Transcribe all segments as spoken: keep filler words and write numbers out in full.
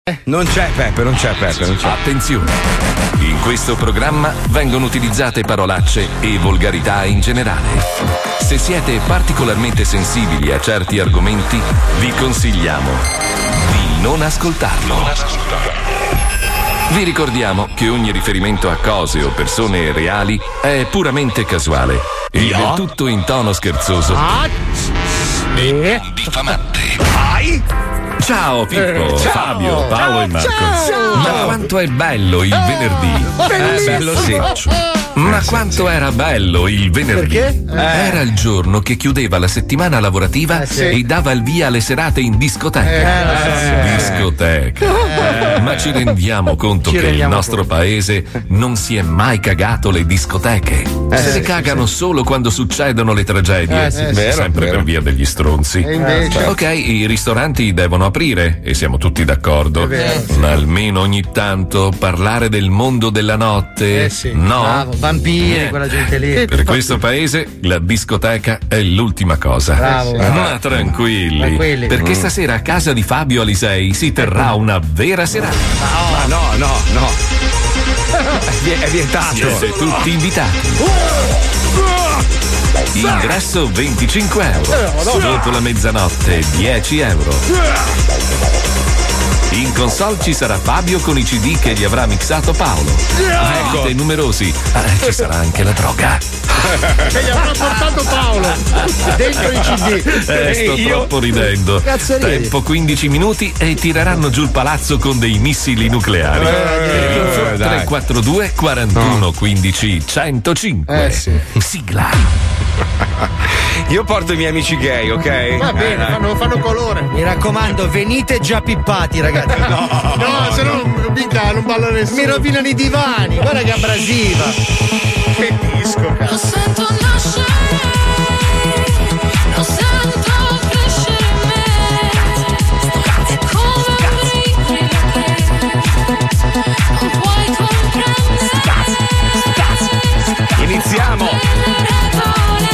Non c'è Peppe, non c'è Peppe, non c'è. Attenzione! In questo programma vengono utilizzate parolacce e volgarità in generale. Se siete particolarmente sensibili a certi argomenti, vi consigliamo di non ascoltarlo. Vi ricordiamo che ogni riferimento a cose o persone reali è puramente casuale e del tutto in tono scherzoso e diffamante. Ciao Pippo, Eh, ciao. Fabio, Paolo Ciao, e Marco. ciao. Ma quanto è bello il venerdì. Bellissimo. Eh, bello sì. Ma quanto era bello il venerdì. Perché? Eh. Era il giorno che chiudeva la settimana lavorativa Eh, sì. e dava il via alle serate in discoteca. Eh, lo so. Discoteca. Eh. Ma ci rendiamo conto Ci che rendiamo il nostro paese non si è mai cagato le discoteche. Eh, Se sì, ne cagano solo quando succedono le tragedie. Eh, sì, sì. Vero, sempre vero. per via degli stronzi. E invece? Ok, i ristoranti devono aprire e siamo tutti d'accordo. È vero, sì. Ma almeno ogni tanto parlare del mondo della notte. Eh sì, No. bravo, vampiri, Niente. quella gente lì. Per questo paese la discoteca è l'ultima cosa. Bravo, bravo. Ma tranquilli, Tranquilli. perché Mm. stasera a casa di Fabio Alisei si terrà una vera serata. Ma no, no, no. È vie- È vietato. Siete tutti invitati. Ingresso venticinque euro. Dopo la mezzanotte dieci euro. In console ci sarà Fabio con i C D che gli avrà mixato Paolo. Ecco. Siete numerosi. Eh, ci sarà anche la droga. Che gli avrà portato Paolo dentro i C D. Eh, sto Io- troppo ridendo. Cazzo ridi? Tempo quindici minuti e tireranno giù il palazzo con dei missili nucleari. Eh, Info dai. tre quattro due quarantuno quindici centocinque. Eh, sì. Sigla. Io porto i miei amici gay, ok? Va bene, Eh, fanno, fanno colore. Mi raccomando, venite già pippati, ragazzi. No, se no non, mica, non balla nessuno. Mi rovinano i divani, guarda che abrasiva. Che disco, Lo sento nascere, lo sento crescere in me. È come un non puoi comprendere. Iniziamo! Le regole,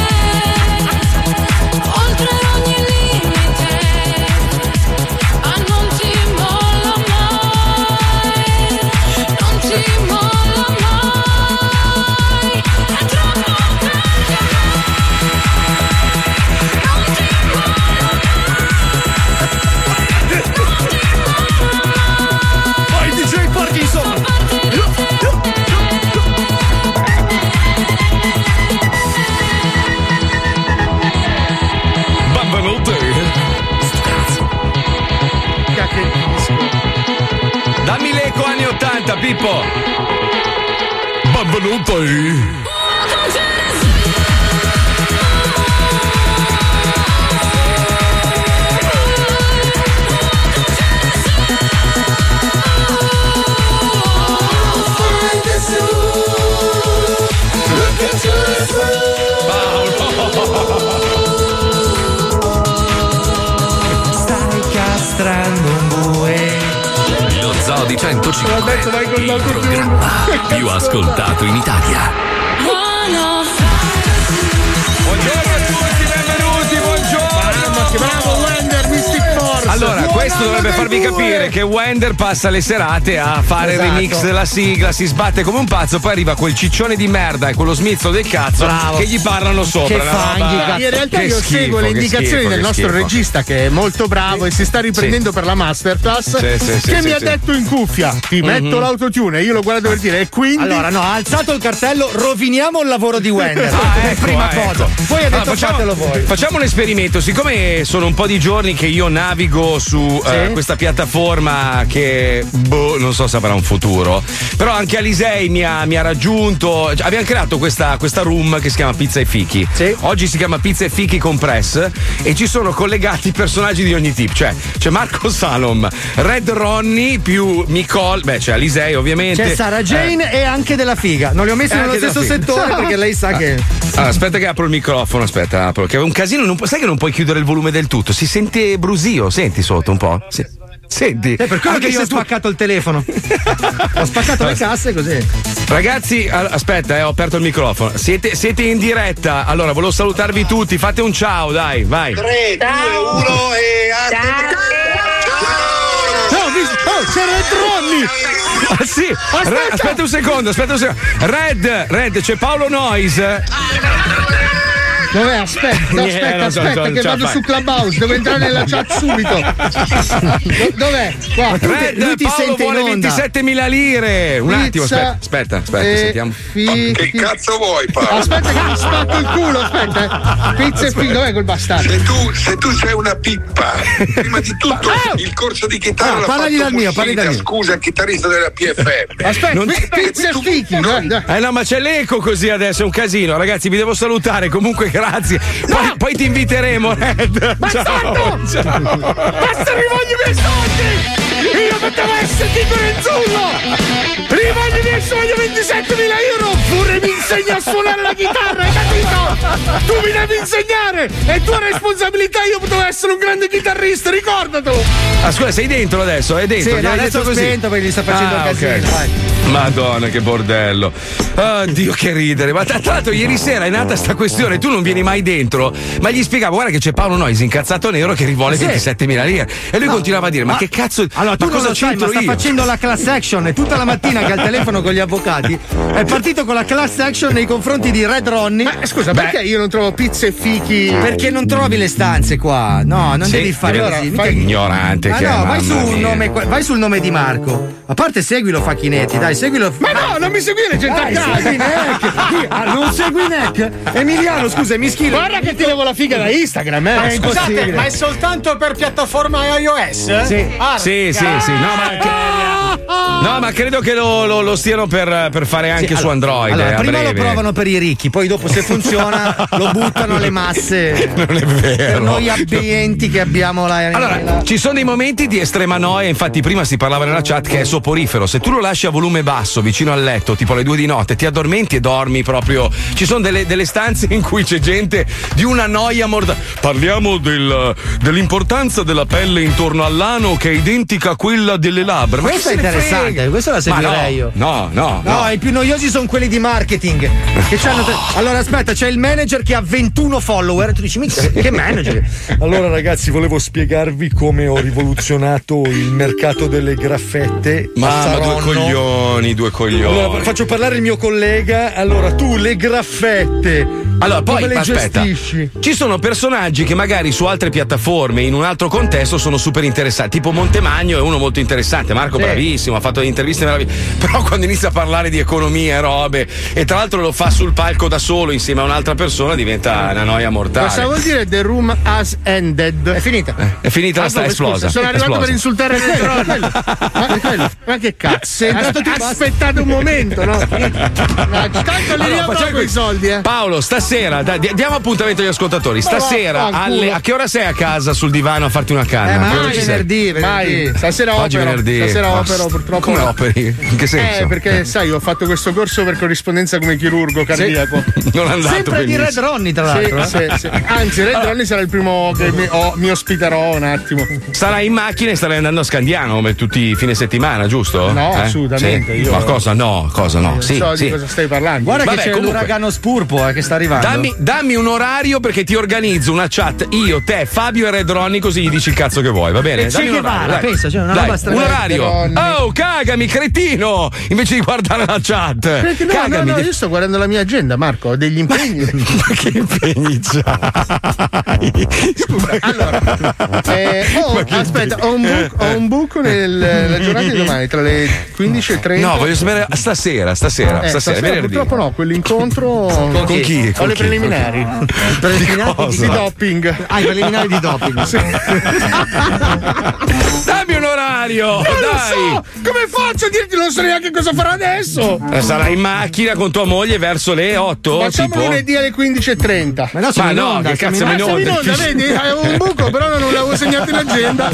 oltre ogni limite, ah non ti molla mai, non ti molla mai, è troppo bella, non ti molla mai, Vai D J Parkinson. Benvenuti. Che disco. Dammi l'eco anni ottanta, Pippo! Benvenuti. Stai castrando un bue. Lo Zoo di centocinque. L'ho detto, vai con Il l'autotune. programma più ascoltato in Italia. Buongiorno a tutti, benvenuti, buongiorno! Mamma, che bravo Wender, Mystic Force. Allora, questo dovrebbe farvi capire che Wender passa le serate a fare Esatto. il remix della sigla, si sbatte come un pazzo, poi arriva quel ciccione di merda e quello smizzo del cazzo Bravo. che gli parlano sopra. Che una fanghi, roba- cazzo. In realtà Che io schifo, seguo le che indicazioni schifo, del che nostro schifo. regista che è molto bravo e si sta riprendendo per la masterclass. Sì, sì, sì, che sì, mi ha sì. detto in cuffia: ti metto l'autotune. E io lo guardo per dire, e quindi. Allora, no, ha alzato il cartello, roviniamo il lavoro di Wender. Ah, per ecco, prima ecco. cosa. Poi ha detto Allora, fatelo voi. facciamo un esperimento. Siccome sono un po' di giorni che io navigo su eh, Sì. questa piattaforma che boh, non so se avrà un futuro, però anche Alisei mi ha, mi ha raggiunto. Cioè, abbiamo creato questa, questa room che si chiama Pizza e Fichi. Sì. Oggi si chiama Pizza e Fichi Compress e ci sono collegati personaggi di ogni tipo. Cioè, c'è Marco Salom, Red Ronnie più Nicole, beh, c'è Alisei ovviamente. C'è Sara Jane e anche della figa. Non li ho messi Eh, nello anche stesso della figa. settore perché lei sa che. Allora, aspetta che apro il microfono, aspetta, apro, che è un casino, non pu- sai che non puoi chiudere il volume del tutto, si sente brusio, senti sotto un po'? Sì. Senti, Eh, per quello anche che io se ho tu- spaccato il telefono. Ho spaccato le casse così. Ragazzi, all- aspetta, eh, ho aperto il microfono. Siete, siete in diretta. Allora, volevo salutarvi tutti. Fate un ciao, dai, vai. tre, due, uno e Ciao. No, Oh, c'è Red Ronnie! Ah, sì. Aspetta. Re- aspetta un secondo, aspetta un secondo. Red, Red, c'è Paolo Noise. Dov'è? Aspetta, no, Eh, aspetta, non so, aspetta, non che ce la vado fai. su Clubhouse, devo entrare nella chat subito. Do- dov'è? Qua. Red, lui ti Paolo sente in vuole onda. ventisettemila lire. Un attimo, Pizza aspetta, aspetta, aspetta, e sentiamo. fi- Che cazzo vuoi, Paolo? Aspetta che mi spacco il culo, aspetta. eh. Pizza e figlio, dov'è quel bastardo? Se tu, se tu sei una pippa, prima di tutto Ah! il corso di chitarra Ah, l'ha parlagli fatto dal mio, parli dal Mussina, mio. scusa, il chitarrista della P F M. Aspetta, Non- pi- pizza e fichi. dai, dai. Eh no, ma c'è l'eco così adesso, è un casino. Ragazzi, vi devo salutare. Comunque, grazie. Poi, poi ti inviteremo, Red. Bastardo! Ciao. Ciao. Basta, rivoglio i miei soldi! Io potevo essere Tito Renzullo! Rivoglio i miei soldi, ventisettemila euro! Pure mi insegni a suonare la chitarra, hai capito? Tu mi devi insegnare! È tua responsabilità, io potevo essere un grande chitarrista, ricordatelo! Ah, scusa, sei dentro adesso? È dentro? Sì, Gli no, hai adesso detto ho così? spento perché gli sta facendo Ah, casino. ok. Vai. Madonna, che bordello. Oddio, che ridere. Ma tra tra l'altro, ieri sera è nata sta questione. Tu non vieni mai dentro. Ma gli spiegavo, guarda che c'è Paolo Noisi incazzato nero che rivuole Sì. ventisettemila lire. E lui No, continuava a dire: Ma, ma- che cazzo. Allora, tu ma non cosa lo sai, ma c'entro sta io? facendo la class action e tutta la mattina che ha il telefono con gli avvocati è partito con la class action nei confronti di Red Ronnie. Ma scusa, Beh. perché io non trovo pizza e fichi? Perché non trovi le stanze qua? No, non Sì, devi fare allora, così. fai mica- ignorante Ma che è, no, vai, su mamma un mia. nome, vai sul nome di Marco. A parte seguilo Facchinetti, dai, seguilo. Ma no, non mi seguire, gente a Dai, casa! segui Neck. Ah, non segui Neck? Emiliano, scusa, mi scrivi. Guarda che ti levo la figa da Instagram, eh! È Scusate, impossibile. ma è soltanto per piattaforma iOS? Sì. Ah, Sì, sì, sì. No, ma, no, ma credo che lo, lo- lo stiano per, per fare anche Sì, su allora- Android. Allora, eh, a prima lo breve. provano per i ricchi, poi dopo se funziona lo buttano alle masse. Non è vero. Per noi abbienti che abbiamo la. Allora, la- ci sono dei momenti di estrema noia, infatti prima si parlava nella chat che è soporifero, se tu lo lasci a volume basso vicino al letto, tipo alle due di notte, ti addormenti e dormi proprio. Ci sono delle, delle stanze in cui c'è gente di una noia mortale. Parliamo del- dell'importanza della pelle intorno all'ano che è identica a quella delle labbra. Ma Questa chi è se ne interessante, frega? questa la Ma seguirei no, io. No, no, No, no. i più noiosi sono quelli di marketing. Che c'hanno te- Allora, aspetta, c'è il manager che ha ventuno follower. Tu dici, mica, che manager? Allora ragazzi, volevo spiegarvi come ho rivoluzionato il mercato delle graffette a Mamma, due Saronno. coglioni, due coglioni. Allora, faccio parlare il mio collega. Allora, tu le graffette Allora, poi come le aspetta, gestisci? ci sono personaggi che magari su altre piattaforme, in un altro contesto, sono super interessanti. Tipo Montemagno è uno molto interessante. Marco, bravissimo, ha fatto delle interviste meravigliose. Però quando inizia a parlare di economia e robe, e tra l'altro lo fa sul palco da solo insieme a un'altra persona, diventa una noia mortale. Cosa vuol dire the room has ended? È finita. È finita la Ah, sta dove, esplosa. scusa, sono arrivato Esplosa. per insultare il Red ma, quello, ma che cazzo? Aspettate, aspettate un momento, no? Ma tanto li Allora, riavrò facciamo quei così. soldi, eh. Paolo, stasera, dai, di- diamo appuntamento agli ascoltatori. Stasera, vaffanculo. alle- a che ora sei a casa sul divano a farti una canna? Eh, A ma che ora oggi ci è sei? venerdì, venerdì. Mai, stasera Oggi opero. venerdì. Stasera Ma opero, s- purtroppo. Come no. operi? In che senso? Eh, perché sai, ho fatto questo corso per corrispondenza come chirurgo cardiaco. Non è andato Sempre di benissimo. Red Ronnie, tra Sì, l'altro. eh. sì, sì. Anzi, Red Ronnie sarà il primo che mi, oh, mi ospiterò un attimo. Sarai in macchina e starai andando a Scandiano come tutti i fine settimana, giusto? No, Eh? assolutamente, Sì. io- Ma cosa no? Cosa no? Non Sì, so sì. di cosa stai parlando. Guarda Vabbè, che c'è comunque. l'uragano Spurpo eh, che sta arrivando. Dammi, dammi un orario perché ti organizzo una chat io, te, Fabio e Red Ronnie così gli dici il cazzo che vuoi, va bene? E Dammi Che un orario, Guevara, dai. pensa, cioè una Dai, roba un strana. orario. Ronnie. Oh, cagami, cretino! Invece di guardare la chat. Perché no, cagami. no, no, de- io sto guardando la mia agenda, Marco, ho degli impegni. Ma che impegni c'hai? Allora, eh, ho- Ma che aspetta, ho un, buco, ho un buco nella giornata di domani tra le quindici e trenta. No, voglio sapere stasera, stasera, Eh, stasera, stasera venerdì. purtroppo no, quell'incontro Con chi? ho Con le chi? preliminari Preliminari Di di, cosa? doping. Ah, i preliminari di doping. Dammi un orario! Non dai! lo so! Come faccio a dirti? Non so neanche cosa farò adesso! Eh, Sarai in macchina con tua moglie verso le otto? Facciamo tipo? lunedì alle quindici e trenta. Ma no, siamo Ma in no, onda, che siamo cazzo in me Ah, ne siamo in onda? onda, vedi? Avevo un buco, però non l'avevo segnato in agenda.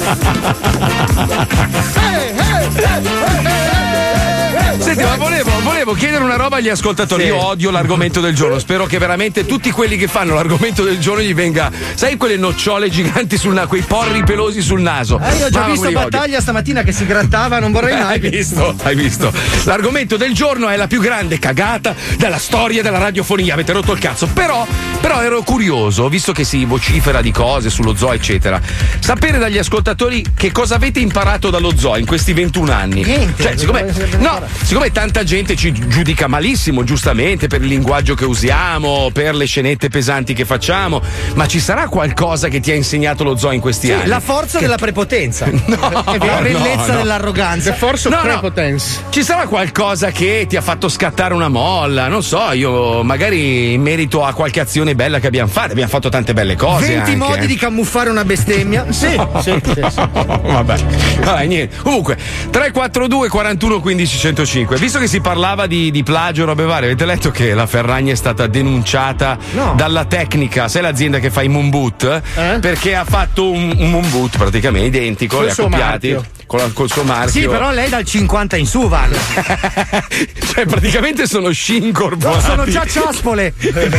Ehi, ehi, ehi, ehi, ehi, ehi, Senti, ma volevo, volevo volevo chiedere una roba agli ascoltatori. Sì. Io odio l'argomento del giorno. Spero che veramente tutti quelli che fanno l'argomento del giorno gli venga, sai, quelle nocciole giganti sul naso, quei porri pelosi sul naso. Eh, io ho già Mamma, visto come li odio. Battaglia stamattina che si grattava, non vorrei Eh, mai. Hai visto? Hai visto? L'argomento del giorno è la più grande cagata della storia della radiofonia. Avete rotto il cazzo. Però, però ero curioso, visto che si vocifera di cose sullo zoo, eccetera, sapere dagli ascoltatori che cosa avete imparato dallo zoo in questi ventuno anni. Niente. Cioè, siccome, no, siccome tanta gente ci giudica malissimo, giustamente, per il linguaggio che usiamo, per le scenette pesanti che facciamo, ma ci sarà qualcosa che ti ha insegnato lo zoo in questi Sì, anni? la forza della prepotenza. No, È la bellezza no, no. dell'arroganza. The force of No, no. prepotence. Ci sarà qualcosa che ti ha fatto scattare una molla? Non so, io magari in merito a qualche azione bella che abbiamo fatto. Abbiamo fatto tante belle cose. venti anche. modi di camuffare una bestemmia. Sì, sì, sì, sì. Vabbè. Vabbè, niente. Comunque, tre quattro due quarantuno quindici centocinque. Visto che si parlava di, di plagio, robe varie, avete letto che la Ferragni è stata denunciata No. dalla Tecnica, sai l'azienda che fa i moon boot? Eh? Perché ha fatto un, un moon boot praticamente identico, Col li ha suo copiati. marchio. Con la- col suo marchio. Sì, però lei dal cinquanta in su vanno. Cioè, praticamente sono sci No, incorporati. sono già ciaspole.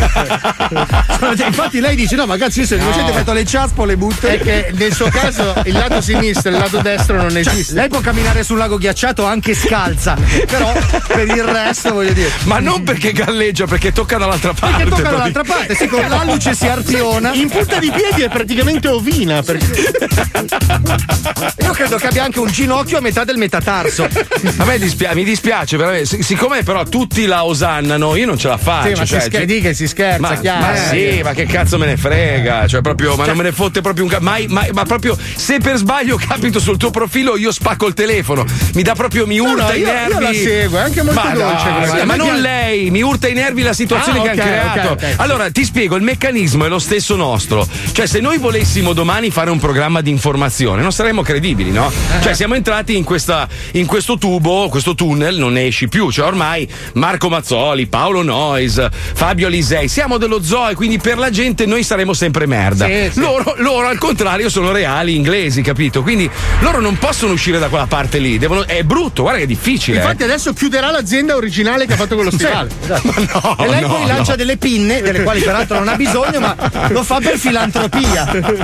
Sono già- infatti lei dice: no, ma cazzo, io se non siete metto le ciaspole butto. È che nel suo caso il lato sinistro e il lato destro non Cioè, esiste. lei può camminare sul lago ghiacciato anche scalza, però per il resto voglio dire. Ma non perché galleggia, perché tocca dall'altra parte. Perché tocca praticamente. dall'altra parte, sì, con l'alluce si arpiona. In punta di piedi è praticamente ovina. Perché... Io credo che abbia anche un ginocchio a metà del metatarso. A me dispia- mi dispiace, veramente. Sic- siccome però tutti la osannano, io non ce la faccio. Sì, ma cioè, si scher- ti- di che si scherza, ma, chiaro. ma sì, ma che cazzo me ne frega? Cioè, proprio, ma non me ne fotte proprio un cazzo. Mai, mai, ma proprio se per sbaglio capito sul tuo profilo, io spacco il telefono. Mi dà proprio, mi No, urta no, i io- nervi. io la seguo, è anche molto ma dolce no, quella- ma, ma a me non piace- lei, mi urta i nervi la situazione Ah, che ok, hanno creato. ok, ok. Allora, ti spiego, il meccanismo è lo stesso nostro. Cioè, se noi volessimo domani fare un programma di informazione, non saremmo credibili, no? Cioè, siamo entrati in, questa, in questo tubo, questo tunnel, non ne esci più. Cioè, ormai Marco Mazzoli, Paolo Noyes, Fabio Alisei, siamo dello zoo e quindi per la gente noi saremo sempre merda. Sì, sì. Loro, loro, al contrario, sono reali inglesi, capito? Quindi loro non possono uscire da quella parte lì. Devono, è brutto, guarda che è difficile. Infatti adesso chiuderà l'azienda originale che ha fatto quello stivale. No, E lei no, poi no. lancia delle pinne, delle quali peraltro non ha bisogno, ma lo fa per filantropia.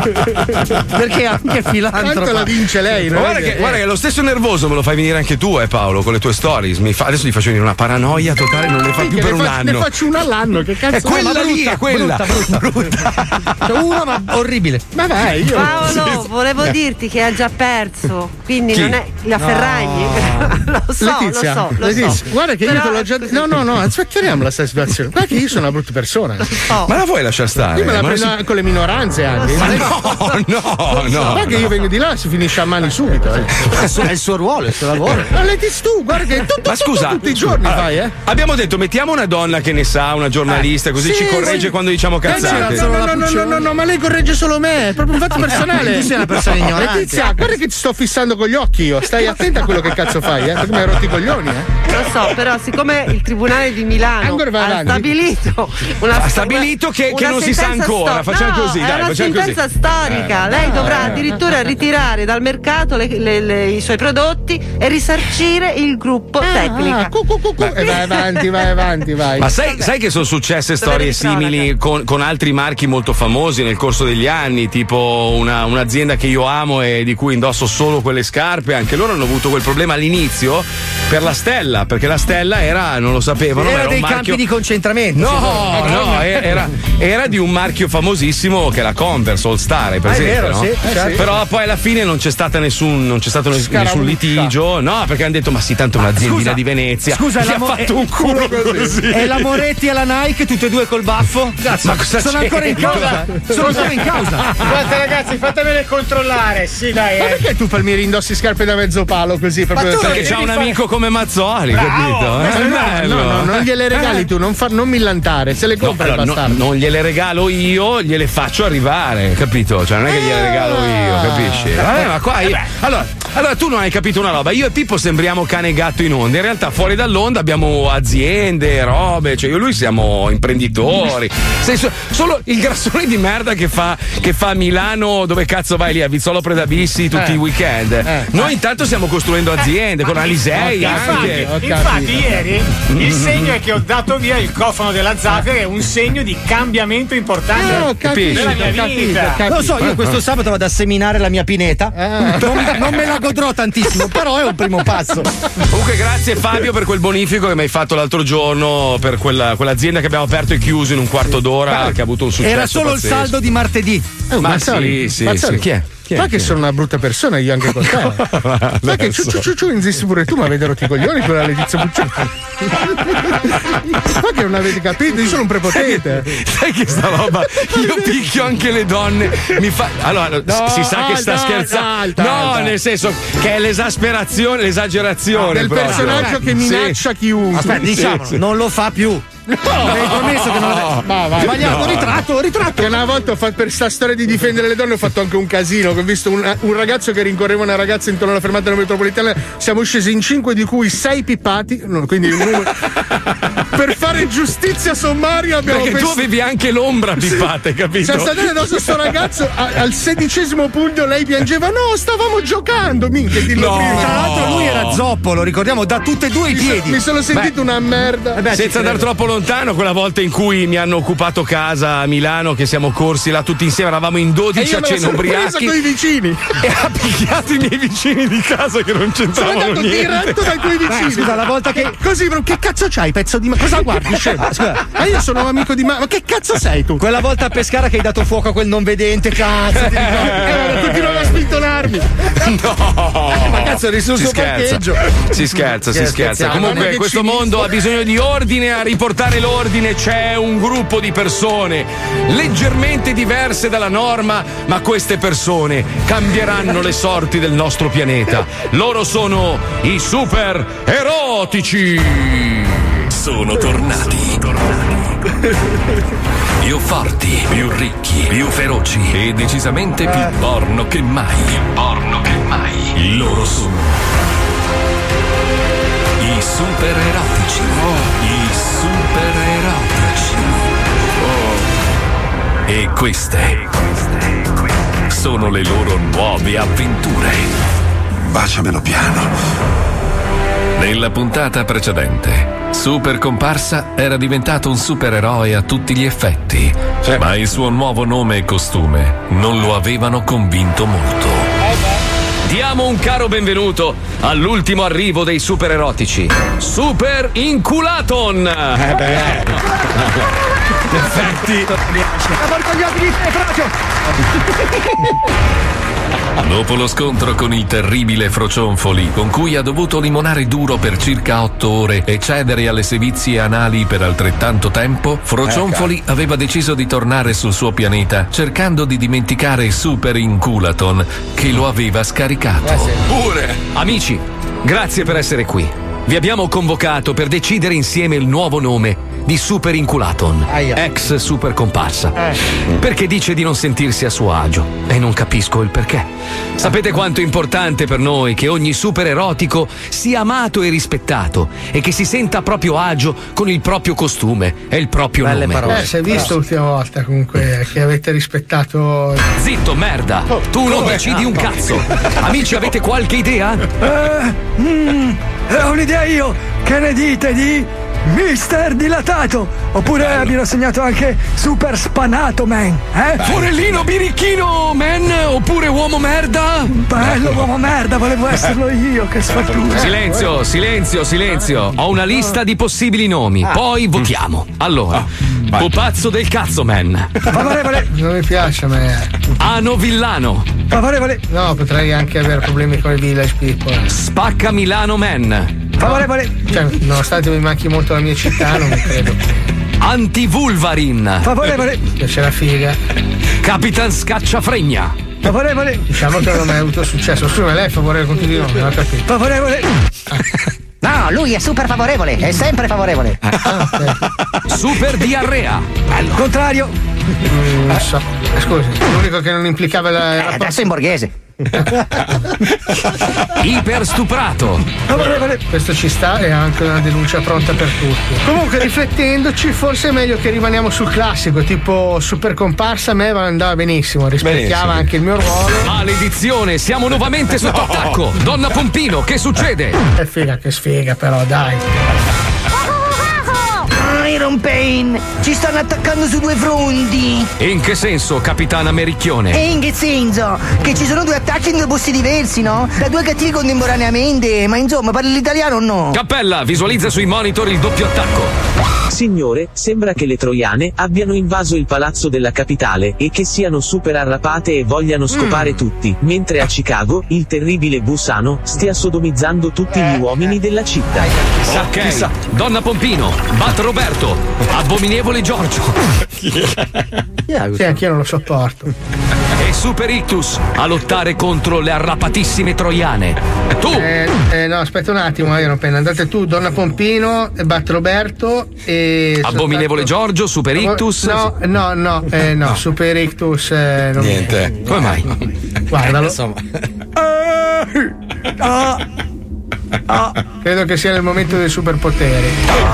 Perché anche Tanto la filantropa. vince lei, Ma no? guarda che, guarda che lo stesso nervoso me lo fai venire anche tu, eh Paolo, con le tue stories. Mi fa- adesso gli faccio venire una paranoia totale, non ne fa più Che per ne un faccio- Ne anno. faccio una all'anno, che cazzo È quella ma lì, brutta, è quella. brutta, brutta. Cioè, una ma orribile. Ma vai, io. Paolo, volevo dirti che ha già perso, quindi Chi? non è la Ferragni. lo so, Letizia, lo so, lo Letizia, so. guarda che io Però- te l'ho già detto. No, no, no, aspettiamo la stessa situazione. Guarda che io sono una brutta persona. Oh. Ma la vuoi lasciare stare? Io me la Ma non prendo si- con le minoranze anche. Ma no, no, no. Guarda che io vengo di là si finisce a mani subito. Eh. È il suo- è il suo ruolo, è il suo lavoro. Ma Letizia, tu, guarda che tu, tu, Ma tu- scusa, tutti i giorni allora, fai, eh. abbiamo detto mettiamo una donna che ne sa, una giornalista, così Sì, ci corregge sì. quando diciamo cazzate. No, no, no, no, no, no, no, ma lei corregge solo me, è proprio un fatto personale. Tu sei una persona ignorante. Letizia, guarda che ti sto fissando con gli occhi io. Stai attenta a quello che cazzo fai, eh? Perché mi hai rotto i coglioni, eh? Lo so, però siccome il Tribunale di Milano Ancora vai ha avanti. stabilito una Ha stabilito che- una che non si sa sentenza ancora. sto- Facciamo no, così, è dai, una facciamo così. sentenza storica. Eh, Lei no, dovrà eh, addirittura ritirare dal mercato le- le- le- i suoi prodotti e risarcire il gruppo tecnica. Ah, cu, cu, cu, cu. E vai avanti, vai avanti, vai. Ma sai, sai che sono successe storie di cronaca. simili con, con altri marchi molto famosi nel corso degli anni, tipo una- un'azienda che io amo e di cui indosso solo quelle scarpe, anche loro hanno avuto quel problema all'inizio per la stella, perché la stella era, non lo sapevano, ma Era era dei un marchio... campi di concentramento. No, no, era, era di un marchio famosissimo che è la Converse All Star, hai presente? vero, no? sì, eh, certo. Però poi alla fine non c'è stata nessun, non c'è stato nes- nessun litigio, no, perché hanno detto ma sì, tanto è un'aziendina scusa, di Venezia. scusa, gli la ha mo- fatto eh, un culo così. E la Moretti e la Nike, tutte e due col baffo? Cazzo, Ma cosa sono c'entra? ancora in causa. Sono ancora in causa. Guarda ragazzi, fatemele controllare, sì dai. Ma perché tu Palmieri indossi scarpe da mezzo palo così? Proprio tu- Perché c'ha un amico come Mazzoli, capito? Eh, È no, bello. no, no, non gliele regali tu, non, fa, non millantare, se le No, compra allora, il no, bastardo. non gliele regalo io, gliele faccio arrivare, capito? Cioè, non è che gliele regalo io, capisci? Vabbè, ma qua io. Allora, Allora, tu non hai capito una roba. Io e Pippo sembriamo cane e gatto in onda. In realtà, fuori dall'onda abbiamo aziende, robe. Cioè, io e lui siamo imprenditori. Sei so- solo il grassone di merda che fa, che fa a Milano, dove cazzo vai lì? A Vizzolo Predabissi tutti Eh. i weekend. Eh. Noi intanto stiamo costruendo aziende con Alisei anche. Infatti, Infatti ieri il segno è che ho dato via il cofano della Zafira, è un segno di cambiamento importante Eh, ho capito, nella mia ho capito, vita. ho capito. Lo so, io questo sabato vado a seminare la mia pineta. Non, non me la godrò tantissimo, però è un primo passo. Comunque, grazie Fabio per quel bonifico che mi hai fatto l'altro giorno per quella, quell'azienda che abbiamo aperto e chiuso in un quarto d'ora, che ha avuto un successo. Era solo pazzesco. il saldo di martedì. Eh, Ma Mazzoli, sì, sì, Mazzoli. sì. Chi è? Chi è? Sai che sono una brutta persona io anche con te. Sai che ciu ciu ciu ciu insisti pure tu, ma avete rotto i coglioni con la Letizia Puccioni. Ma che non avete capito? Io sono un prepotente. Sai che sta roba? Io picchio anche le donne. Mi fa. Allora, No, si sa che sta alta, scherzando. alta, no, alta. nel senso che è l'esasperazione, l'esagerazione. Del proprio. personaggio che Sì. minaccia chiunque. Aspetta, diciamo, sì. non lo fa più. No, Avevi promesso che non lo Ma vai. Sbagliato, No. ritratto, ritratto. Che una volta ho fatto per sta storia di difendere le donne ho fatto anche un casino, che ho visto un, un ragazzo che rincorreva una ragazza intorno alla fermata della metropolitana, siamo scesi in cinque di cui sei pippati, no, quindi un numero. Per fare giustizia sommaria abbiamo Perché tu pensato- avevi anche l'ombra pippata, hai capito? Siamo stati addosso a sto ragazzo, a- al sedicesimo pugno lei piangeva, no, stavamo giocando, minchia, dillo No. prima. Tra l'altro lui era zoppo, lo ricordiamo, da tutte e due i Mi, so- piedi. mi sono sentito una merda. Vabbè, Senza andare troppo lontano, quella volta in cui mi hanno occupato casa a Milano, che siamo corsi là tutti insieme, eravamo in E dodici io a me la cena sono presa ubriachi con i vicini. e ha picchiato i miei vicini di casa che non Sono c'entravano andato niente. diretto dai tuoi vicini. Eh, scusa, la volta che- Così, bro, che cazzo c'hai, pezzo di ma cosa guardi, scemo? Scusa. Ma io sono un amico di ma. Ma che cazzo sei tu? Quella volta a Pescara che hai dato fuoco a quel non vedente, cazzo. ti ricordi? Eh, continuava a spintonarmi. No, Ma cazzo, eri sul si suo scherza. parcheggio. Si scherza, si Che scherza. scherziamo, non è Comunque che questo ci mondo visto. ha bisogno di ordine, a riportare l'ordine c'è un gruppo di persone leggermente diverse dalla norma, ma queste persone cambieranno le sorti del nostro pianeta. Loro sono i super erotici. Sono tornati. Più forti, più ricchi, più feroci e decisamente più porno che mai. Più porno che mai. Loro sono i super erotici. I super erotici. E queste sono le loro nuove avventure. Baciamelo piano. Nella puntata precedente, Super Comparsa era diventato un supereroe a tutti gli effetti, ma il suo nuovo nome e costume non lo avevano convinto molto. Diamo un caro benvenuto all'ultimo arrivo dei super erotici, Super Inculaton. Eh beh. In effetti. Porco gli occhi di te, Dopo lo scontro con il terribile Frocionfoli, con cui ha dovuto limonare duro per circa otto ore e cedere alle sevizie anali per altrettanto tempo, Frocionfoli aveva deciso di tornare sul suo pianeta, cercando di dimenticare Super Inculaton, che lo aveva scaricato. Pure. Amici, grazie per essere qui. Vi abbiamo convocato per decidere insieme il nuovo nome di Super Inculaton, ex Super Comparsa. Perché dice di non sentirsi a suo agio e non capisco il perché. Sapete quanto è importante per noi che ogni super erotico sia amato e rispettato e che si senta a proprio agio con il proprio costume e il proprio nome. Eh, si è visto l'ultima volta comunque che avete rispettato. Zitto, merda! Tu non decidi un cazzo! Amici, avete qualche idea? Eh, mm, ho un'idea io! Che ne dite di Mister Dilatato? Oppure abbiano segnato anche Super Spanato Man, eh? Forellino birichino, man? Oppure uomo merda? Bello uomo merda, volevo esserlo io, che sfattura. Silenzio, silenzio, silenzio. Ho una lista di possibili nomi, poi votiamo. Allora, pupazzo del cazzo, man. Favorevole. Non mi piace a me. Ano villano. Favorevole. No, potrei anche avere problemi con il village people. Spacca Milano man. Favorevole. Cioè, nonostante mi manchi molto la mia città, non mi credo. Antivulvarin. Favorevole. Piace la figa. Capitan Scacciafregna. Favorevole. Diciamo che non ho mai avuto successo. Scusa, ma lei è favorevole con tutti i nomi, non ho capito. Favorevole. No, lui è super favorevole, è sempre favorevole. Ah, ok. Super diarrea. Al contrario. Mm, non so. Scusi, l'unico che non implicava la. Eh, adesso in borghese. Iperstuprato. Questo ci sta, è anche una denuncia pronta per tutti. Comunque, riflettendoci, forse è meglio che rimaniamo sul classico, tipo super comparsa. A me andava benissimo, rispecchiava Benissimo. anche il mio ruolo. Maledizione, siamo nuovamente sotto No. attacco. Donna Pompino, che succede? È figa che sfiga, però, dai. Iron Pain, ci stanno attaccando su due fronti. In che senso, capitana Mericchione? E in che senso? Che ci sono due attacchi in due posti diversi, no? Da due cattivi contemporaneamente, ma insomma, parli l'italiano o no? Cappella, visualizza sui monitor il doppio attacco. Signore, sembra che le troiane abbiano invaso il palazzo della capitale e che siano super arrapate e vogliano scopare tutti, mentre a Chicago il terribile Busano stia sodomizzando tutti gli uomini della città. Ok, Donna Pompino, Bat Roberto, Abominevole Giorgio. Sì, anch'io non lo sopporto. E Super Ictus a lottare contro le arrapatissime troiane. Tu! Eh, eh, no, aspetta un attimo, Iron Pen. Andate tu, Donna Pompino, Bat Roberto e. Abominevole Giorgio, Super Ictus. No, no, no, eh, no, Super Ictus. Eh, non Niente. Come mai? Guardalo. Insomma. Ah. Ah. Credo che sia nel momento dei superpoteri.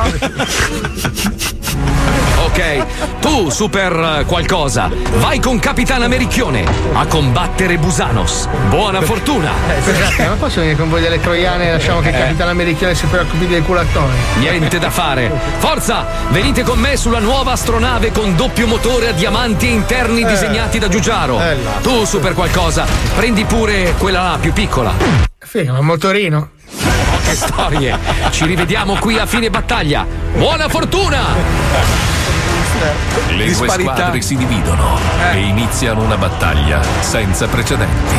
Ok, tu, super qualcosa, vai con Capitana Mericchione a combattere Busanos. Buona fortuna! Scusate, ma posso venire con voi delle troiane e lasciamo che il Eh. capitano americano si preoccupi dei culattoni? Niente da fare. Forza, venite con me sulla nuova astronave con doppio motore a diamanti e interni Eh. disegnati da Giugiaro. Eh, là. Tu, super qualcosa, prendi pure quella là più piccola. Figa, ma motorino? Oh, che storie! Ci rivediamo qui a fine battaglia. Buona fortuna! Le due Disparità. squadre si dividono e iniziano una battaglia senza precedenti.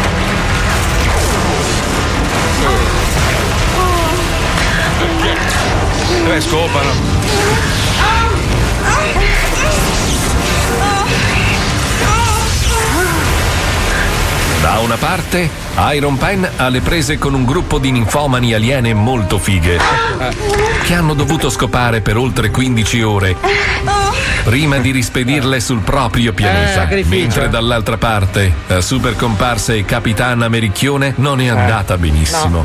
Dove scopano? Da una parte, Iron Pen ha le prese con un gruppo di ninfomani aliene molto fighe che hanno dovuto scopare per oltre quindici ore prima di rispedirle sul proprio pianeta. Eh, sacrificio. Mentre dall'altra parte, la super comparsa e capitana Mericchione non è andata benissimo.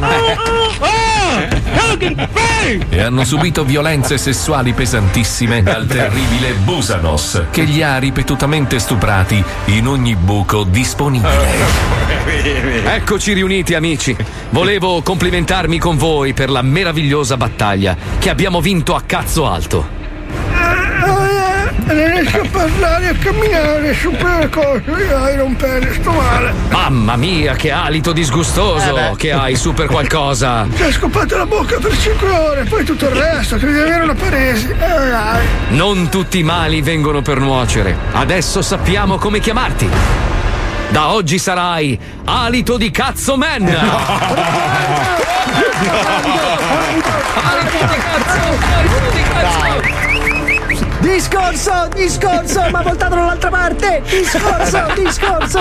E hanno subito violenze sessuali pesantissime dal terribile Busanos, che li ha ripetutamente stuprati in ogni buco disponibile. Eccoci riuniti, amici. Volevo complimentarmi con voi per la meravigliosa battaglia che abbiamo vinto a cazzo alto. Non riesco a parlare e a camminare su per cose, Iron Pen, sto male. Mamma mia, che alito disgustoso Eh beh. che hai, super qualcosa. Ti hai scopato la bocca per cinque ore, poi tutto il resto, credi di avere una paresi. Eh, dai. Non tutti i mali vengono per nuocere. Adesso sappiamo come chiamarti. Da oggi sarai Alito di Cazzo Man. Alito di Cazzo, Alito di Cazzo. Discorso, discorso, ma voltato dall'altra parte. Discorso, discorso.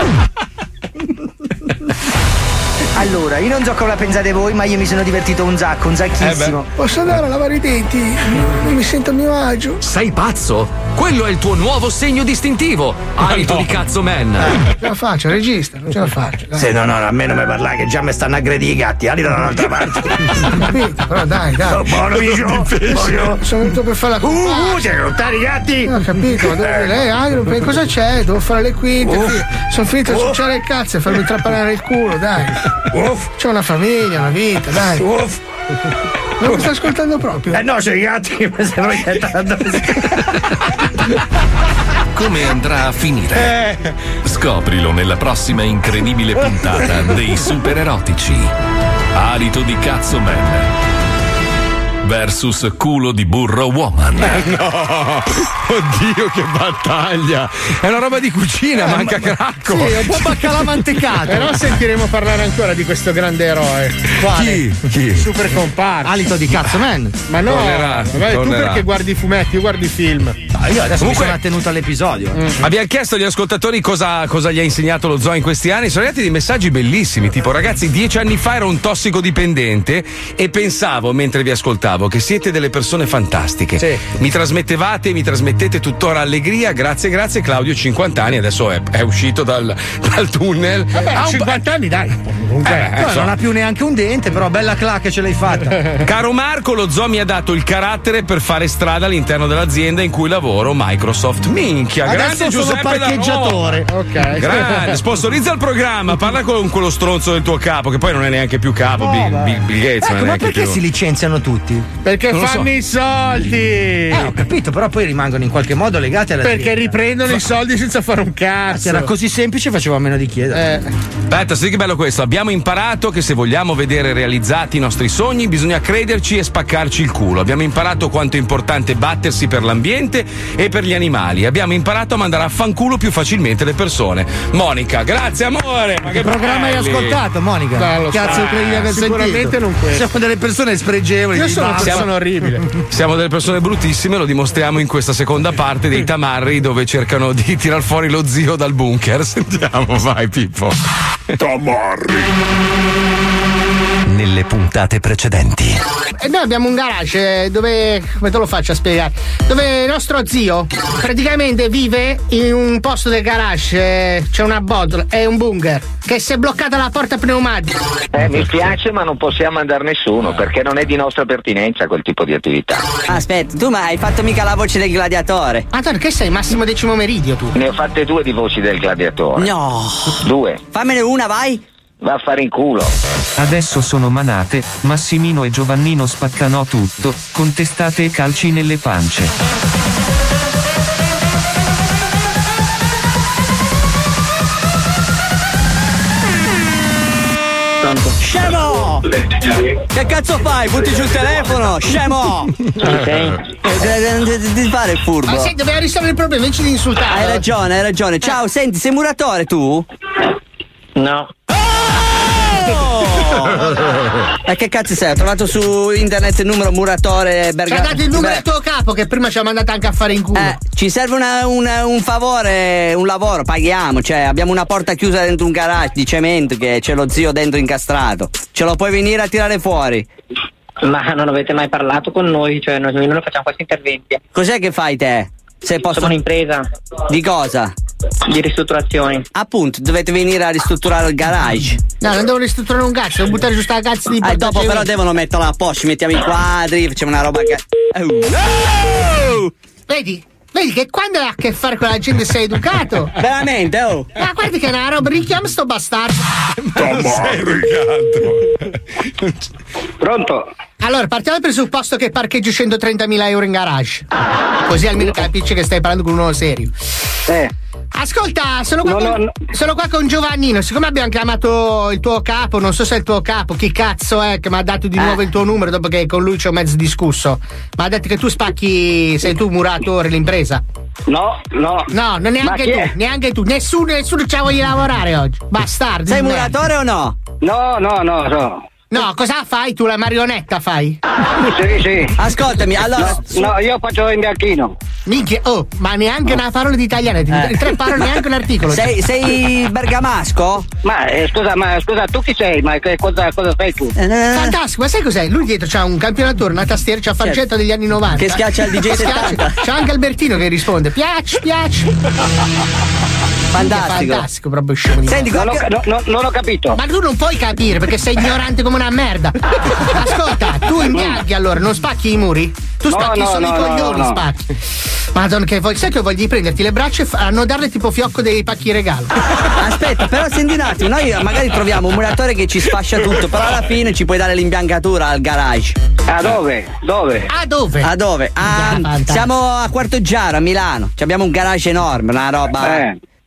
Allora, io non so come la pensate voi, ma io mi sono divertito un sacco, un sacchissimo. Posso andare a lavare i denti? Non mi sento a mio agio. Sei pazzo? Quello è il tuo nuovo segno distintivo. Alito di Cazzo Man. Non ce la faccio, regista, non ce la faccio. dai. Se no, no, a me non mi parlare che già mi stanno aggredendo i gatti, ali dall'altra parte. Capito, però dai, dai. Oh, buono, Vicio. Buono. Sono venuto per fare la Uh, comparsa. uh, sei rottare i gatti. Ho capito, ma dove lei, Iron Man, cosa c'è? Devo fare le quinte. Uff. fi- Sono finito a Uff. succiare il cazzo e farmi trapanare il culo, dai. Uff. C'ho una famiglia, una vita, dai. Uff. Non mi sta ascoltando proprio. Eh no, c'è i gatti, mi sembra che Come andrà a finire? Scoprilo nella prossima incredibile puntata dei super erotici. Alito di Cazzo Man versus culo di burro woman. No! Oddio, che battaglia! È una roba di cucina, manca cracco. Sì, un po' baccalà mantecato. Però sentiremo parlare ancora di questo grande eroe. Quale? Chi? Chi? Super comparsa. Alito di Cazzo Man. Ma no, Tornerà, vabbè, tu tornerà. perché guardi i fumetti, io guardo i film. io adesso Comunque- mi sono attenuto all'episodio. Mm. Abbiamo chiesto agli ascoltatori cosa, cosa gli ha insegnato lo zoo in questi anni. Sono arrivati dei messaggi bellissimi, tipo ragazzi, dieci anni fa ero un tossicodipendente e pensavo mentre vi ascoltavo che siete delle persone fantastiche. Mi trasmettevate, mi trasmettete tuttora allegria, grazie, grazie. Claudio, cinquanta anni, adesso è, è uscito dal, dal tunnel. Vabbè, Ha un- cinquanta anni, dai. Comunque, Eh, No, so. non ha più neanche un dente, però bella clac che ce l'hai fatta. Caro Marco, lo zoo mi ha dato il carattere per fare strada all'interno dell'azienda in cui lavoro, Microsoft. Minchia, Adesso grande sono Giuseppe parcheggiatore. D'Arno. Ok. Grande, sponsorizza il programma, parla con quello stronzo del tuo capo, che poi non è neanche più capo, No, Bill, beh. Bill- Bill Gates. non è Ecco, ma neanche perché più. si licenziano tutti? Perché Non lo fanno so. i soldi. Eh, ho capito, però poi rimangono in qualche modo legati alla Perché riprendono i soldi senza fare un cazzo. Se era così semplice facevo a meno di chiedere. Eh. Aspetta, sai che bello questo? Abbiamo imparato che se vogliamo vedere realizzati i nostri sogni bisogna crederci e spaccarci il culo. Abbiamo imparato quanto è importante battersi per l'ambiente e per gli animali. Abbiamo imparato a mandare a fanculo più facilmente le persone. Monica, grazie amore. Ma Che programma hai belli. ascoltato, Monica? No, lo Cazzo so. credi di aver Sicuramente sentito? non quello. Siamo delle persone spregevoli. Io di sono una basta. persona orribile. Siamo delle persone bruttissime, lo dimostriamo in questa seconda parte dei tamarri dove cercano di tirar fuori lo zio dal bunker. Sentiamo, vai Pippo. Nelle puntate precedenti. E noi abbiamo un garage eh, dove, come te lo faccio a spiegare? Dove il nostro zio praticamente vive in un posto del garage, eh, c'è una botola, è un bunker, che si è bloccata la porta pneumatica. Eh, mi spiace, ma non possiamo mandare nessuno perché non è di nostra pertinenza quel tipo di attività. Aspetta, tu ma hai fatto mica la voce del gladiatore? Antonio, che sei? Massimo Decimo Meridio tu? Ne ho fatte due di voci del gladiatore. No. Due. Fammene una, vai. Va a fare in culo. Adesso sono manate, Massimino e Giovannino spaccano tutto, con testate e calci nelle pance. Scemo! Che cazzo fai? Butti giù il telefono, scemo! sei? Devi fare il furbo. Ma sai, doveva risolvere il problema invece di insultare. Hai ragione, hai ragione. Ciao, senti, sei muratore tu? No. E che cazzo sei? Ho trovato su internet il numero muratore Ci Bergamo. ha dato il numero al tuo capo che prima ci ha mandato anche a fare in culo. Eh, ci serve una- una- un favore, un lavoro, paghiamo. Cioè, abbiamo una porta chiusa dentro un garage di cemento che c'è lo zio dentro incastrato. Ce lo puoi venire a tirare fuori? Ma non avete mai parlato con noi, cioè noi, noi non facciamo questi interventi. Cos'è che fai te? Se posso... Siamo un'impresa. Di cosa? Di ristrutturazioni. Appunto, dovete venire a ristrutturare il garage. No, non devo ristrutturare un cazzo, devo buttare giù sta cazzo di E porta. dopo però devono metterla a posto, ci mettiamo i quadri, facciamo una roba che... Oh. Vedi? Vedi che quando hai a che fare con la gente sei educato. Veramente, oh. Ma guardi che è una roba, richiama sto bastardo. Pronto? Allora, partiamo dal presupposto che parcheggio centotrentamila euro in garage. Così almeno capisci che stai parlando con uno serio. Eh. Ascolta, sono qua, No, con, no, no. sono qua con Giovannino. Siccome abbiamo chiamato il tuo capo, non so se è il tuo capo, chi cazzo è che mi ha dato di Eh. nuovo il tuo numero dopo che con lui ci ho mezzo discusso. Ma ha detto che tu spacchi, sei tu muratore l'impresa. No, no. No, non neanche Ma chi tu, è? neanche tu, nessuno, nessuno ci voglia lavorare oggi. Bastardo. Sei di merda. muratore o no? No, no, no, no. No, cosa fai tu? La marionetta fai? Sì, sì. Ascoltami, allora... No, no, io faccio in bianchino. Minchia, oh, ma neanche una parola di italiano, ti- Eh. tre parole neanche un articolo. Sei, sei bergamasco? Ma eh, scusa, ma scusa, tu chi sei? Ma che cosa, cosa sei tu? Fantastico, ma sai cos'è? Lui dietro c'ha un campionatore, una tastiera, c'ha Fargetta degli anni novanta. Che schiaccia il D J Che schiaccia- settanta. C'è anche Albertino che risponde: piace, piace. Fantastico. Fantastico, proprio scemo di Senti, merda. Non ho, no, no, non ho capito. Ma tu non puoi capire perché sei ignorante come una merda. Ascolta, tu imbianchi allora, non spacchi i muri? Tu No, spacchi no, solo no, i no, coglioni, no. spacchi. Madonna, che voglio, sai che voglio prenderti le braccia e fa- annodarle tipo fiocco dei pacchi regalo. Aspetta, però senti un attimo, noi magari troviamo un muratore che ci sfascia tutto, però alla fine ci puoi dare l'imbiancatura al garage. A dove? Dove? A dove? A dove? A- Ah, fantastico. siamo a Quarto Giaro, a Milano. Ci abbiamo un garage enorme, una roba. Eh.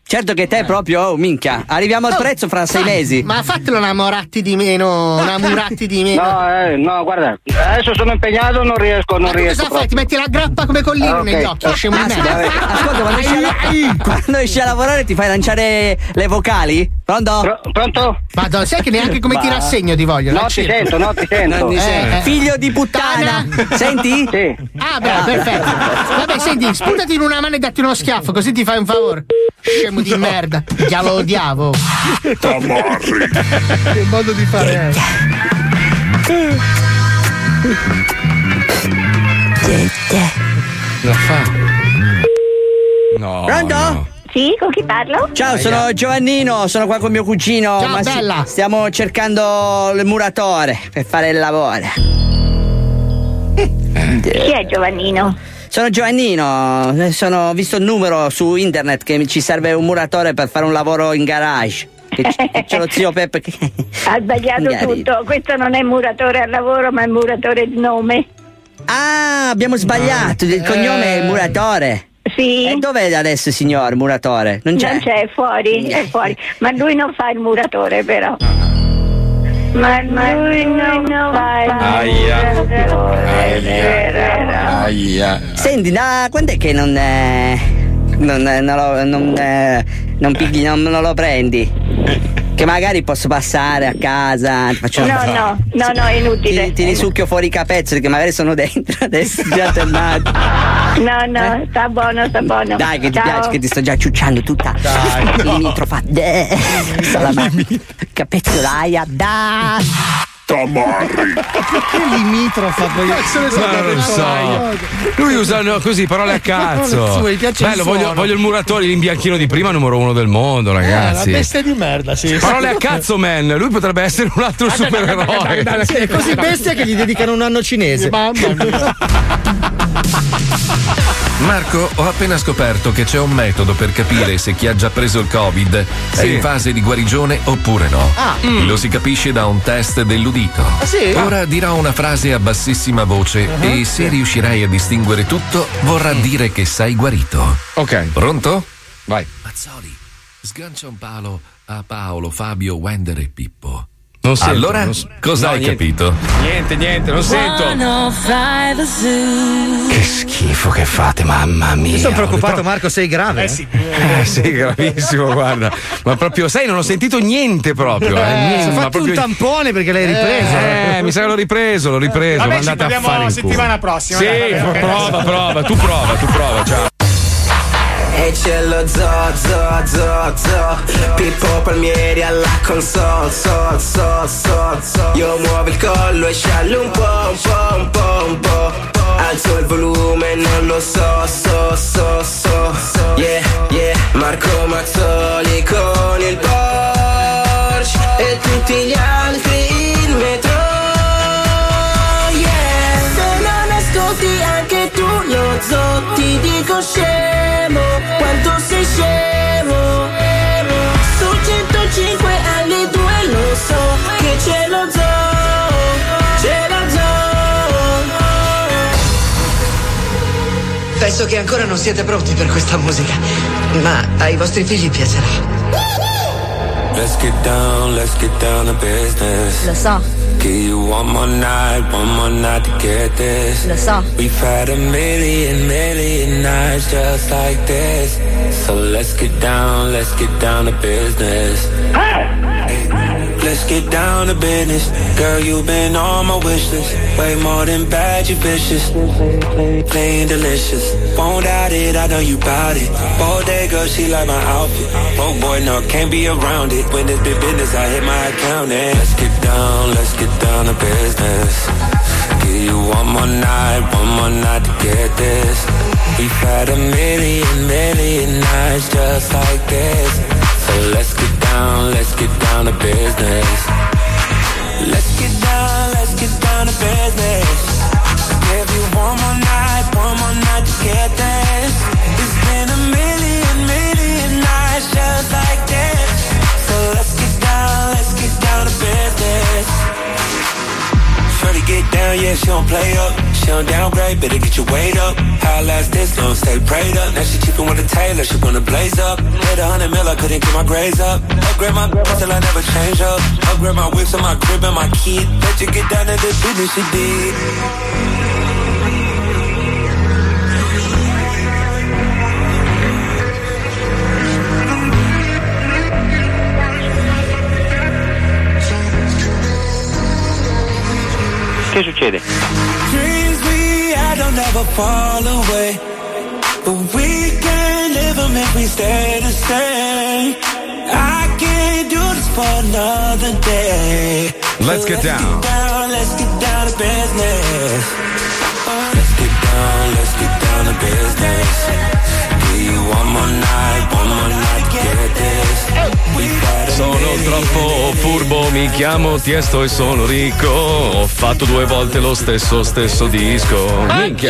Certo che te proprio, oh, minchia, arriviamo al Oh, prezzo fra sei dai, mesi. Ma fatelo una Moratti di meno, una Muratti di meno. No, eh, no, guarda, adesso sono impegnato, non riesco, non Ma tu riesco. cosa fai? Ti metti la grappa come collino Ah, ok. negli occhi, scemo di merda. Ascolta, quando esci, a, quando esci a lavorare ti fai lanciare le vocali? Pronto? Pro- pronto? Madonna, sai che neanche come ti Ma- rassegno ti voglio. No, la ti cerco. sento, no, ti sento. Non ti Eh, sento. eh. Figlio di puttana. Senti? Sì. Ah, bravo, perfetto. Vabbè, senti, sputati in una mano e datti uno schiaffo, così ti fai un favore. Scemo di merda. Già lo odiavo. Tamarri. Che modo di fare è? La fa. No. Pronto? no. Sì, con chi parlo? Ciao, sono Giovannino, sono qua con mio cugino. Ciao, ma si- bella. stiamo cercando il muratore per fare il lavoro. Chi è Giovannino? Sono Giovannino, eh, sono, ho visto il numero su internet che mi- ci serve un muratore per fare un lavoro in garage. Che c- c'è lo zio Peppe che... Ha sbagliato Magari. tutto. Questo non è muratore al lavoro, ma è muratore di nome. Ah, abbiamo sbagliato, il cognome è il muratore. Sì. E dov'è adesso, signor muratore? Non c'è? Non c'è, è fuori, è fuori. Ma lui non fa il muratore, però. Ma lui non fa il Aia. muratore. Aia. Senti, da quando è che non... eh, non, eh, non lo... non, eh, non pigli, non, non lo prendi? Che magari posso passare a casa, ti faccio No, no, no, no, è inutile. Ti, ti risucchio fuori i capezzoli che magari sono dentro adesso già tornati. No, no, sta buono, sta buono. Dai, che ti Ciao. piace, che ti sto già ciucciando tutta. Dai, no. Limitrofa. Eh, capezzolaia, dai. Tamarri. Che limitrofa poi. Ma non lo so. Lui usa no, così parole a cazzo. Parole sue, gli piace il Bello, voglio, suono. voglio il muratore, l'imbianchino di prima, numero uno del mondo, Eh, la ragazzi. bestia di merda, sì. Parole a cazzo, man. Lui potrebbe essere un altro supereroe. È così bestia che gli dedicano un anno cinese. Mamma mia. Marco, ho appena scoperto che c'è un metodo per capire se chi ha già preso il Covid è Sì. in fase di guarigione oppure no. Ah. Lo si capisce da un test dell'udito. Ah, sì? Ora dirò una frase a bassissima voce e se riuscirai a distinguere tutto, vorrà dire che sei guarito. Ok, Pronto? vai. Mazzoli, sgancia un palo a Paolo, Fabio, Wender e Pippo. Non sento, allora, non s- cosa no, hai niente. capito? Niente, niente, non sento. Che schifo che fate, mamma mia. Io sono preoccupato, Però- Marco, sei grave. Eh sì. Eh sì, gravissimo, guarda. Ma proprio, sai, non ho sentito niente proprio. Eh, Eh, niente, si è ma fatto proprio... un tampone perché l'hai ripreso. Eh, mi sa che l'ho ripreso, l'ho ripreso. Vabbè, ma ci andate a parliamo fare in settimana culo. prossima, Sì, dai, vabbè, prova, vabbè. prova, tu prova, tu prova, ciao. E c'è lo zo, zo, zo, zo Pippo Palmieri alla console, so, so, so, so Io muovo il collo e sciallo un po', un po', un po', un po' Alzo il volume, non lo so, so, so, so Yeah, yeah Marco Mazzoli con il Porsche E tutti gli altri in metro Yeah Se non ascolti anche tu lo zo Ti dico scemo quanto sei scemo Su centocinque alle due lo so Che c'è lo zoo C'è lo zoo Penso che ancora non siete pronti per questa musica, ma ai vostri figli piacerà. Let's get down, let's get down to business. Lo so, Give you one more night, one more night to get this. lo so. We've had a million, million nights just like this. So let's get down, let's get down to business. Let's get down to business. Girl, you've been on my wish list. Way more than bad, you vicious. Plain delicious. Won't doubt it, I know you bout it. Bodega, she like my outfit. Oh boy, no, can't be around it. When it's big business, I hit my account and let's get down, let's get down to business. Give you one more night, one more night to get this. We've had a million, million nights just like this. So let's get down, let's get down to business. Let's get down, let's get down to business. Give you one more night, one more night to get this. It's been a million, million nights just like this. So let's get down, let's get down to business. Shorty get down, around, yeah, she don't play up. She don't downgrade, better get your weight up. How I last this long, stay prayed up. Now she cheapin' with a tailor, she wanna blaze up. Made a hundred mil, I couldn't get my grades up. Upgrade my grandma till I never change up. Upgrade my whips and my crib and my kid. Let you get down to the business she did. Che succede? Dreams we had don't ever fall away, but we can't live them if we stay the same. I can't do this for another day. Let's So get let's down. Get down. Let's get down to business. Let's get down. Let's get down to business. Give you one more night, one more night to get this. We gotta Sono make troppo furbo, mi chiamo Tiesto e sono ricco. Ho fatto due volte lo stesso stesso disco. Minchia.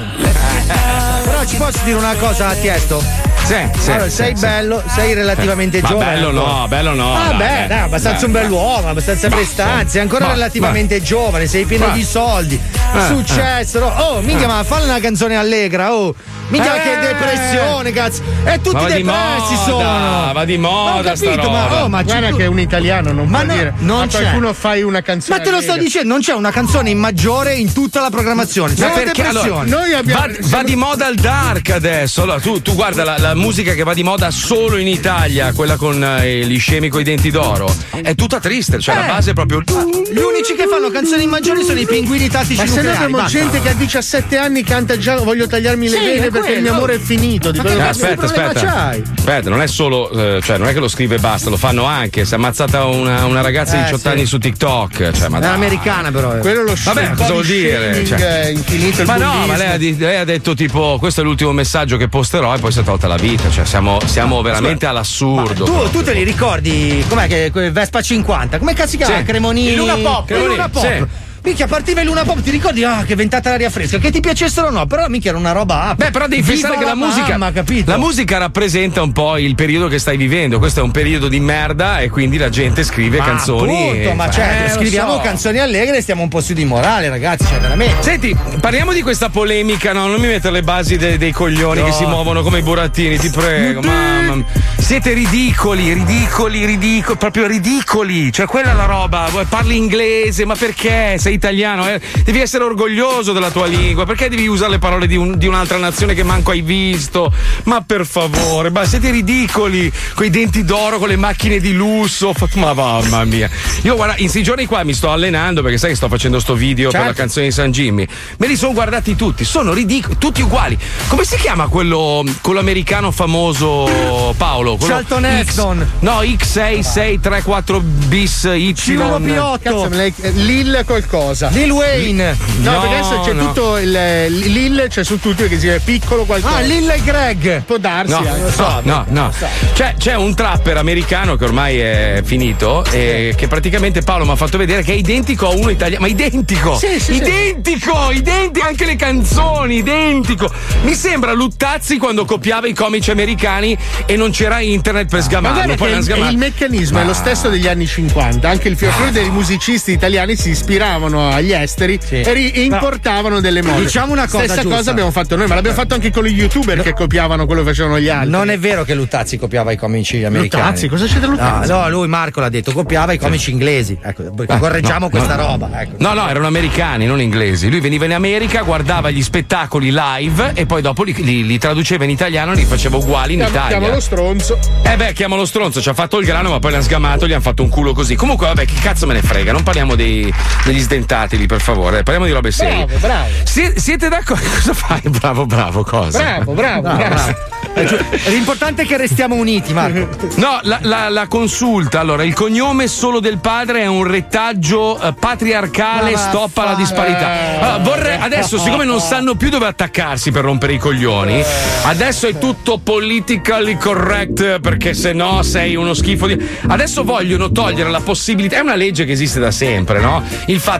Però ci posso dire una cosa a Tiesto? Sì, sì, allora, sì, sei sì. bello, sei relativamente Ma giovane. bello ancora. no, bello no. Ah, dai, beh, eh. dai, abbastanza Beh, un beh. bell'uomo, abbastanza Ma- prestanze, ancora ma- relativamente giovane, sei pieno ma- di soldi, Eh, successo. no? Oh, minchia, Eh. ma fallo una canzone allegra, oh. Minchia, Eh. che depressione, cazzo. E tutti Ma va di depressi moda, sono. va di Ma ho moda sta capito, ma, roba. oh, ma Guarda ci- che è un italiano, non Ma può no, dire. non a c'è. qualcuno fai una canzone. Ma te lo sto allegra. dicendo, non c'è una canzone in maggiore in tutta la programmazione. Ma C'è la perché allora, depressione. Noi abbiamo- va, va di moda il dark adesso. Allora, tu, tu guarda la, la musica che va di moda solo in Italia, quella con eh, gli scemi coi denti d'oro, è tutta triste. Cioè, la Eh. base è proprio. Gli unici che fanno canzoni in maggiore sono i pinguini tattici Ma se noi nucleari. abbiamo basta. gente che a diciassette anni canta già voglio tagliarmi le Sì, vene è perché il quello. mio amore è finito. Di Ma cosa che Eh, cazzo di aspetta, problema aspetta. c'hai? Aspetta, non è solo, eh, cioè, non è che lo scrive e basta, lo fanno anche. Si è ammazzata una, una ragazza di Eh, diciotto sì. anni su TikTok. Cioè, ma È dai. americana, però. eh. Quello lo Vabbè, cosa vuol dire? shaming Cioè- è infinito il Ma no, bullismo. ma lei ha, di- lei ha detto tipo questo è l'ultimo messaggio che posterò e poi si è tolta la vita, cioè siamo, siamo veramente all'assurdo. Tu, tu te li ricordi? Com'è che que- Vespa cinquanta? Come cazzo si chiama? Sì. Cremonini. Il Luna Pop. Il Luna Pop. Sì. Minchia, partiva il Luna Pop, ti ricordi? Ah, che ventata l'aria fresca. Che ti piacessero o no? Però minchia era una roba. Beh, però devi Viva pensare che la, musica, mamma, capito? la musica rappresenta un po' il periodo che stai vivendo. Questo è un periodo di merda e quindi la gente scrive Ma canzoni. appunto, ma eh, certo, lo scriviamo so. canzoni allegre e stiamo un po' su di morale, ragazzi, cioè veramente. Senti, parliamo di questa polemica, no? Non mi mettere le basi de- dei coglioni No. che si muovono come i burattini, ti prego, mamma mia. Siete ridicoli, ridicoli, ridicoli, proprio ridicoli. Cioè, quella è la roba. Vuoi- Parli inglese, ma perché? Sei italiano, eh? Devi essere orgoglioso della tua lingua. Perché devi usare le parole di, un- di un'altra nazione che manco hai visto? Ma per favore, ma siete ridicoli. Coi denti d'oro, con le macchine di lusso. Fa- Ma mamma mia. Io guarda, in questi giorni qua mi sto allenando perché sai che sto facendo sto video per Certo. la canzone di San Jimmy. Me li sono guardati tutti, sono ridicoli, tutti uguali. Come si chiama quello, quello americano famoso, Paolo? Quello Charlton X- Heston. No, X sei sei tre quattro bis Y. C uno P otto. Cazzo, me l'hai- Lil qualcosa. Lil Wayne. No, No, perché adesso c'è no. tutto il Lil, c'è su tutti che si è piccolo qualcosa. Ah, Lil e Greg. Può darsi, No, eh, lo no, so. no, no. C'è, c'è un trapper americano che ormai è finito e che praticamente Paolo mi ha fatto vedere che è identico a uno italiano, ma identico! Sì, sì, identico, identico, anche le canzoni, identico! Mi sembra Luttazzi quando copiava i comici americani e non c'era internet per Ma sgamarlo. guarda Poi che l'hanno il, sgamato. il meccanismo è Ma- lo stesso degli anni cinquanta. Anche il fior dei musicisti italiani si ispiravano agli esteri e, ri- e importavano delle mode. Diciamo una cosa Stessa giusta. cosa abbiamo fatto noi, ma l'abbiamo fatto anche con gli youtuber che copiavano quello che facevano gli altri. Non è vero che Luttazzi copiava i comici americani. Luttazzi, cosa c'è da Luttazzi? No, no, lui Marco l'ha detto, copiava i comici inglesi. Ecco, correggiamo no, questa no. roba. Ecco. No, no, erano americani, non inglesi. Lui veniva in America, guardava gli spettacoli live e poi dopo li, li- li traduceva in italiano e li faceva uguali in Chiamo, Italia. chiamo lo stronzo. Eh beh, chiamalo stronzo, ci ha fatto il grano, ma poi l'hanno sgamato, gli hanno fatto un culo così. Comunque, vabbè, chi cazzo me ne frega? Non parliamo dei, degli sdentati lì, per favore. Parliamo di robe serie. Bravo, bravo. Sie- siete d'accordo? Cosa fai? Bravo, bravo, cosa? Bravo, bravo, Bravo, bravo. bravo. L'importante è che restiamo uniti, Marco. No, la, la- la consulta. Allora, il cognome solo del padre è un retaggio eh, patriarcale, Ma va stoppa la a disparità. fare. Allora, vorrei, adesso, siccome non sanno più dove attaccarsi per rompere i coglioni, adesso è tutto politically correct perché se no sei uno schifo di. Adesso vogliono togliere la possibilità. È una legge che esiste da sempre, no? Il fatto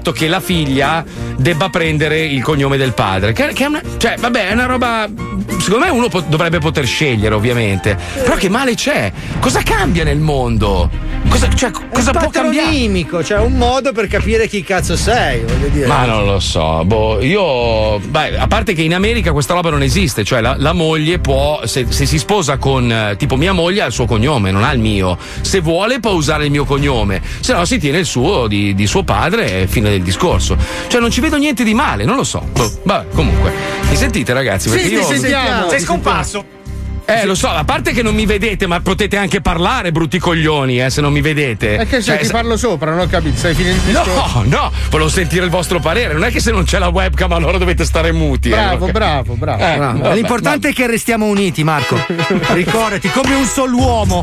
fatto che la figlia debba prendere il cognome del padre. Che, che è una, cioè, vabbè, è una roba. Secondo me uno po- dovrebbe poter scegliere, ovviamente. Però che male c'è? Cosa cambia nel mondo? Cosa, cioè, cosa può cambiare? Pattronimico, cioè un modo per capire chi cazzo sei, voglio dire. Ma non lo so, boh, io. Beh, a parte che in America questa roba non esiste, cioè la, la moglie può, se, se si sposa con eh, tipo mia moglie ha il suo cognome, non ha il mio. Se vuole può usare il mio cognome, se no si tiene il suo di, di suo padre e fine del discorso. Cioè non ci vedo niente di male, non lo so. Boh, vabbè, comunque. Mi sentite, ragazzi? Perché Sì, io... ti sentiamo. Sei scomparso. Eh, lo so, a parte che non mi vedete, ma potete anche parlare, brutti coglioni, eh, se non mi vedete. È che se Cioè, ti se- parlo sopra, non ho capito, stai finendo il discorso. No, no, volevo sentire il vostro parere. Non è che se non c'è la webcam allora dovete stare muti. Bravo, eh, bravo, bravo. Eh, Bravo. vabbè, L'importante è che restiamo uniti, Marco. Ricordati, come un solo uomo.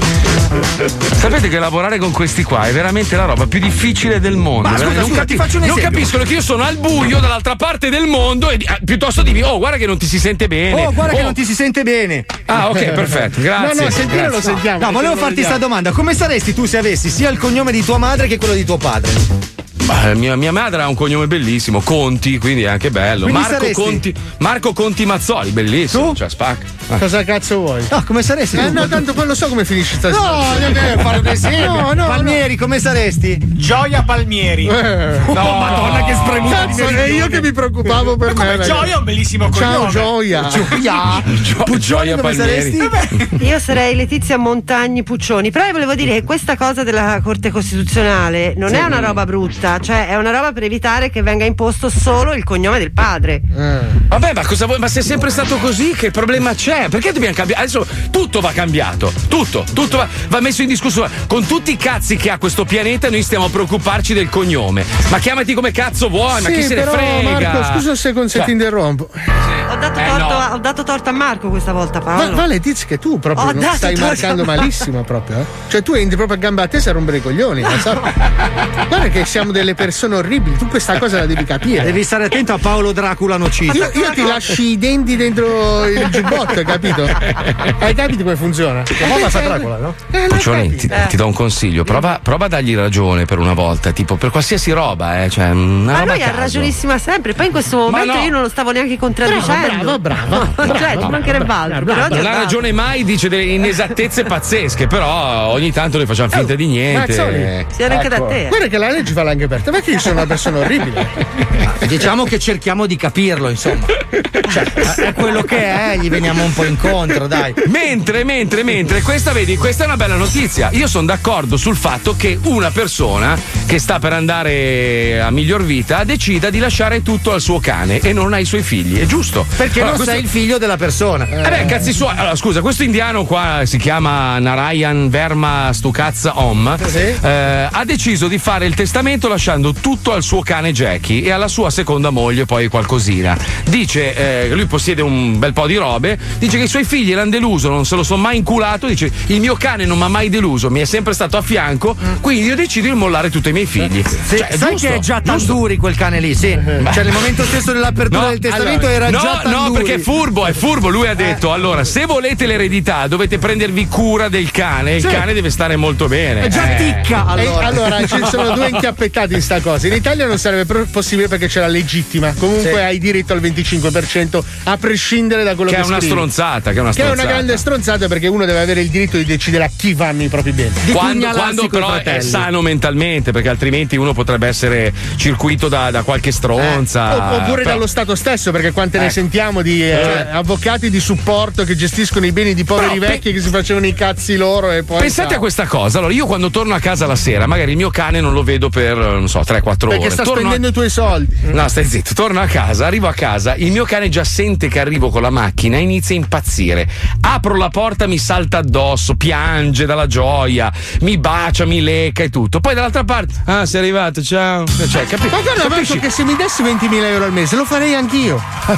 Sapete che lavorare con questi qua è veramente la roba più difficile del mondo. Ma scusa, non, scusa, ti faccio un non esempio. capiscono che io sono al buio dall'altra parte del mondo e ah, piuttosto di oh, guarda che non ti si sente bene. Oh, guarda che non ti si sente bene. Ah, ok, perfetto, grazie. No, no, sentire lo grazie. sentiamo. No, volevo farti sta domanda. Come saresti tu se avessi sia il cognome di tua madre che quello di tuo padre? Ma mia, mia madre ha un cognome bellissimo, Conti, quindi è anche bello. Quindi Marco saresti- Conti, Marco Conti Mazzoli, bellissimo. Cioè, spacca. Ah. Cosa cazzo vuoi? No, come saresti Eh tu? no, tanto poi lo so come finisce sta No, storia. non deve fare un esempio. No, no, Palmieri, come saresti? Gioia Palmieri. Eh. No, Madonna, che spremuta di Cazzo, e meridione. io che mi preoccupavo per Come me. ragazzi. Gioia è un bellissimo Ciao cognome. Gioia. Gioia. Gio- Puccioni, Gioia come Palmieri. saresti? Io sarei Letizia Montagni Puccioni, però io volevo dire che questa cosa della Corte Costituzionale non è una roba brutta, cioè è una roba per evitare che venga imposto solo il cognome del padre. Vabbè, ma cosa vuoi? Ma se è sempre stato così, che problema c'è? Perché dobbiamo cambiare? Adesso tutto va cambiato. Tutto, tutto va, va messo in discussione. Con tutti i cazzi che ha questo pianeta, noi stiamo a preoccuparci del cognome. Ma chiamati come cazzo vuoi, ma Sì, chi se ne però, frega? Marco, scusa un secondo se Cioè, ti interrompo. Ho dato, Eh, torto no. a, ho dato torto a Marco questa volta, Ma, Paolo. ma Letizia, che tu proprio Ho non dato stai torto marcando a Marco. malissimo proprio, eh? Cioè tu entri proprio a gamba tesa a rompere i coglioni, lo so? Guarda che siamo delle persone orribili, tu questa cosa la devi capire. Devi stare attento a Paolo Dracula nociso. Io, io ti lasci i denti dentro il giubbotto, hai capito? Hai capito come funziona? Ma fa Dracula, no? Eh, non Puccioni, capi. ti, ti do un consiglio, prova, prova a dargli ragione per una volta, tipo per qualsiasi roba, eh, cioè una Ma roba lui a ha caso. ragionissima sempre, poi in questo momento no. io non lo stavo neanche contraddicendo. Brava, brava, brava, cioè, ci mancherebbe altro. però ti ho Non ha dato. ragione mai, dice delle inesattezze pazzesche, però ogni tanto noi facciamo finta di niente. Mazzoli. Si era anche da Ecco. te. Guarda che la legge fa l'anche per te, ma che io sono una persona orribile. Diciamo che cerchiamo di capirlo, insomma. Cioè, è quello che è, gli veniamo un po' incontro, dai. Mentre, mentre, mentre, questa vedi, questa è una bella notizia. Io sono d'accordo sul fatto che una persona che sta per andare a miglior vita decida di lasciare tutto al suo cane e non ai suoi figli. È giusto. Perché Allora, non questo- sei il figlio della persona. Eh beh, cazzi suoi. Allora, scusa, questo indiano qua si chiama Narayan Verma Stukaz Om. Sì. eh, ha deciso di fare il testamento lasciando tutto al suo cane Jackie e alla sua seconda moglie poi qualcosina. Dice, eh, lui possiede un bel po' di robe, dice che i suoi figli l'hanno deluso, non se lo sono mai inculato, dice il mio cane non mi ha mai deluso, mi è sempre stato a fianco, quindi io decido di mollare tutti i miei figli. Sì, Cioè, è sai giusto, che è già giusto. Tanduri quel cane lì, sì. Cioè nel momento stesso dell'apertura No, del testamento allora, era no, già Tanduri. No, perché è furbo, è furbo. Lui ha detto: allora, se volete l'eredità, dovete prendervi cura del cane. Il Sì. cane deve stare molto bene. È già Eh. ticca. allora. Allora, allora ci sono due inchiappettati in sta cosa. In Italia non sarebbe pro- possibile perché c'è la legittima. Comunque Sì. hai diritto al venticinque per cento a prescindere da quello Che che, è una scrivi. stronzata, che è una Che è stronzata. una grande stronzata perché uno deve avere il diritto di decidere a chi vanno i propri beni. Di Quando, pugnalarsi quando coi però è fratelli. sano mentalmente, perché altrimenti uno potrebbe essere circuito da, da qualche stronza. O- oppure Però- dallo Stato stesso, perché quante ne Ecco. sentiamo di eh, Cioè- avvocati di supporto che gestiscono i beni di poveri Però pe- vecchi che si facevano i cazzi loro e poi. Pensate ciao. a questa cosa, allora io quando torno a casa la sera, magari il mio cane non lo vedo per, non so, tre quattro ore. Perché sta Torno a- spendendo i tuoi soldi. No, stai zitto, torno a casa, arrivo a casa, il mio cane già sente che arrivo con la macchina e inizia a impazzire. Apro la porta, mi salta addosso, piange dalla gioia, mi bacia, mi lecca e tutto. Poi dall'altra parte, ah, sei arrivato, ciao. Cioè, capi- Ma guarda, capisci? Marco, che se mi dessi ventimila euro al mese lo farei anch'io. Ti bacerei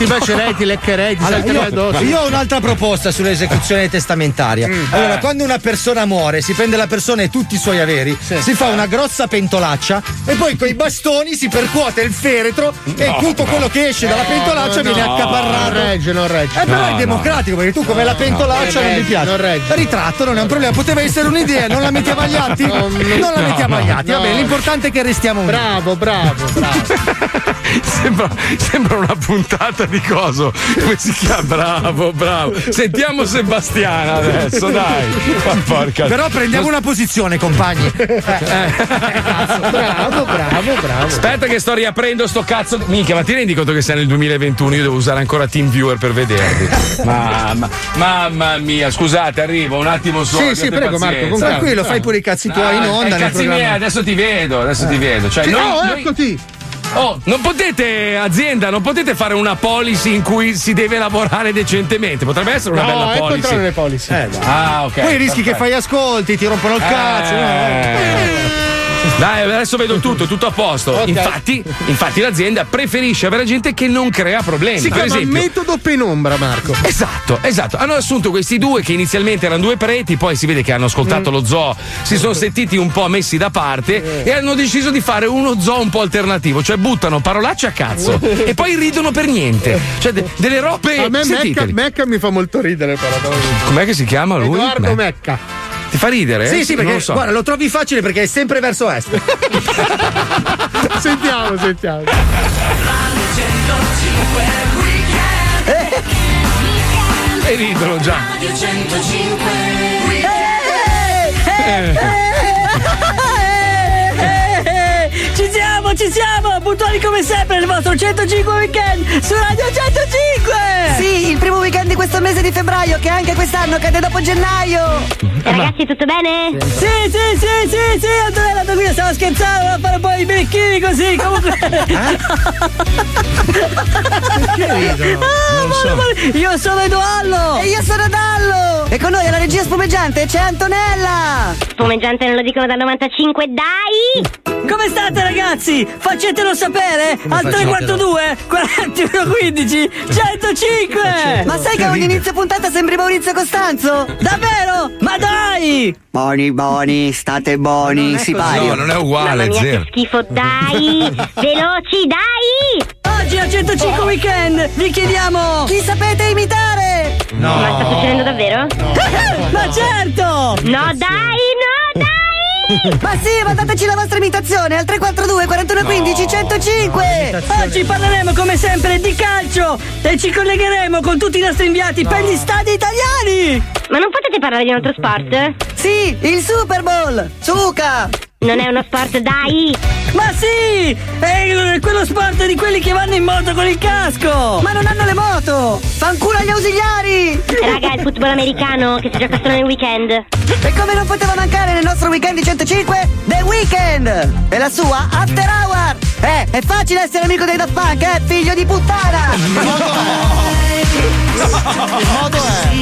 Leccherei, ti leccherei, ti Allora, salterei addosso. io, io ho un'altra proposta sull'esecuzione testamentaria. Mm. Allora, Eh. quando una persona muore, si prende la persona e tutti i suoi averi, si fa una grossa pentolaccia e poi coi bastoni si percuote il feretro e No, tutto no. quello che esce dalla Eh, pentolaccia no, viene no, accaparrato. non regge, non regge. Eh, però No, è no. democratico, perché tu come la pentolaccia Non non, ti regge, piace. non regge. Ritratto non è un problema, poteva essere un'idea, non la mettiamo agli atti? No, non la no, mettiamo agli atti, no. va bene, l'importante è che restiamo uniti. Bravo, bravo, bravo. Sembra, sembra una puntata di coso. Come si chiama? Bravo, bravo. Sentiamo Sebastiana adesso, dai. Ma porca. Però prendiamo una posizione, compagni. Bravo, bravo, bravo. Aspetta che sto riaprendo sto cazzo. Minchia, ma ti rendi conto che sei nel duemilaventuno? Io devo usare ancora TeamViewer per vedervi. Mamma, mamma mia, scusate, arrivo un attimo solo. Sì, sì, abbiate prego, Marco, pazienza. con calma. Tranquillo, fai pure i cazzi tuoi in Ah, onda eh, nel cazzi programma. miei, adesso ti vedo, adesso ti vedo. Cioè, Sì, noi, oh, noi- eccoti. Oh, non potete, azienda, non potete fare una policy in cui si deve lavorare decentemente. Potrebbe essere una No, bella è il policy. contrario delle policy. Eh, dai. Ah, ok. Poi rischi che perfetto. fai ascolti, ti rompono il cazzo. Eh. Dai, adesso vedo tutto, tutto a posto. Ok. Infatti, infatti l'azienda preferisce avere gente che non crea problemi. Si per chiama esempio, metodo penombra, Marco. Esatto, esatto. Hanno assunto questi due che inizialmente erano due preti, poi si vede che hanno ascoltato Mm. lo zoo, si sono sentiti un po' messi da parte e hanno deciso di fare uno zoo un po' alternativo, cioè buttano parolacce a cazzo e poi ridono per niente. Cioè de- delle robe. A me Mecca, sentiteli. Mecca mi fa molto ridere, però. Com'è che si chiama lui? Edoardo Beh, Mecca. Ti fa ridere? Sì, sì, Non perché lo so. guarda, lo trovi facile perché è sempre verso est. Sentiamo, sentiamo. E ridono già. Ci siamo, ci siamo! Puntuali come sempre nel vostro centocinque Weekend su Radio centocinque! Sì, il primo weekend di questo mese di febbraio, che anche quest'anno cade dopo gennaio. Ragazzi, tutto bene? Sì, sì, sì, sì, sì, Antonella, Antonella, stavo scherzando, a fare un po' di birichini così, comunque. Perché ridono? Ah, male, male. Io sono Edoallo! E io sono Dallo. E con noi alla regia spumeggiante c'è Antonella. Spumeggiante non lo dicono dal novantacinque, dai! Come state ragazzi? Faccetelo sapere al tre quattro due quarantuno quindici centocinque! Ma sai che ogni inizio puntata sembri Maurizio Costanzo? Davvero? Ma dai! Boni, boni, state boni, sipario. No, non è uguale, Mamma mia, zero. che schifo, dai! Veloci, dai! Oggi al centocinque Weekend vi chiediamo Chi sapete imitare? No. Ma sta succedendo davvero? Ma certo! No, dai, no, dai! Ma sì, mandateci la vostra imitazione al tre quattro due quarantuno quindici centocinque. Oggi parleremo come sempre di calcio e ci collegheremo con tutti i nostri inviati per gli stadi italiani! Ma non potete parlare di un altro sport? Sì, il Super Bowl. Suca. Non è uno sport, dai! Ma sì! È quello sport di quelli che vanno in moto con il casco! Ma non hanno le moto. Fanculo agli ausiliari. Raga, è il football americano che si gioca solo nel weekend. E come non poteva mancare nel nostro weekend di centocinque, The Weeknd e la sua After Hour. Eh, è facile essere amico dei Daft Punk, eh, figlio di puttana. Il modo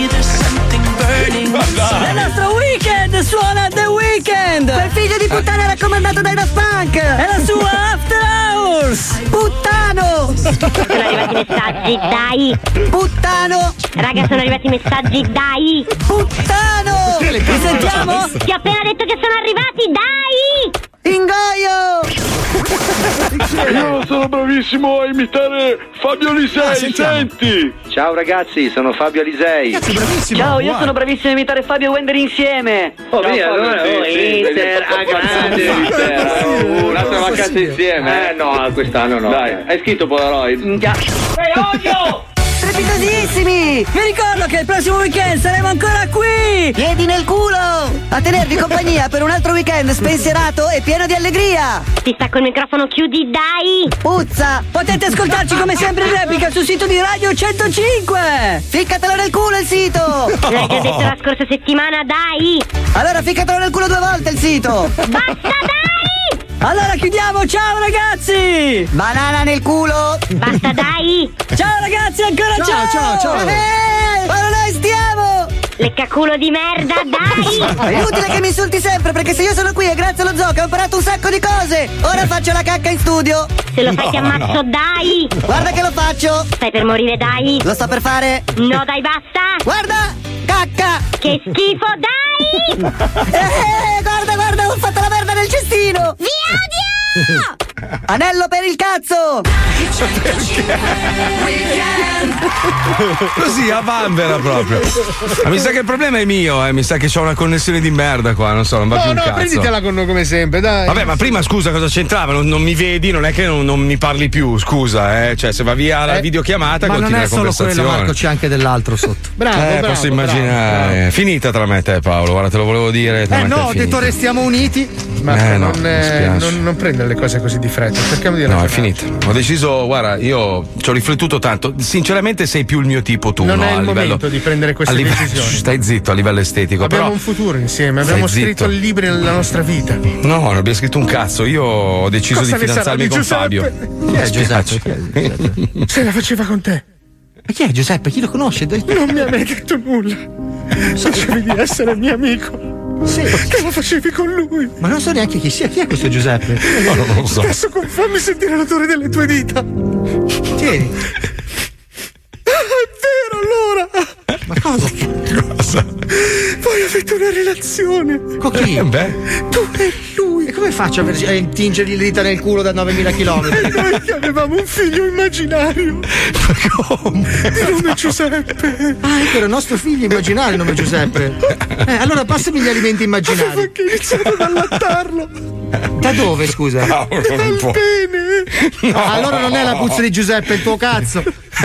Nel nostro weekend suona The Weeknd! Quel figlio di puttana raccomandato dai Daft Punk. E la sua After Hours! Puttano. Sono arrivati i messaggi, dai! Puttano. Raga, sono arrivati i messaggi, dai! Puttano. Li sentiamo? Ti ho appena detto che sono arrivati, dai! Ingoio. Io sono bravissimo a imitare Fabio Lisei, senti! Ciao ragazzi, sono Fabio Alisei. Ciao, io sono bravissimo a imitare Fabio e Wender insieme! Oh, via, allora, oh, Inter, a grande, Inter, oh, un'altra vacanza insieme. Eh no, quest'anno no. Dai, hai scritto Polaroid? odio! Strepitosissimi. Vi ricordo che il prossimo weekend saremo ancora qui! Piedi nel culo. A tenervi compagnia per un altro weekend spensierato e pieno di allegria. Ti stacco il microfono, chiudi, dai! Puzza. Potete ascoltarci come sempre in replica sul sito di Radio centocinque! Ficcatelo nel culo il sito. L'hai già detto la scorsa settimana, dai! Allora ficcatelo nel culo due volte il sito. Basta, dai! Allora chiudiamo, ciao ragazzi! Banana nel culo. Basta, dai! Ciao ragazzi, ancora ciao! Ciao, ciao, ciao. Eh, ora noi stiamo. Leccaculo di merda, dai! È inutile che mi insulti sempre, perché se io sono qui è grazie allo zoo che ho imparato un sacco di cose. Ora faccio la cacca in studio. Se lo fai no, ti ammazzo, no. Dai! Guarda che lo faccio. Stai per morire, dai! Lo sto per fare. No, dai, basta! Guarda! Cacca! Che schifo, dai! Eh, guarda, guarda, ho fatto la merda nel cestino! Via, odio! Anello per il cazzo! Così a vanvera proprio. Ma mi sa che il problema è mio, eh. Mi sa che c'ho una connessione di merda qua, non so, non va no, più un no, cazzo. prenditela con noi come sempre, dai. Vabbè, ma prima scusa, cosa c'entrava? Non, non mi vedi, non è che non, non mi parli più, scusa, eh. Cioè, se va via la eh, videochiamata, ma continua non è la solo conversazione. quello, Marco, c'è anche dell'altro sotto. Bravo, eh, bravo, posso bravo, immaginare. bravo. Finita tra me e te, Paolo. Guarda, te lo volevo dire. Eh no, ho detto restiamo uniti. Ma eh, no, non, eh, non, non prendere le cose così di fretta, cerchiamo di No, è ragionare. finita. Ho deciso, guarda, io ci ho riflettuto tanto. Sinceramente sei più il mio tipo tu, Non no? è il a livello, momento di prendere queste a livello, decisioni. Stai zitto a livello estetico. Abbiamo però, un futuro insieme, abbiamo Stai scritto zitto. libri nella nostra vita. No, non abbiamo scritto un cazzo. Io ho deciso Cosa di ne sarà fidanzarmi di con Giuseppe? Fabio. Chi è Giuseppe? Chi è Giuseppe? Se la faceva con te. Ma chi è Giuseppe? Chi lo conosce? Non mi hai mai detto nulla. Dicevi di essere mio amico. Sì. Che lo facevi con lui. Ma non so neanche chi sia. Chi è questo Giuseppe? No, non lo so. Adesso fammi sentire l'odore delle tue dita. Tieni. È vero, allora. Ma cosa? Cosa? Voi avete una relazione. Con chi? Eh, beh. Tu e lui. E come faccio a, ver- a intingergli le dita nel culo da novemila chilometri? E noi che avevamo un figlio immaginario. Ma come? Di nome Giuseppe. Ah, ecco, era il nostro figlio immaginario, il nome Giuseppe. Eh, allora passami gli alimenti immaginari. Avevo anche iniziato ad allattarlo. Da dove, scusa? No, non Dal può. pene. No, allora non è la puzza di Giuseppe, è il tuo cazzo.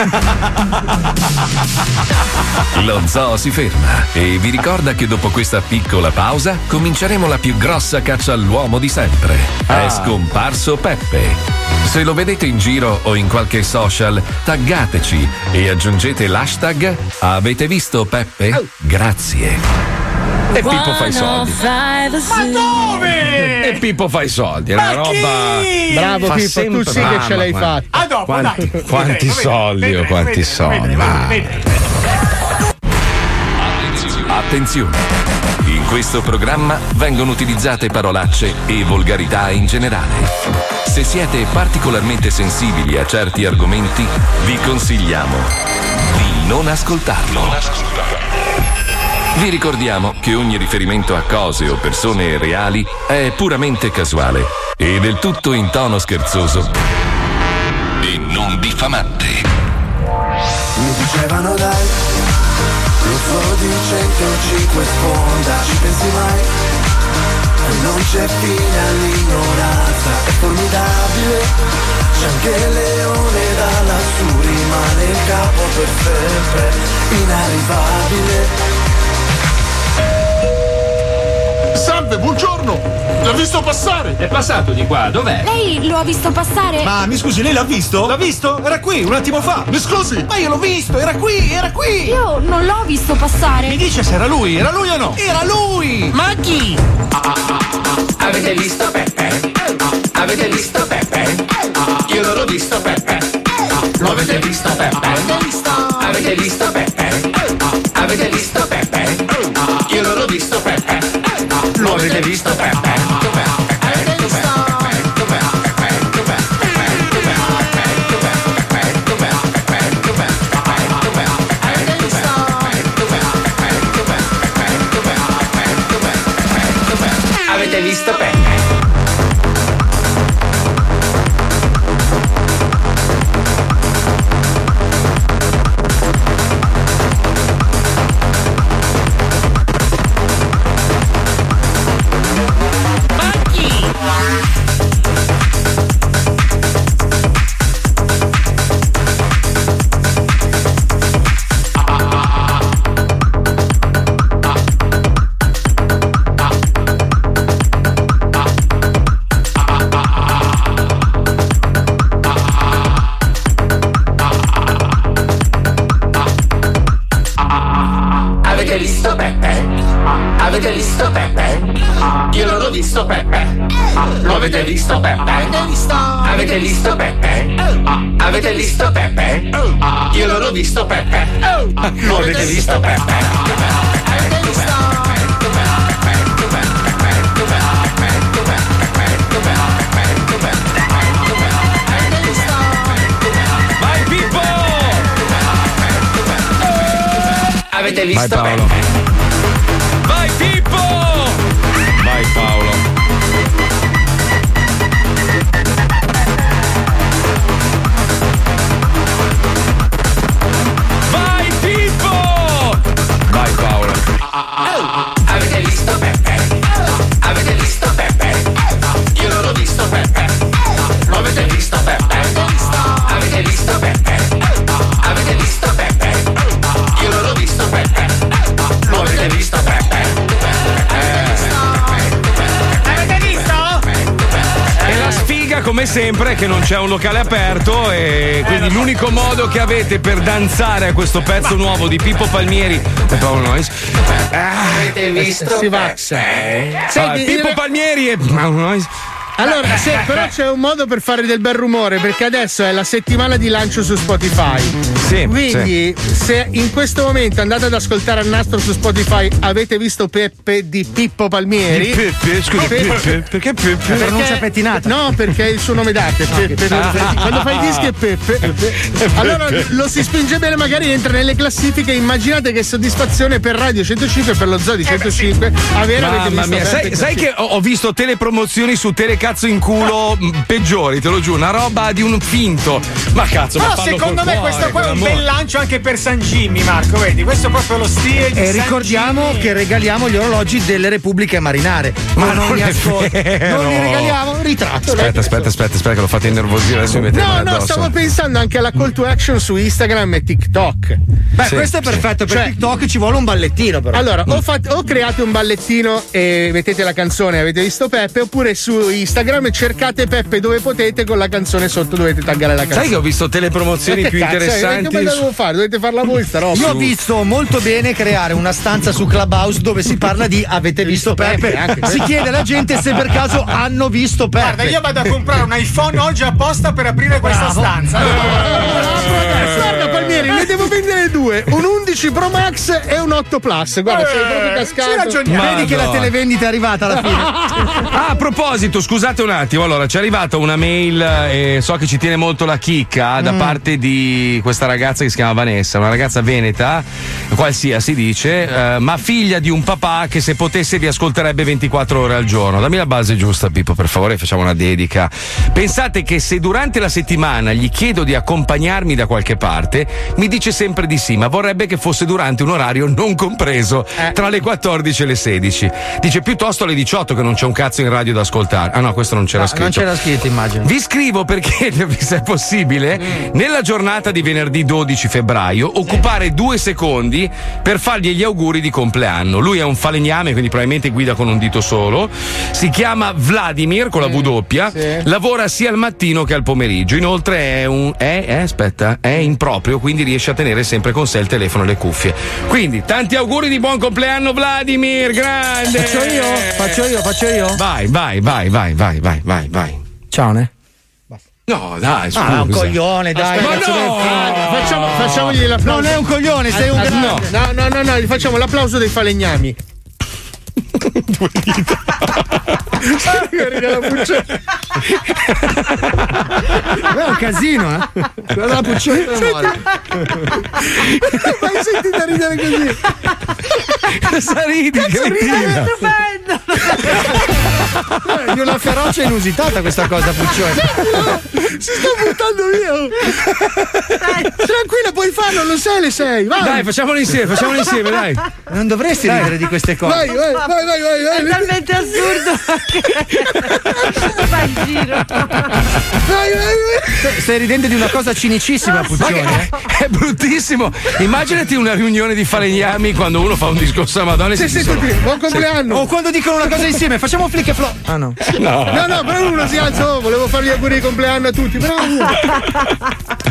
Lo zoo si ferma e vi ricorda che dopo questa piccola pausa cominceremo la più grossa caccia all'uomo di sempre. Ah. È scomparso Peppe. Se lo vedete in giro o in qualche social, taggateci e aggiungete l'hashtag Avete visto Peppe? Grazie. E Pippo fa i soldi. Ma dove? E Pippo fa i soldi, è una roba. Bravo fa Pippo, sempre- tu sì che Mamma, ce l'hai guarda. fatta. A dopo, Quanti, dai. quanti Vedremo, soldi, vedremo, oh, quanti vedremo, soldi. vedremo, ma- vedremo. Attenzione! In questo programma vengono utilizzate parolacce e volgarità in generale. Se siete particolarmente sensibili a certi argomenti, vi consigliamo di non ascoltarlo. Vi ricordiamo che ogni riferimento a cose o persone reali è puramente casuale e del tutto in tono scherzoso e non diffamante. Mi dicevano dai, lo zoo di centocinque sponda, ci pensi mai? E non c'è fine all'ignoranza, è formidabile, c'è anche il leone da lassù, rimane il capo per sempre, inarrivabile. Salve, buongiorno! L'ha visto passare? È passato di qua, dov'è? Lei lo ha visto passare? Ma mi scusi, lei l'ha visto? L'ha visto? Era qui, un attimo fa. Mi scusi? Ma io l'ho visto, era qui, era qui! Io non l'ho visto passare. Mi dice se era lui, era lui o no? Era lui! Ma chi? Avete visto Peppe? Avete visto Peppe? Io non l'ho visto Peppe. Lo avete visto Peppe? Avete visto Peppe? Avete visto Peppe? Io non l'ho visto Peppe. Lo avete visto Peppe? Avete visto Peppe? Avete visto Peppe? Avete visto Peppe? Io non l'ho visto Peppe. Lo avete visto Peppe? Avete visto Peppe? Avete visto Peppe? Io non l'ho visto Peppe. Lo avete visto Peppe? Avete visto? Vai Paolo. Vai Pippo! Vai Paolo. Vai Pippo! Vai Paolo. Oh, avete visto Peppe? Avete visto Peppe? Io non l'ho visto Peppe. Lo avete visto Peppe? Avete visto Peppe? Avete visto Peppe? Io non l'ho visto Peppe. Lo avete visto Peppe? Avete visto? E la sfiga come sempre è che non c'è un locale aperto e quindi l'unico modo che avete per danzare a questo pezzo nuovo di Pippo Palmieri e Paolo Noyes Avete visto si va. Ah, Pippo Palmieri e Paolo Noyes. Allora, se, però c'è un modo per fare del bel rumore, perché adesso è la settimana di lancio su Spotify. Sì, quindi, sì. Se in questo momento andate ad ascoltare al nastro su Spotify, avete visto Peppe di Pippo Palmieri? Di Peppe? Scusa, Peppe. Peppe. Perché Peppe? Perché, pronuncia pettinata. No, perché è il suo nome d'arte. Peppe. Ah. Quando fai i dischi è Peppe. Allora lo si spinge bene, magari entra nelle classifiche. Immaginate che soddisfazione per Radio centocinque e per lo Zoo di centocinque. Avere avete Mamma visto mia, Peppe. sai, sai che ho, ho visto telepromozioni su Telecazzo in culo mh, peggiori, te lo giuro, una roba di un finto. Ma cazzo, ma Però fallo secondo col me cuore, questo qua è un per bel lancio anche per San Jimmy, Marco, vedi? Questo è proprio lo stile di E San ricordiamo Jimmy. che regaliamo gli orologi delle Repubbliche Marinare. Ma non, non li è ascolto. vero. Non li regaliamo, ritratto. Aspetta, aspetta, aspetta, aspetta che lo fate innervosire, adesso mi mettete No, mano no, addosso. stavo pensando anche alla call to action su Instagram e TikTok. Beh, Sì, questo è perfetto. Per Cioè- TikTok ci vuole un ballettino, però. Allora, o, fate, o create un ballettino e mettete la canzone Avete visto Peppe, oppure su Instagram cercate Peppe dove potete con la canzone sotto, dovete taggare la canzone. Sai che ho visto telepromozioni Ma che più cazzo, interessanti? Che devo fare? Dovete farla voi sta roba. Io ho visto molto bene creare una stanza su Clubhouse dove si parla di Avete visto Peppe? Peppe, anche Si chiede alla gente se per caso hanno visto Peppe. Guarda, io vado a comprare un iPhone oggi apposta per aprire questa Bravo. stanza. Guarda Palmieri, ne devo vendere due, un undici Pro Max e un otto Plus. Guarda, sei proprio Ci cascato. ragioniamo. Vedi che la Madonna. televendita è arrivata alla fine. Ah, a proposito, scusate un attimo, allora ci è arrivata una mail e so che ci tiene molto la chicca da Mm. parte di questa ragazza che si chiama Vanessa, una ragazza veneta, qualsiasi dice, eh, ma figlia di un papà che se potesse vi ascolterebbe ventiquattro ore al giorno. Dammi la base giusta, Pippo, per favore, facciamo una dedica. Pensate che se durante la settimana gli chiedo di accompagnarmi da qualche parte, mi dice sempre di sì, ma vorrebbe che fosse durante un orario non compreso tra le quattordici e le sedici. Dice piuttosto alle diciotto che non c'è un cazzo in radio da ascoltare. Ah no, questo non c'era No, scritto. non c'era scritto, immagino. Vi scrivo perché, se è possibile, nella giornata di venerdì dodici febbraio, occupare due secondi per fargli gli auguri di compleanno. Lui è un falegname, quindi probabilmente guida con un dito solo. Si chiama Vladimir con la V doppia. Lavora sia al mattino che al pomeriggio. Inoltre è un. È, è, aspetta, è improprio, quindi riesce a tenere sempre con sé il telefono e le cuffie. Quindi, tanti auguri di buon compleanno, Vladimir, grande! Faccio io? Faccio io, faccio io? Vai, vai, vai, vai, vai, vai, vai, vai. Ciao, ne? No, dai, scusa. Ah, un coglione, dai. Aspetta, cazzo no, del cane. facciamo, facciamogli l'applauso. Non è un coglione, sei un Ah, grande. no, no, no, no, no, gli facciamo l'applauso dei falegnami. Due dita. È un casino, eh? Guarda la puccietta muore. Hai sentito ridere così? Cosa ridi? Cretina? È di una ferocia inusitata questa cosa, Puccione. Si sta buttando via. Tranquilla, puoi farlo, non sei le sei. Vai. Dai, facciamolo insieme, facciamolo insieme, dai. Non dovresti Dai. ridere di queste cose. Vai, vai, vai, vai, vai, vai. È talmente assurdo. Fa il giro. Vai, vai, vai. Stai ridendo di una cosa cinicissima, Puccione. Ma che- è bruttissimo. Immaginati una riunione di falegnami quando uno fa un discorso alla Madonna e Sì, si sì, dice tutti, buon compleanno. O quando dicono una cosa insieme, facciamo flick e flow. Ah no. no. No, no, però uno si alza, oh, volevo fargli gli auguri di compleanno a tutti, però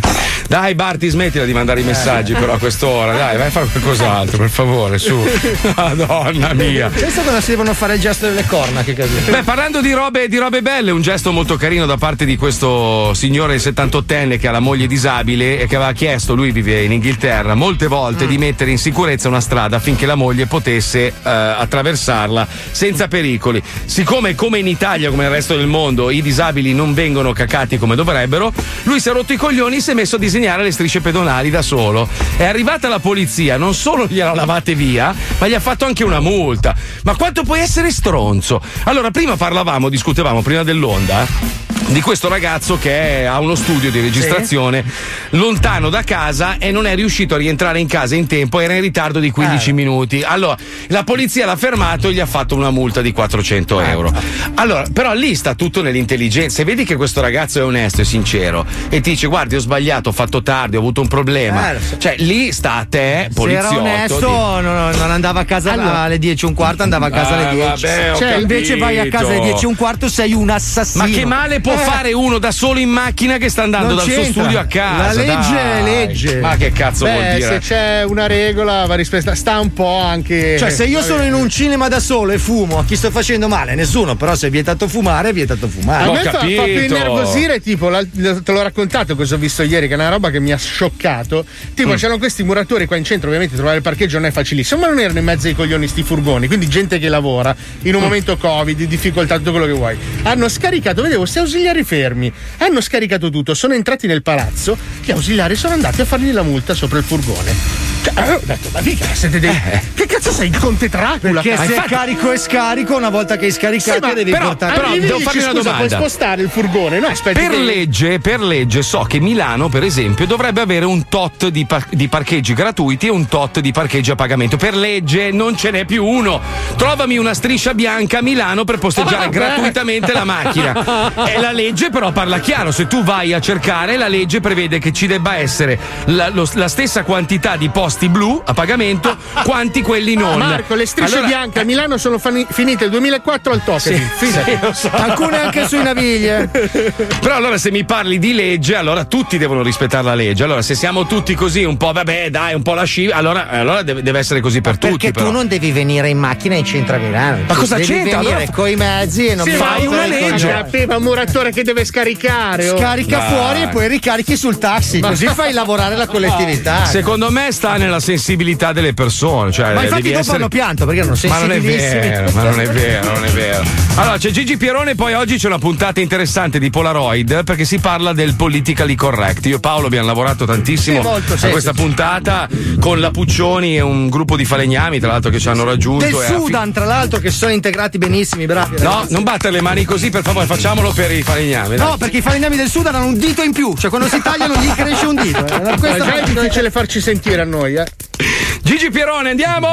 Dai Barti, smettila di mandare i messaggi però a quest'ora, dai, vai a fare qualcos'altro, per favore, su. Madonna mia. Penso quando si devono fare il gesto delle corna, che casino. Beh, parlando di robe, di robe belle, un gesto molto carino da parte di questo signore settantottenne che ha la moglie disabile e che aveva chiesto, lui vive in Inghilterra, molte volte mm. di mettere in sicurezza una strada affinché la moglie potesse eh, attraversarla senza pericoli. Siccome come in Italia, come nel resto del mondo, i disabili non vengono cacati come dovrebbero, lui si è rotto i coglioni e si è messo a disegnare le strisce pedonali da solo. È arrivata la polizia, non solo gliela lavate via, ma gli ha fatto anche una multa. Ma quanto puoi essere stronzo? Allora, prima parlavamo, discutevamo prima dell'onda di questo ragazzo che ha uno studio di registrazione sì. lontano da casa e non è riuscito a rientrare in casa in tempo, era in ritardo di quindici eh. minuti. Allora la polizia l'ha fermato e gli ha fatto una multa di quattrocento euro. Allora, però lì sta tutto nell'intelligenza. Se vedi che questo ragazzo è onesto e sincero e ti dice guardi ho sbagliato, ho fatto tardi, ho avuto un problema, eh, so. cioè lì sta a te, poliziotto. Se era onesto di... non, non andava a casa allora. alle dieci e un quarto, andava a casa alle ah, dieci. Vabbè, cioè invece vai a casa alle dieci e un quarto, sei un assassino. Ma che male può eh. fare uno da solo in macchina che sta andando non dal c'entra. suo studio a casa? La legge dai. è legge. Ma che cazzo Beh, vuol dire? Se c'è una regola va rispettata. Sta un po' anche. Cioè, se io sono in un cinema da solo e fumo, a chi sto facendo male? Nessuno. Però se è vietato fumare, è vietato fumare. A me fa, fa più innervosire, tipo, la, te l'ho raccontato cosa ho visto ieri, che è una roba che mi ha scioccato. Tipo, mm. c'erano questi muratori qua in centro, ovviamente trovare il parcheggio non è facilissimo, ma non erano in mezzo ai coglioni sti furgoni, quindi gente che lavora in un mm. momento Covid, di difficoltà, tutto quello che vuoi. Hanno scaricato, vedevo, questi ausiliari fermi, hanno scaricato tutto, sono entrati nel palazzo, gli ausiliari sono andati a fargli la multa sopra il furgone. Cioè, ho detto, ma mica siete dei. Eh. Che cazzo sei, il Conte Dracula? Perché cazzo? se Infatti... carico e scarico, una volta che hai scaricato, sì, devi però, portare. Però devo farmi una scusa, domanda. Puoi spostare il furgone? No, aspetta. Per che... legge, per legge, so che Milano, per esempio, dovrebbe avere un tot di, par- di parcheggi gratuiti e un tot di parcheggi a pagamento. Per legge non ce n'è più uno. Trovami una striscia bianca a Milano per posteggiare ah, gratuitamente la macchina. E la legge, però, parla chiaro. Se tu vai a cercare, la legge prevede che ci debba essere la, lo, la stessa quantità di posti blu a pagamento quanti quelli non. Ah, Marco, le strisce allora, bianche a Milano sono fani- finite il duemilaquattro al Tocqueville. Sì, sì, lo so. Alcune anche sui Naviglie. Però allora se mi parli di legge, allora tutti devono rispettare la legge. Allora se siamo tutti così un po', vabbè, dai, un po' la sci, allora, allora deve, deve essere così per perché tutti. Perché tu però. non devi venire in macchina in centro a Milano. Ma cosa devi c'entra? venire Allora... coi mezzi e non sì, fai una legge. Capeva un muratore che deve scaricare. Oh. Scarica Dai. fuori e poi ricarichi sul taxi, Ma... così fai lavorare la collettività. Secondo me sta nella sensibilità delle persone. Cioè, ma infatti devi dopo essere... hanno pianto perché erano sensibilissimi. Ma non è vero, ma non è vero, non è vero. Allora c'è Gigi Pierone, poi oggi c'è una puntata interessante di Polaroid perché si parla del politically correct. Io e Paolo abbiamo lavorato tantissimo sì, molto, sì, a questa sì, puntata sì. con la Puccioni e un gruppo di falegnami, tra l'altro, che ci hanno raggiunto. Del Sudan, tra l'altro, che sono integrati benissimi, bravi. No, ragazzi. non battere le mani così, per favore, facciamolo per i falegnami. No, dai. perché i falegnami del Sudan hanno un dito in più, cioè quando si tagliano gli cresce un dito. Eh. Questo è difficile farci sentire a noi, eh. Gigi Pierone, andiamo!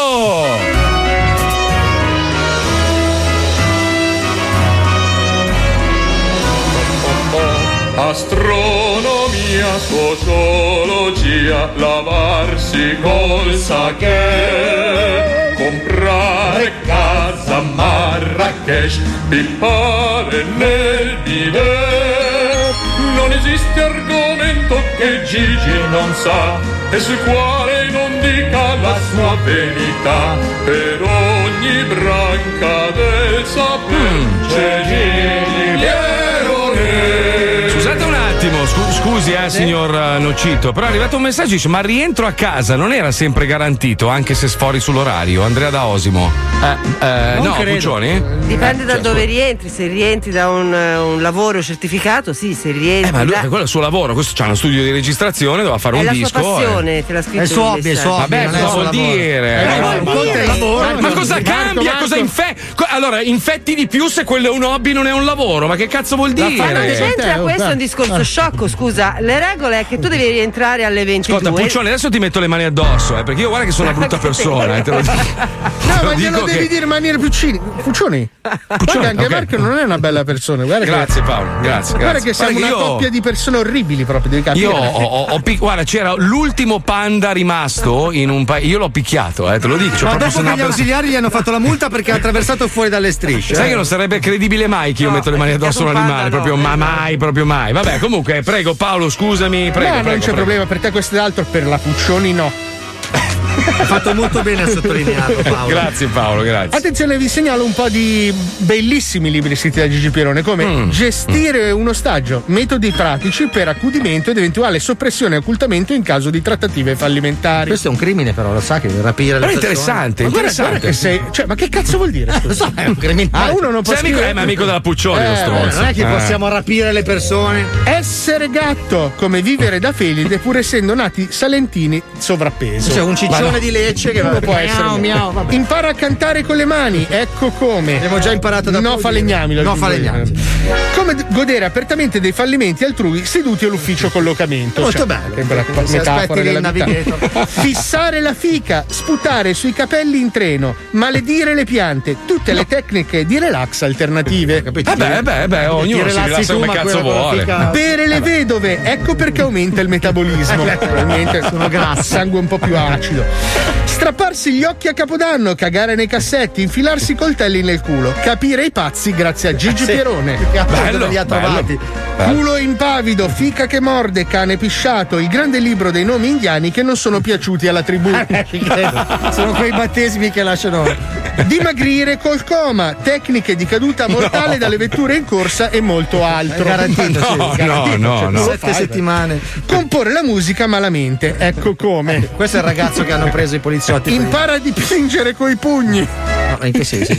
Astronomia, sociologia, lavarsi col sake, comprare casa a Marrakesh, pippare nel bidet. Non esiste argomento che Gigi non sa e sul quale non dica la sua verità. Per ogni branca del saper c'è Gigi Pierone. Scusate un attimo, scu- scusi eh, signor Nocito, però è arrivato un messaggio, dice, ma il rientro a casa non era sempre garantito anche se sfori sull'orario? Andrea da Osimo. Eh, eh, no, credo. Puccioni? Dipende Eh, da cioè, dove scu- rientri, se rientri da un, un lavoro certificato, sì, se rientri. Eh, ma lui, da... quello è il suo lavoro, questo c'ha uno studio di registrazione, doveva fare è un la disco. sua passione, eh. te l'ha scritto. È il suo in hobby, è il suo messaggio. hobby. Vabbè, non è cosa il vuol suo lavoro. dire? Eh, Eh, vuol ma- dire. Ma, ma cosa Marco, cambia? Marco. Cosa infe- co- allora, infetti di più se quello è un hobby non è un lavoro? Ma che cazzo vuol dire? Ma non c'entra, Eh, questo è un discorso sciocco, scusa. Le regole è che tu devi rientrare alle ventidue. Ascolta, Puccioni, adesso ti metto le mani addosso, eh, perché io guarda che sono una brutta persona, eh, te lo dico. No, Te lo ma glielo dico devi che- dire in maniera più cini. Puccioni. Guarda, anche ok. Marco non è una bella persona. Guarda Grazie che... Paolo, grazie. Guarda grazie. che siamo Guarda una che io- coppia di persone orribili proprio, devi capire. Io ho, ho- ho pic- guarda, c'era l'ultimo panda rimasto in un paese. Io l'ho picchiato, eh, te lo dico. Cioè, Ma proprio dopo sono che una gli persona- ausiliari gli hanno fatto la multa perché ha attraversato fuori dalle strisce. Sai eh. che non sarebbe credibile mai che io No, metto le mani perché addosso a un un panda animale, no, proprio eh, ma no. mai, proprio mai. Vabbè, comunque. Comunque, prego Paolo, scusami, prego. No, prego, non c'è prego. problema, per te questo ed altro, per la Puccioni no. Ha fatto molto bene a sottolinearlo, Paolo. Grazie Paolo, grazie. Attenzione, vi segnalo un po' di bellissimi libri scritti da Gigi Pierone, come Mm. Gestire un ostaggio, metodi pratici per accudimento ed eventuale soppressione e occultamento in caso di trattative fallimentari. Questo è un crimine, però, lo sa che rapire le Però è persone. interessante, Ma guarda, interessante. guarda che sei, cioè, ma che cazzo vuol dire? Lo so, è un criminale. Ma uno non può Sei amico, scrivere- eh, ma è amico della Puccioni, lo Eh, stronzo. Non è che Eh. possiamo rapire le persone. Essere gatto, come vivere da Felide, pur essendo nati salentini sovrappeso. C'è un ciccione Ma no. di Lecce che va Non può essere. miau, miau, vabbè. Impara a cantare con le mani, ecco come. Abbiamo già imparato da No poco. falegnami. lo No dico falegnami. io. Come d- godere apertamente dei fallimenti altrui seduti all'ufficio collocamento. Molto Cioè, bello. che quella Se metafora aspetti della il vita. navigator. Fissare la fica, sputare sui capelli in treno, maledire le piante, tutte le tecniche di relax alternative. Eh beh, beh, beh, ognuno si rilassa come cazzo vuole. Bere le vedove, ecco perché aumenta il metabolismo. Probabilmente sono grassi, sangue un po' più acido. Strapparsi gli occhi a Capodanno, cagare nei cassetti, infilarsi i coltelli nel culo. Capire i pazzi grazie a Gigi Sì. Pierone. Bello, li ha trovati. Bello. Culo impavido, fica che morde, cane pisciato, il grande libro dei nomi indiani che non sono piaciuti alla tribù. Sono quei battesimi che lasciano. Dimagrire col coma, tecniche di caduta mortale dalle vetture in corsa e molto altro. È garantito, sì, No, garantito. no, Cioè, no. Sette Fai, settimane. Comporre la musica malamente, ecco come. Questo è il ragazzo che hanno preso i poliziotti. Impara a dipingere coi pugni. No, in che senso?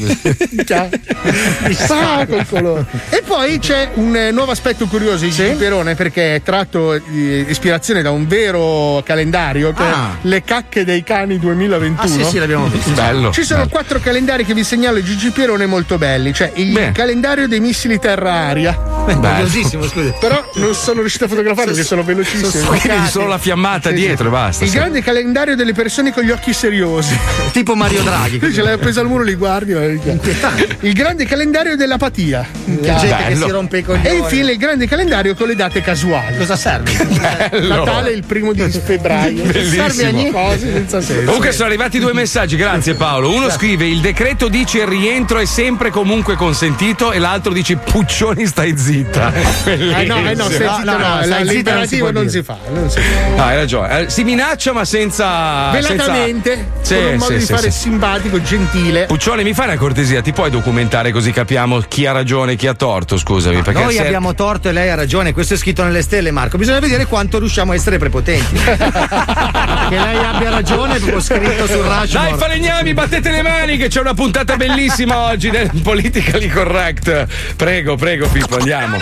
Ah, col colore. E poi c'è un eh, nuovo aspetto curioso di Gigi Pierone, perché è tratto di ispirazione da un vero calendario che Ah. è Le cacche dei cani duemilaventuno. Ah, sì, sì, l'abbiamo visto. Bello. Ci sono bello. quattro calendari che vi segnalo di Gigi Pierone molto belli, cioè il Beh. calendario dei missili terra-aria. Curiosissimo, scusi. Però non sono riuscito a fotografarlo perché sono velocissimi. Quindi vedi solo la fiammata Sì, sì. dietro e basta. Il sì. grande calendario delle persone con gli occhi seriosi. Tipo Mario Draghi. Lui ce l'hai appeso al muro, li guardi. ma- Il grande calendario dell'apatia. C'è gente che Bello. si rompe i coglioni. E infine il grande calendario con le date casuali. Cosa serve? Bello. Natale il primo di febbraio. Bellissimo. Serve a niente. Cose senza senso. Comunque sono arrivati due messaggi, grazie Paolo. Uno scrive: il decreto dice il rientro è sempre comunque consentito, e l'altro dice Puccioni stai zitta. Eh no, eh no, stai No, zitto, no, no, no, stai zitta l'imperativo non non si si può fa. Non si fa. Ah, hai ragione. Eh, si minaccia ma senza. Velatamente, senza... con un modo sì, di sì, fare sì. simpatico, gentile. Puccioni, mi fai una cortesia? Ti puoi documentare così capiamo chi ha ragione e chi ha torto? Scusami. Perché Noi se- abbiamo torto e lei ha ragione, questo è scritto nelle stelle, Marco. Bisogna vedere quanto riusciamo a essere prepotenti. Che lei abbia ragione, è proprio scritto sul Rushmore. Dai falegnami, battete le mani che c'è una puntata bellissima oggi del Politically Correct. Prego, prego Pippo, andiamo.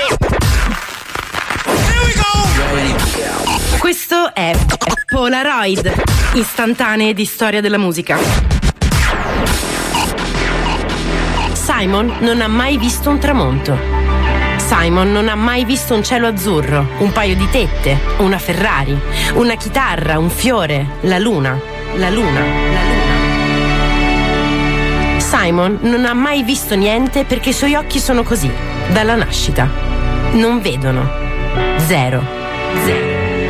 Questo è Polaroid, istantanee di storia della musica. Simon non ha mai visto un tramonto. Simon non ha mai visto un cielo azzurro, un paio di tette, una Ferrari, una chitarra, un fiore, la luna, la luna, la luna. Simon non ha mai visto niente perché i suoi occhi sono così, dalla nascita. Non vedono. Zero. Zero.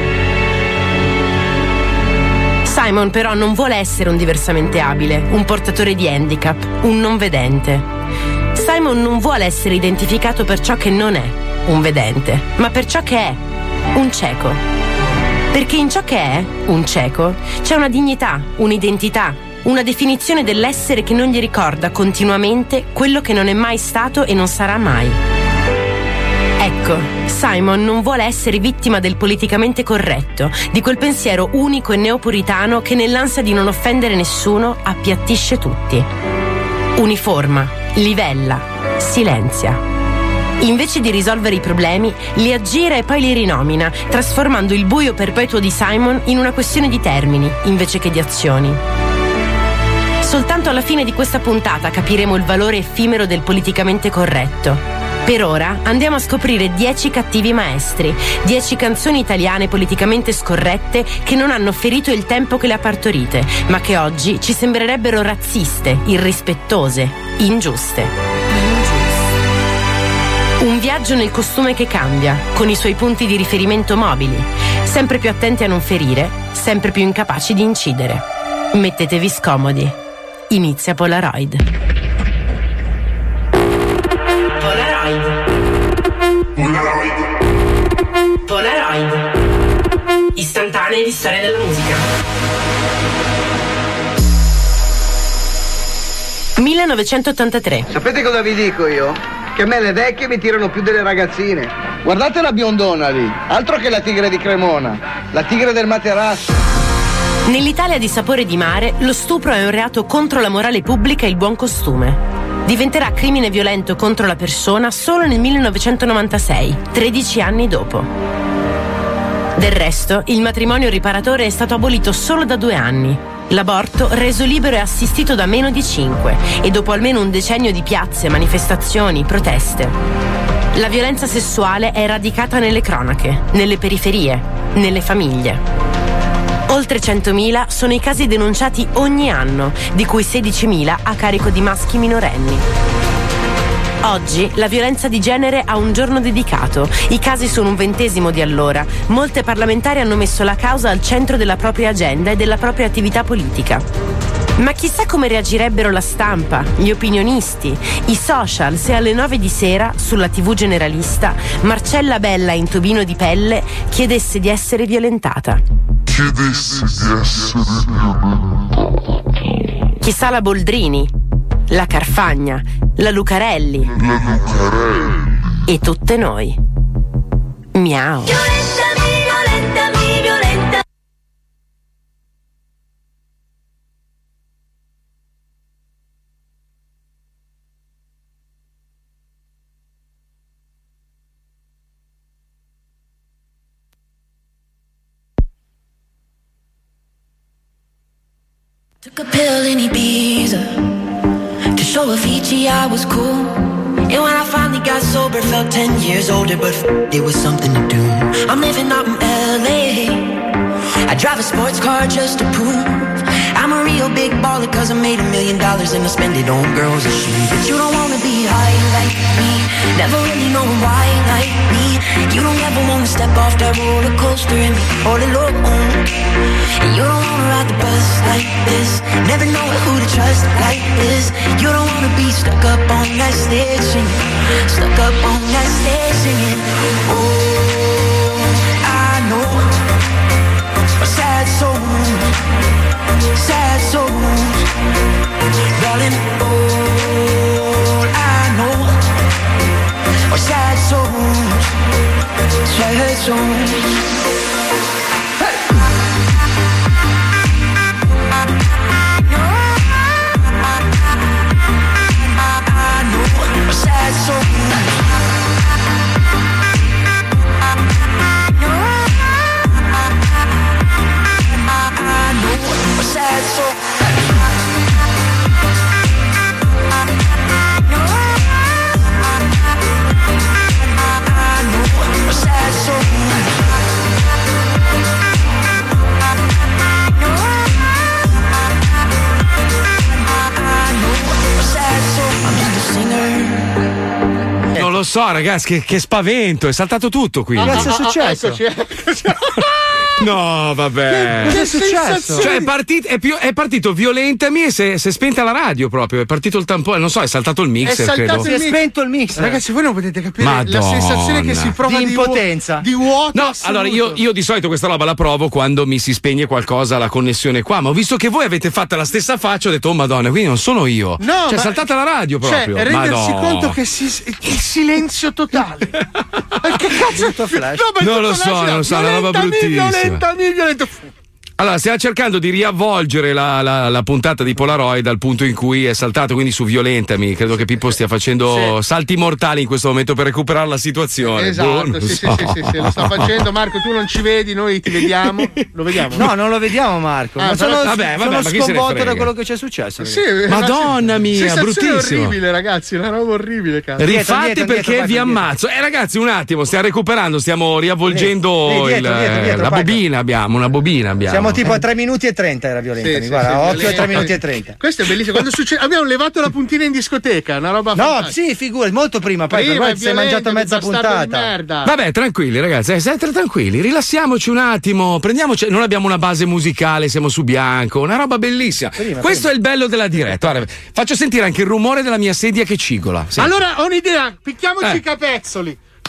Simon però non vuole essere un diversamente abile, un portatore di handicap, un non vedente. Simon non vuole essere identificato per ciò che non è, un vedente, ma per ciò che è, un cieco. Perché in ciò che è, un cieco, c'è una dignità, un'identità, una definizione dell'essere che non gli ricorda continuamente quello che non è mai stato e non sarà mai. Ecco, Simon non vuole essere vittima del politicamente corretto, di quel pensiero unico e neopuritano che nell'ansia di non offendere nessuno appiattisce tutti. Uniforma, livella, silenzia. Invece di risolvere i problemi, li aggira e poi li rinomina, trasformando il buio perpetuo di Simon in una questione di termini, invece che di azioni. Soltanto alla fine di questa puntata capiremo il valore effimero del politicamente corretto. Per ora andiamo a scoprire dieci cattivi maestri, dieci canzoni italiane politicamente scorrette che non hanno ferito il tempo che le ha partorite, ma che oggi ci sembrerebbero razziste, irrispettose, ingiuste. Un viaggio nel costume che cambia, con i suoi punti di riferimento mobili, sempre più attenti a non ferire, sempre più incapaci di incidere. Mettetevi scomodi. Inizia Polaroid. Polaroid. Istantanee di storia della musica. millenovecentottantatré. Sapete cosa vi dico io? Che a me le vecchie mi tirano più delle ragazzine. Guardate la biondona lì, altro che la tigre di Cremona, la tigre del materasso. Nell'Italia di sapore di mare, lo stupro è un reato contro la morale pubblica e il buon costume. Diventerà crimine violento contro la persona solo nel millenovecentonovantasei, tredici anni dopo. Del resto, il matrimonio riparatore è stato abolito solo da due anni. L'aborto reso libero e assistito da meno di cinque, e dopo almeno un decennio di piazze, manifestazioni, proteste. La violenza sessuale è radicata nelle cronache, nelle periferie, nelle famiglie. Oltre centomila sono i casi denunciati ogni anno, di cui sedicimila a carico di maschi minorenni. Oggi la violenza di genere ha un giorno dedicato, i casi sono un ventesimo di allora. Molte parlamentari hanno messo la causa al centro della propria agenda e della propria attività politica. Ma chissà come reagirebbero la stampa, gli opinionisti, i social se alle nove di sera, sulla tivù generalista, Marcella Bella in tubino di pelle chiedesse di essere violentata. Chiedesse di essere violentata. Chissà la Boldrini, la Carfagna, la Lucarelli. La Lucarelli. E tutte noi. Miau. Violentami, violentami, violenta. Took a pill in Ibiza to show Avicii I was cool. And when I finally got sober, felt ten years older, but f- it was something to do. I'm living out in L A. I drive a sports car just to prove I'm a real big baller, cause I made a million dollars and I spend it on girls and shoes. But you don't wanna be high like me, never really know why like me. You don't ever wanna step off that roller coaster and be all alone. And you don't wanna ride the bus like this, never know who to trust like this. You don't wanna be stuck up on that stage singing, stuck up on that stage singing. Oh, I know a sad soul, sad souls, darling. All I know are sad souls, sad souls. Sad souls. Sad soul. Sad soul. I'm just a singer. Non lo so, ragazzi, che, che spavento, è saltato tutto qui. Ah, Cazzo è ah, successo? ah, eccoci. No, vabbè. Che è successo? Cioè, è, partit- è, più- è partito violentami e si è, si è spenta la radio proprio. È partito il tampone, non so, è saltato il mixer, È credo. saltato il Si è spento il mix. Ragazzi, voi non potete capire Madonna. la sensazione che si prova Di di, impotenza. Vuo- di vuoto. No, assoluto. allora io, io di solito questa roba la provo quando mi si spegne qualcosa, la connessione qua, ma ho visto che voi avete fatto la stessa faccia, ho detto, oh madonna, quindi non sono io. No, cioè, è ma- saltata la radio proprio. Cioè, rendersi Madonna. conto che si, il silenzio totale. Ma che cazzo flash. No, ma Non lo tutto so, nasce da non lo so, è una roba violentami, bruttissima. Violentami, violentami. Allora, stiamo cercando di riavvolgere la, la, la puntata di Polaroid dal punto in cui è saltato, quindi su Violentami. Credo che Pippo stia facendo Sì. salti mortali in questo momento per recuperare la situazione. Esatto, Boh, non sì, sì, so. sì, sì, sì, lo sta facendo. Marco, tu non ci vedi, noi ti vediamo. Lo vediamo? No, non lo vediamo, Marco. Ah, ma sono, però- vabbè, vabbè, sono ma chi se ne sconvolto frega? da quello che c'è successo. Sì, Madonna una mia, sensazione bruttissimo. orribile, ragazzi, una roba orribile, cazzo. Rifate Dietro, dietro, perché dietro, vi dietro. ammazzo. Eh ragazzi, un attimo, stiamo recuperando, stiamo riavvolgendo Lì, lì, dietro, il- dietro, dietro, la Paco. bobina abbiamo, una bobina abbiamo. Siamo tipo a tre minuti e trenta era Violentami. Sì, sì, Guarda, sì, occhio a violenta. tre minuti e trenta. Questo è bellissimo. Quando succede, abbiamo levato la puntina in discoteca, una roba No, fantastica. sì, figura, molto prima. Poi Prima per voi è ti sei violento, mangiato mezza bastardo di puntata. merda. Vabbè, tranquilli ragazzi, eh, state tranquilli, rilassiamoci un attimo, prendiamoci, non abbiamo una base musicale, siamo su bianco, una roba bellissima. Prima, Questo prima. è il bello della diretta. Guarda, faccio sentire anche il rumore della mia sedia che cigola. Senti. Allora ho un'idea, picchiamoci Eh. i capezzoli.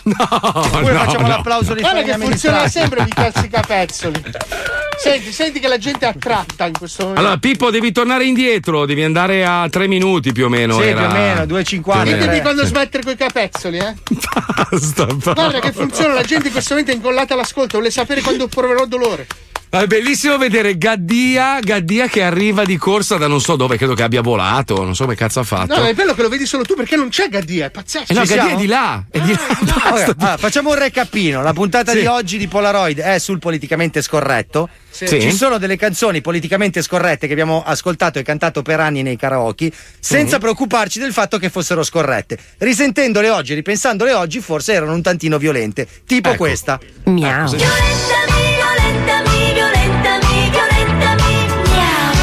Oppure no, facciamo no. l'applauso di Guarda che funziona amministrati. sempre di calcicapezzoli. Senti, senti che la gente è attratta in questo momento. Allora, Pippo, devi tornare indietro, devi andare a tre minuti più o meno. Sì, era... più o meno, due e cinquanta. Più o meno. Ditemi quando smettere coi capezzoli, eh? Basta, Guarda che funziona, la gente in questo momento è incollata all'ascolto, vuole sapere quando proverò dolore. È bellissimo vedere Gaddia, Gaddia che arriva di corsa da non so dove, credo che abbia volato, non so come cazzo ha fatto. No, è bello che lo vedi solo tu perché non c'è Gaddia, è pazzesco. Eh no, Ci Gaddia siamo? è di là, è di là. Ok, allora, facciamo un recapino. La puntata Sì. di oggi di Polaroid è sul politicamente scorretto. Sì. Ci sono delle canzoni politicamente scorrette che abbiamo ascoltato e cantato per anni nei karaoke, senza Mhm. preoccuparci del fatto che fossero scorrette. Risentendole oggi, ripensandole oggi, forse erano un tantino violente. Tipo Ecco. questa. Miau. Violentami, violentami, violentami, violentami, miau.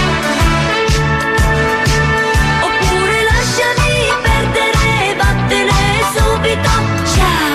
Oppure lasciami perdere, vattene subito, ciao.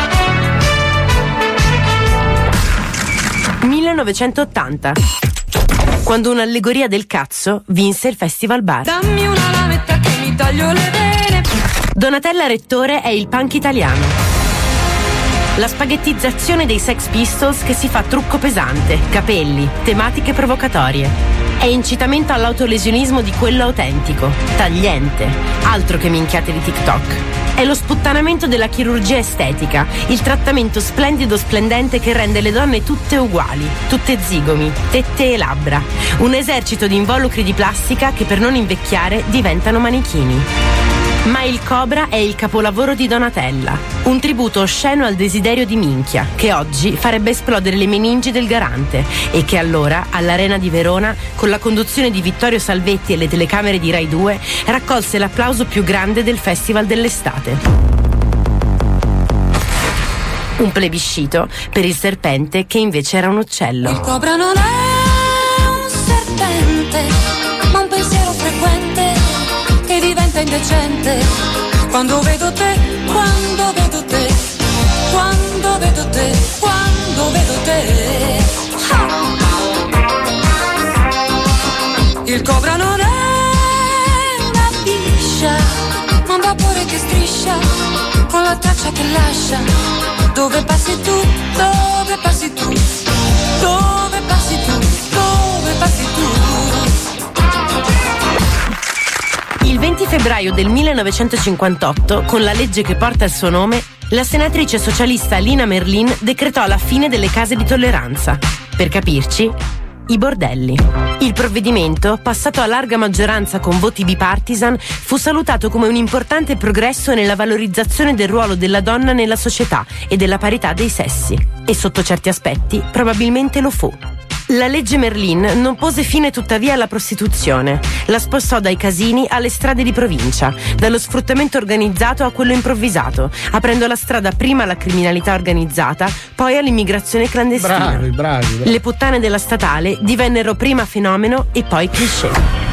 millenovecentottanta. Quando un'allegoria del cazzo vinse il Festival Bar. Dammi una lametta che mi taglio le vene. Donatella Rettore è il punk italiano. La spaghettizzazione dei Sex Pistols che si fa trucco pesante, capelli, tematiche provocatorie. È incitamento all'autolesionismo di quello autentico, tagliente, altro che minchiate di TikTok. È lo sputtanamento della chirurgia estetica, il trattamento splendido splendente che rende le donne tutte uguali, tutte zigomi, tette e labbra. Un esercito di involucri di plastica che per non invecchiare diventano manichini. Ma il Cobra è il capolavoro di Donatella, un tributo osceno al desiderio di minchia, che oggi farebbe esplodere le meningi del garante e che allora, all'Arena di Verona, con la conduzione di Vittorio Salvetti e le telecamere di Rai due, raccolse l'applauso più grande del Festival dell'estate. Un plebiscito per il serpente che invece era un uccello. Il cobra non è un serpente, ma un pensiero frequente che diventa indecente. Quando vedo te, quando vedo te, quando vedo te, quando vedo te. Il cobra non è una biscia, ma un vapore che striscia con la traccia che lascia. Dove passi tu, dove passi tu, dove passi tu, dove passi tu. Il venti febbraio del millenovecentocinquantotto, con la legge che porta il suo nome, la senatrice socialista Lina Merlin decretò la fine delle case di tolleranza. Per capirci, i bordelli. Il provvedimento, passato a larga maggioranza con voti bipartisan, fu salutato come un importante progresso nella valorizzazione del ruolo della donna nella società e della parità dei sessi. E sotto certi aspetti, probabilmente lo fu. La legge Merlin non pose fine tuttavia alla prostituzione. La spostò dai casini alle strade di provincia, dallo sfruttamento organizzato a quello improvvisato, aprendo la strada prima alla criminalità organizzata, poi all'immigrazione clandestina. Bravi, bravi, bravi. Le puttane della statale divennero prima fenomeno e poi cliché.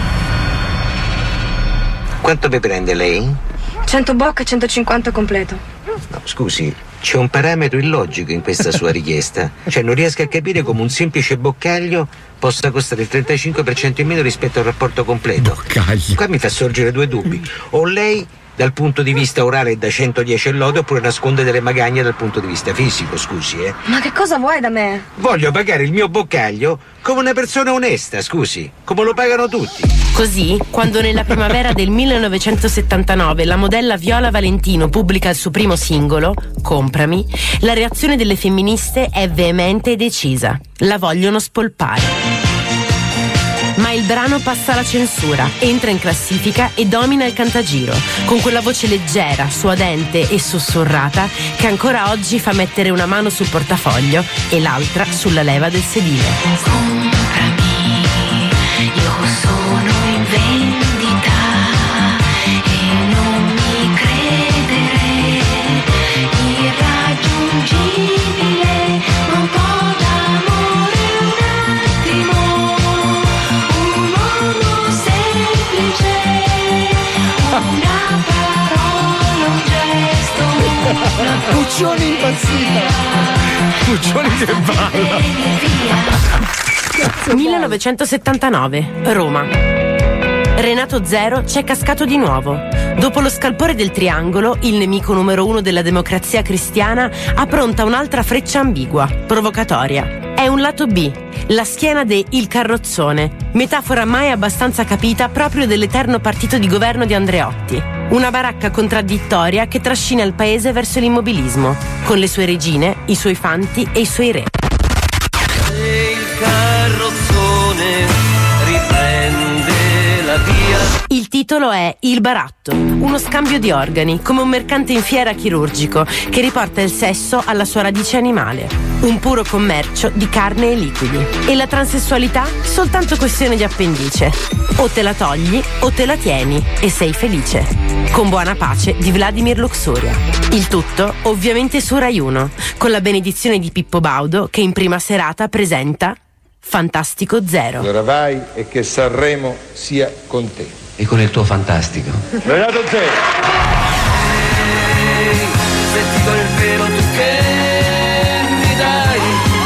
Quanto vi prende lei? cento bocca, centocinquanta completo. No, scusi, c'è un parametro illogico in questa sua richiesta. Cioè, non riesco a capire come un semplice boccaglio possa costare il trentacinque per cento in meno rispetto al rapporto completo. Boccaglio. Qua mi fa sorgere due dubbi. O lei, dal punto di vista orale, è da centodieci e lode, oppure nasconde delle magagne dal punto di vista fisico, scusi, eh. Ma che cosa vuoi da me? Voglio pagare il mio boccaglio come una persona onesta, scusi, come lo pagano tutti. Così, quando nella primavera del millenovecentosettantanove la modella Viola Valentino pubblica il suo primo singolo, Comprami, la reazione delle femministe è veemente e decisa. La vogliono spolpare. Ma il brano passa la censura, entra in classifica e domina il cantagiro, con quella voce leggera, suadente e sussurrata che ancora oggi fa mettere una mano sul portafoglio e l'altra sulla leva del sedile. Comprami, io sono in vendita e non mi credere, irraggiungibile, ma un po' d'amore un attimo, un uomo semplice, una parola, un gesto, una Puccioni impazzita. Puccioni che balla. millenovecentosettantanove, Roma. Renato Zero c'è cascato di nuovo. Dopo lo scalpore del triangolo, il nemico numero uno della democrazia cristiana appronta un'altra freccia ambigua, provocatoria. È un lato B, la schiena de Il Carrozzone, metafora mai abbastanza capita proprio dell'eterno partito di governo di Andreotti. Una baracca contraddittoria che trascina il paese verso l'immobilismo, con le sue regine, i suoi fanti e i suoi re. E il carrozzone riprende la via. Il titolo è Il baratto, uno scambio di organi, come un mercante in fiera chirurgico che riporta il sesso alla sua radice animale. Un puro commercio di carne e liquidi. E la transessualità? Soltanto questione di appendice. O te la togli o te la tieni e sei felice. Con buona pace di Vladimir Luxuria. Il tutto ovviamente su Rai uno, con la benedizione di Pippo Baudo che in prima serata presenta Fantastico Zero. Allora vai e che Sanremo sia con te. E con il tuo fantastico. Renato Zero. Se ti do il vero tu che mi dai,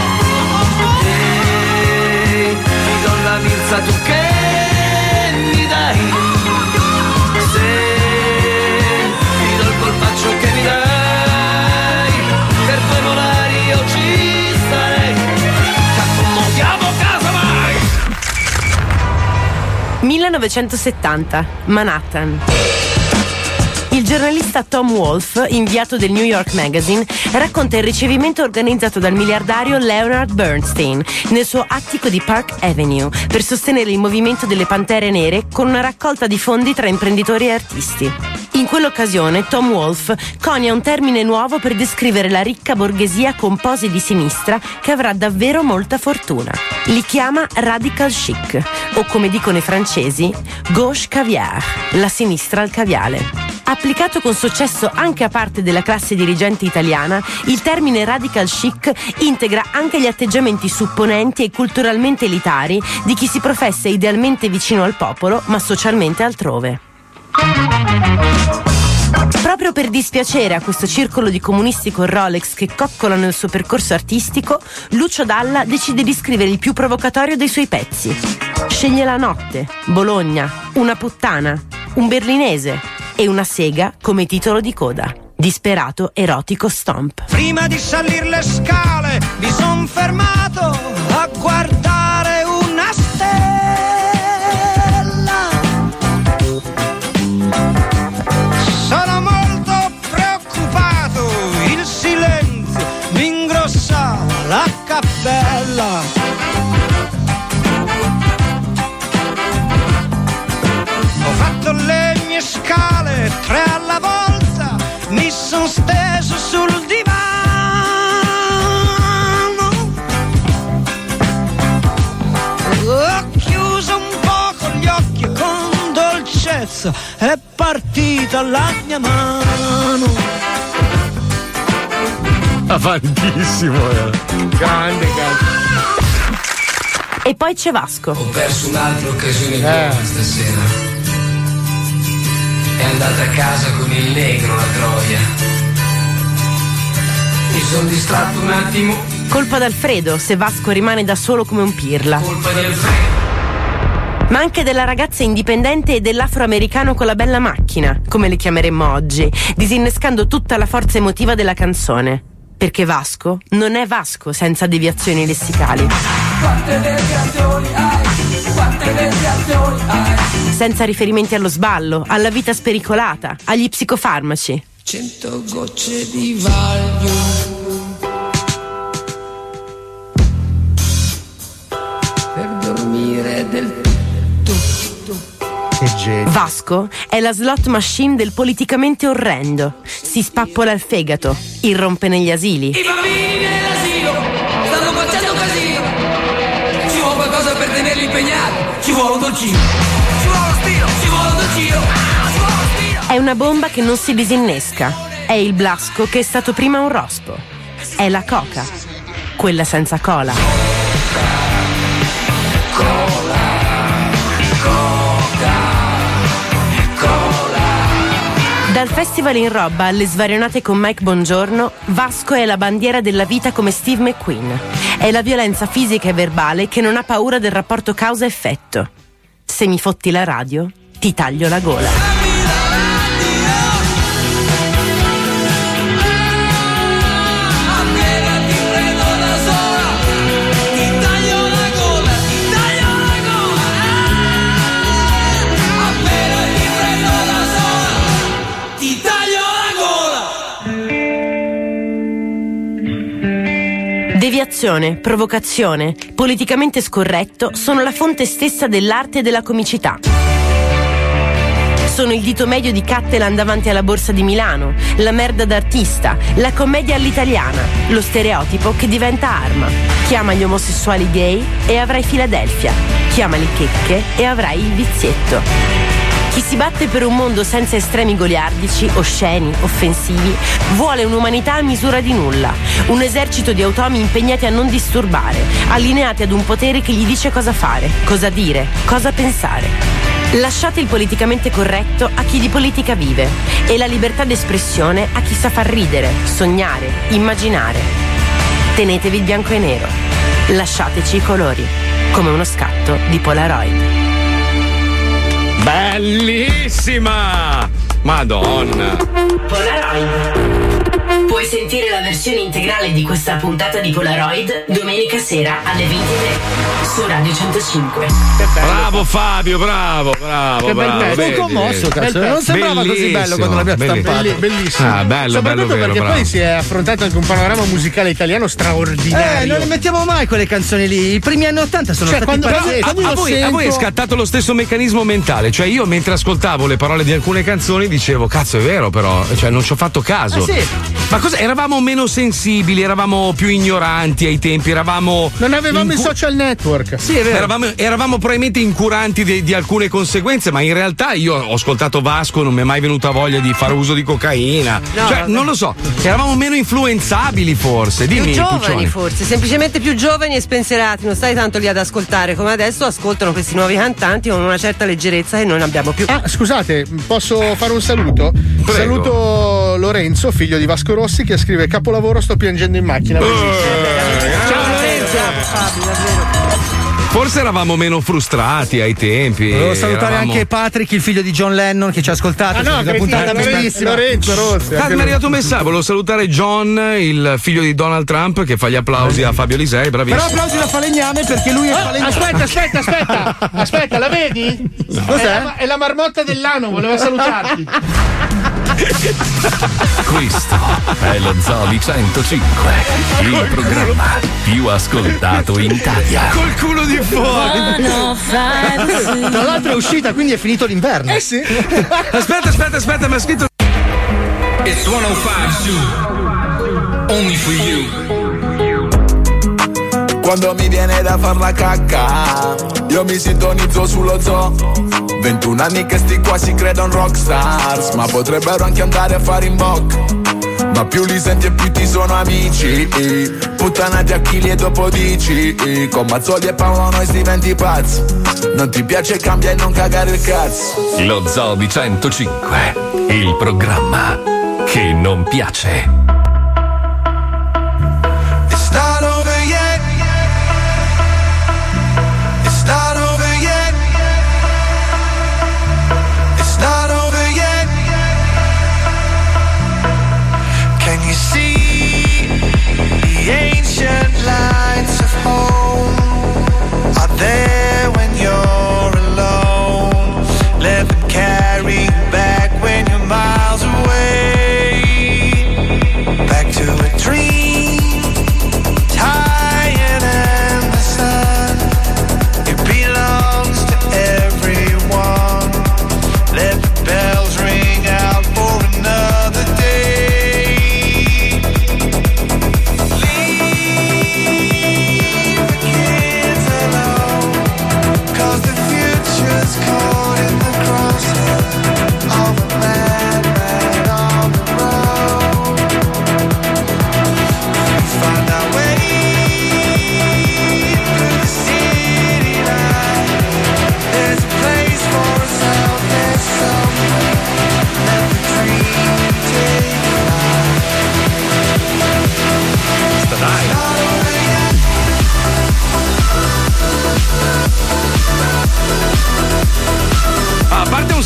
e ti do la milza tu che mi dai, se ti do il colpaccio che mi dai, per due molari io ci starei, ci accomodiamo casa mai. millenovecentosettanta, Manhattan. Il giornalista Tom Wolfe, inviato del New York Magazine, racconta il ricevimento organizzato dal miliardario Leonard Bernstein nel suo attico di Park Avenue per sostenere il movimento delle Pantere Nere con una raccolta di fondi tra imprenditori e artisti. In quell'occasione Tom Wolfe conia un termine nuovo per descrivere la ricca borghesia con posi di sinistra che avrà davvero molta fortuna. Li chiama radical chic, o come dicono i francesi, gauche caviar, la sinistra al caviale. Applicato con successo anche a parte della classe dirigente italiana, il termine radical chic integra anche gli atteggiamenti supponenti e culturalmente elitari di chi si professa idealmente vicino al popolo, ma socialmente altrove. Proprio per dispiacere a questo circolo di comunisti con Rolex che coccolano il suo percorso artistico, Lucio Dalla decide di scrivere il più provocatorio dei suoi pezzi. Sceglie la notte, Bologna, una puttana, un berlinese e una sega come titolo di coda. Disperato erotico stomp. Prima di salire le scale mi son fermato a guardare una stella. Sono molto preoccupato, il silenzio mi ingrossava la cappella. Ho fatto le mie scale, tre alla volta, mi son steso sul divano. Ho chiuso un poco gli occhi e con dolcezza è partita la mia mano. Avantissimo, eh. Grande, grande. E poi c'è Vasco. Ho perso un'altra occasione buona Eh. stasera. È andata a casa con il negro la troia. Mi sono distratto un attimo. Colpa d'Alfredo se Vasco rimane da solo come un pirla. Colpa di Alfredo. Ma anche della ragazza indipendente e dell'afroamericano con la bella macchina, come le chiameremmo oggi, disinnescando tutta la forza emotiva della canzone. Perché Vasco non è Vasco senza deviazioni lessicali. Quante deviazioni hai? Quante deviazioni hai? Senza riferimenti allo sballo, alla vita spericolata, agli psicofarmaci. Cento gocce di Valium per dormire del Vasco è la slot machine del politicamente orrendo. Si spappola il fegato, irrompe negli asili. I bambini nell'asilo stanno facendo casino. Ci vuole qualcosa per tenerli impegnati. Ci vuole un dolcino. Ci vuole lo stilo. Ci vuole un dolcino. Ah, ci vuole lo stilo. È una bomba che non si disinnesca. È il blasco che è stato prima un rospo. È la coca, quella senza cola. Dal festival in roba alle svarionate con Mike Bongiorno, Vasco è la bandiera della vita come Steve McQueen. È la violenza fisica e verbale che non ha paura del rapporto causa-effetto. Se mi fotti la radio, ti taglio la gola. Esagerazione, provocazione, politicamente scorretto sono la fonte stessa dell'arte e della comicità. Sono il dito medio di Cattelan davanti alla borsa di Milano, la merda d'artista, la commedia all'italiana, lo stereotipo che diventa arma. Chiama gli omosessuali gay e avrai Filadelfia. Chiamali checche e avrai il vizietto. Chi si batte per un mondo senza estremi goliardici, osceni, offensivi, vuole un'umanità a misura di nulla, un esercito di automi impegnati a non disturbare, allineati ad un potere che gli dice cosa fare, cosa dire, cosa pensare. Lasciate il politicamente corretto a chi di politica vive e la libertà d'espressione a chi sa far ridere, sognare, immaginare. Tenetevi il bianco e nero. Lasciateci i colori, come uno scatto di Polaroid. Bellissima! Madonna! Polaroid. Puoi sentire la versione integrale di questa puntata di Polaroid domenica sera alle ventitré su Radio centocinque. Bravo Fabio, bravo, bravo, Che bel bravo. pezzo. Sono commosso, cazzo. Non sembrava così bello quando l'abbiamo stampato. Belli- bellissimo. Ah, bello, Soprattutto bello, vero, perché bravo. poi si è affrontato anche un panorama musicale italiano straordinario. Eh, non le mettiamo mai quelle canzoni lì. I primi anni ottanta sono Cioè, stati quando- pazzeschi. A, a voi, a voi è scattato lo stesso meccanismo mentale, cioè io mentre ascoltavo le parole di alcune canzoni dicevo cazzo è vero però, cioè non ci ho fatto caso. Eh sì. Ma cosa? Eravamo meno sensibili, eravamo più ignoranti ai tempi, eravamo Non avevamo i incu- social network. Sì, è vero. Eravamo, eravamo probabilmente incuranti di, di alcune conseguenze, ma in realtà io ho ascoltato Vasco, non mi è mai venuta voglia di fare uso di cocaina. No, cioè, vabbè. non lo so, eravamo meno influenzabili forse. Dimmi, Più giovani Puccioni. forse, semplicemente più giovani e spensierati, non stai tanto lì ad ascoltare come adesso ascoltano questi nuovi cantanti con una certa leggerezza che noi non abbiamo più. Ah, scusate, posso fare un saluto? Prego. Saluto Lorenzo, figlio di Vasco Rossi, che scrive capolavoro, sto piangendo in macchina. Ciao Lorenzo! Fabio, davvero. Forse eravamo meno frustrati ai tempi. Volevo salutare eravamo- anche Patrick, il figlio di John Lennon, che ci ha ascoltato. Ah no, Una puntata cretino, bellissima. Lorenzo Rossi. Ah, mi è arrivato un messaggio, volevo salutare John, il figlio di Donald Trump, che fa gli applausi a Fabio Lisei, Però bravissimo. applausi da falegname perché lui è Ah, falegname. aspetta, aspetta, aspetta, aspetta, la vedi? Cos'è? È la, è la marmotta dell'ano, voleva salutarti. Questo è lo Zobi centocinque, il programma più ascoltato in Italia. Col culo di fuori. Tra l'altro è uscita, quindi è finito l'inverno. Eh sì. Aspetta, aspetta, aspetta, mi ha scritto. It's centocinque Zoo. Only for you. Quando mi viene da far la cacca, io mi sintonizzo sullo zoo. ventuno anni che sti qua si credono rockstars, ma potrebbero anche andare a fare in bocca. Ma più li senti e più ti sono amici, puttanati a chili e dopo dici, con Mazzoli e Paolo noi si diventi pazzi. Non ti piace cambia e non cagare il cazzo. Lo Zobi centocinque, il programma che non piace. It's not over yet. It's not over yet. It's not over yet. Can you see the ancient lights of home? Are there when you're alone? Let them carry you back when you're miles away.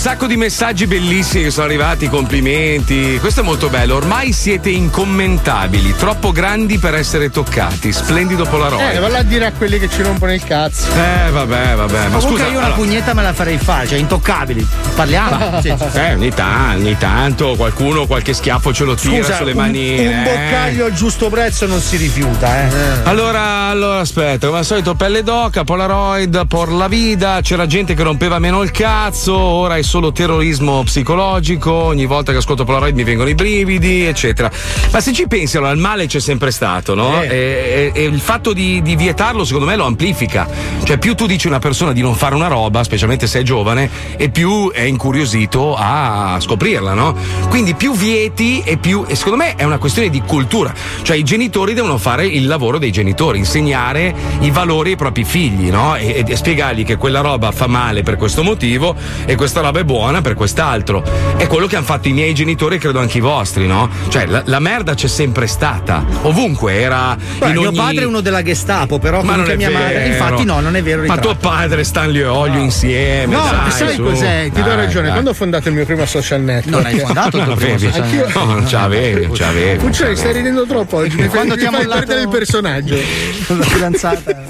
sacco di messaggi bellissimi che sono arrivati, complimenti. Questo è molto bello. Ormai siete incommentabili, troppo grandi per essere toccati. Splendido Polaroid. Eh, valla a dire a quelli che ci rompono il cazzo. Eh, vabbè, vabbè. Ma Comunque scusa, io una allora... pugnetta me la farei fare, cioè intoccabili. Parliamo. Sì, sì, sì. Eh, ogni tanto, ogni tanto qualcuno qualche schiaffo ce lo tira Scusa, sulle un, manine. un boccaglio al giusto prezzo non si rifiuta, eh. Allora, allora aspetta, come al solito pelle d'oca, Polaroid, por la vida, c'era gente che rompeva meno il cazzo, ora è solo terrorismo psicologico, ogni volta che ascolto Polaroid mi vengono i brividi, eccetera. Ma se ci pensi, allora, il male c'è sempre stato, no? Eh. E, e, e il fatto di, di vietarlo, secondo me, lo amplifica. Cioè, più tu dici a una persona di non fare una roba, specialmente se è giovane, e più è incuriosito a scoprirla, no? Quindi più vieti e più. E secondo me è una questione di cultura. Cioè, i genitori devono fare il lavoro dei genitori, insegnare i valori ai propri figli, no? E, e spiegargli che quella roba fa male per questo motivo e questa roba è buona per quest'altro. È quello che hanno fatto i miei genitori e credo anche i vostri, no? Cioè, la, la merda c'è sempre stata. Ovunque era. Beh, in mio ogni... padre è uno della Gestapo, però Ma non comunque è mia madre. vero. Infatti, no, non è vero. Ma tuo ritratto. padre, Stanlio e Olio insieme. No, dai, sai su. cos'è? Ti do Dai, ragione. dai. Quando ho fondato il mio primo social network. Non hai fondato il tuo primo Avevi? social Anch'io- No, non ce l'avevi, non ce l'avevi. Puccioni, stai ridendo troppo oggi. Mi fai, Quando mi ti ha fai mollato- perdere il personaggio. Con la fidanzata.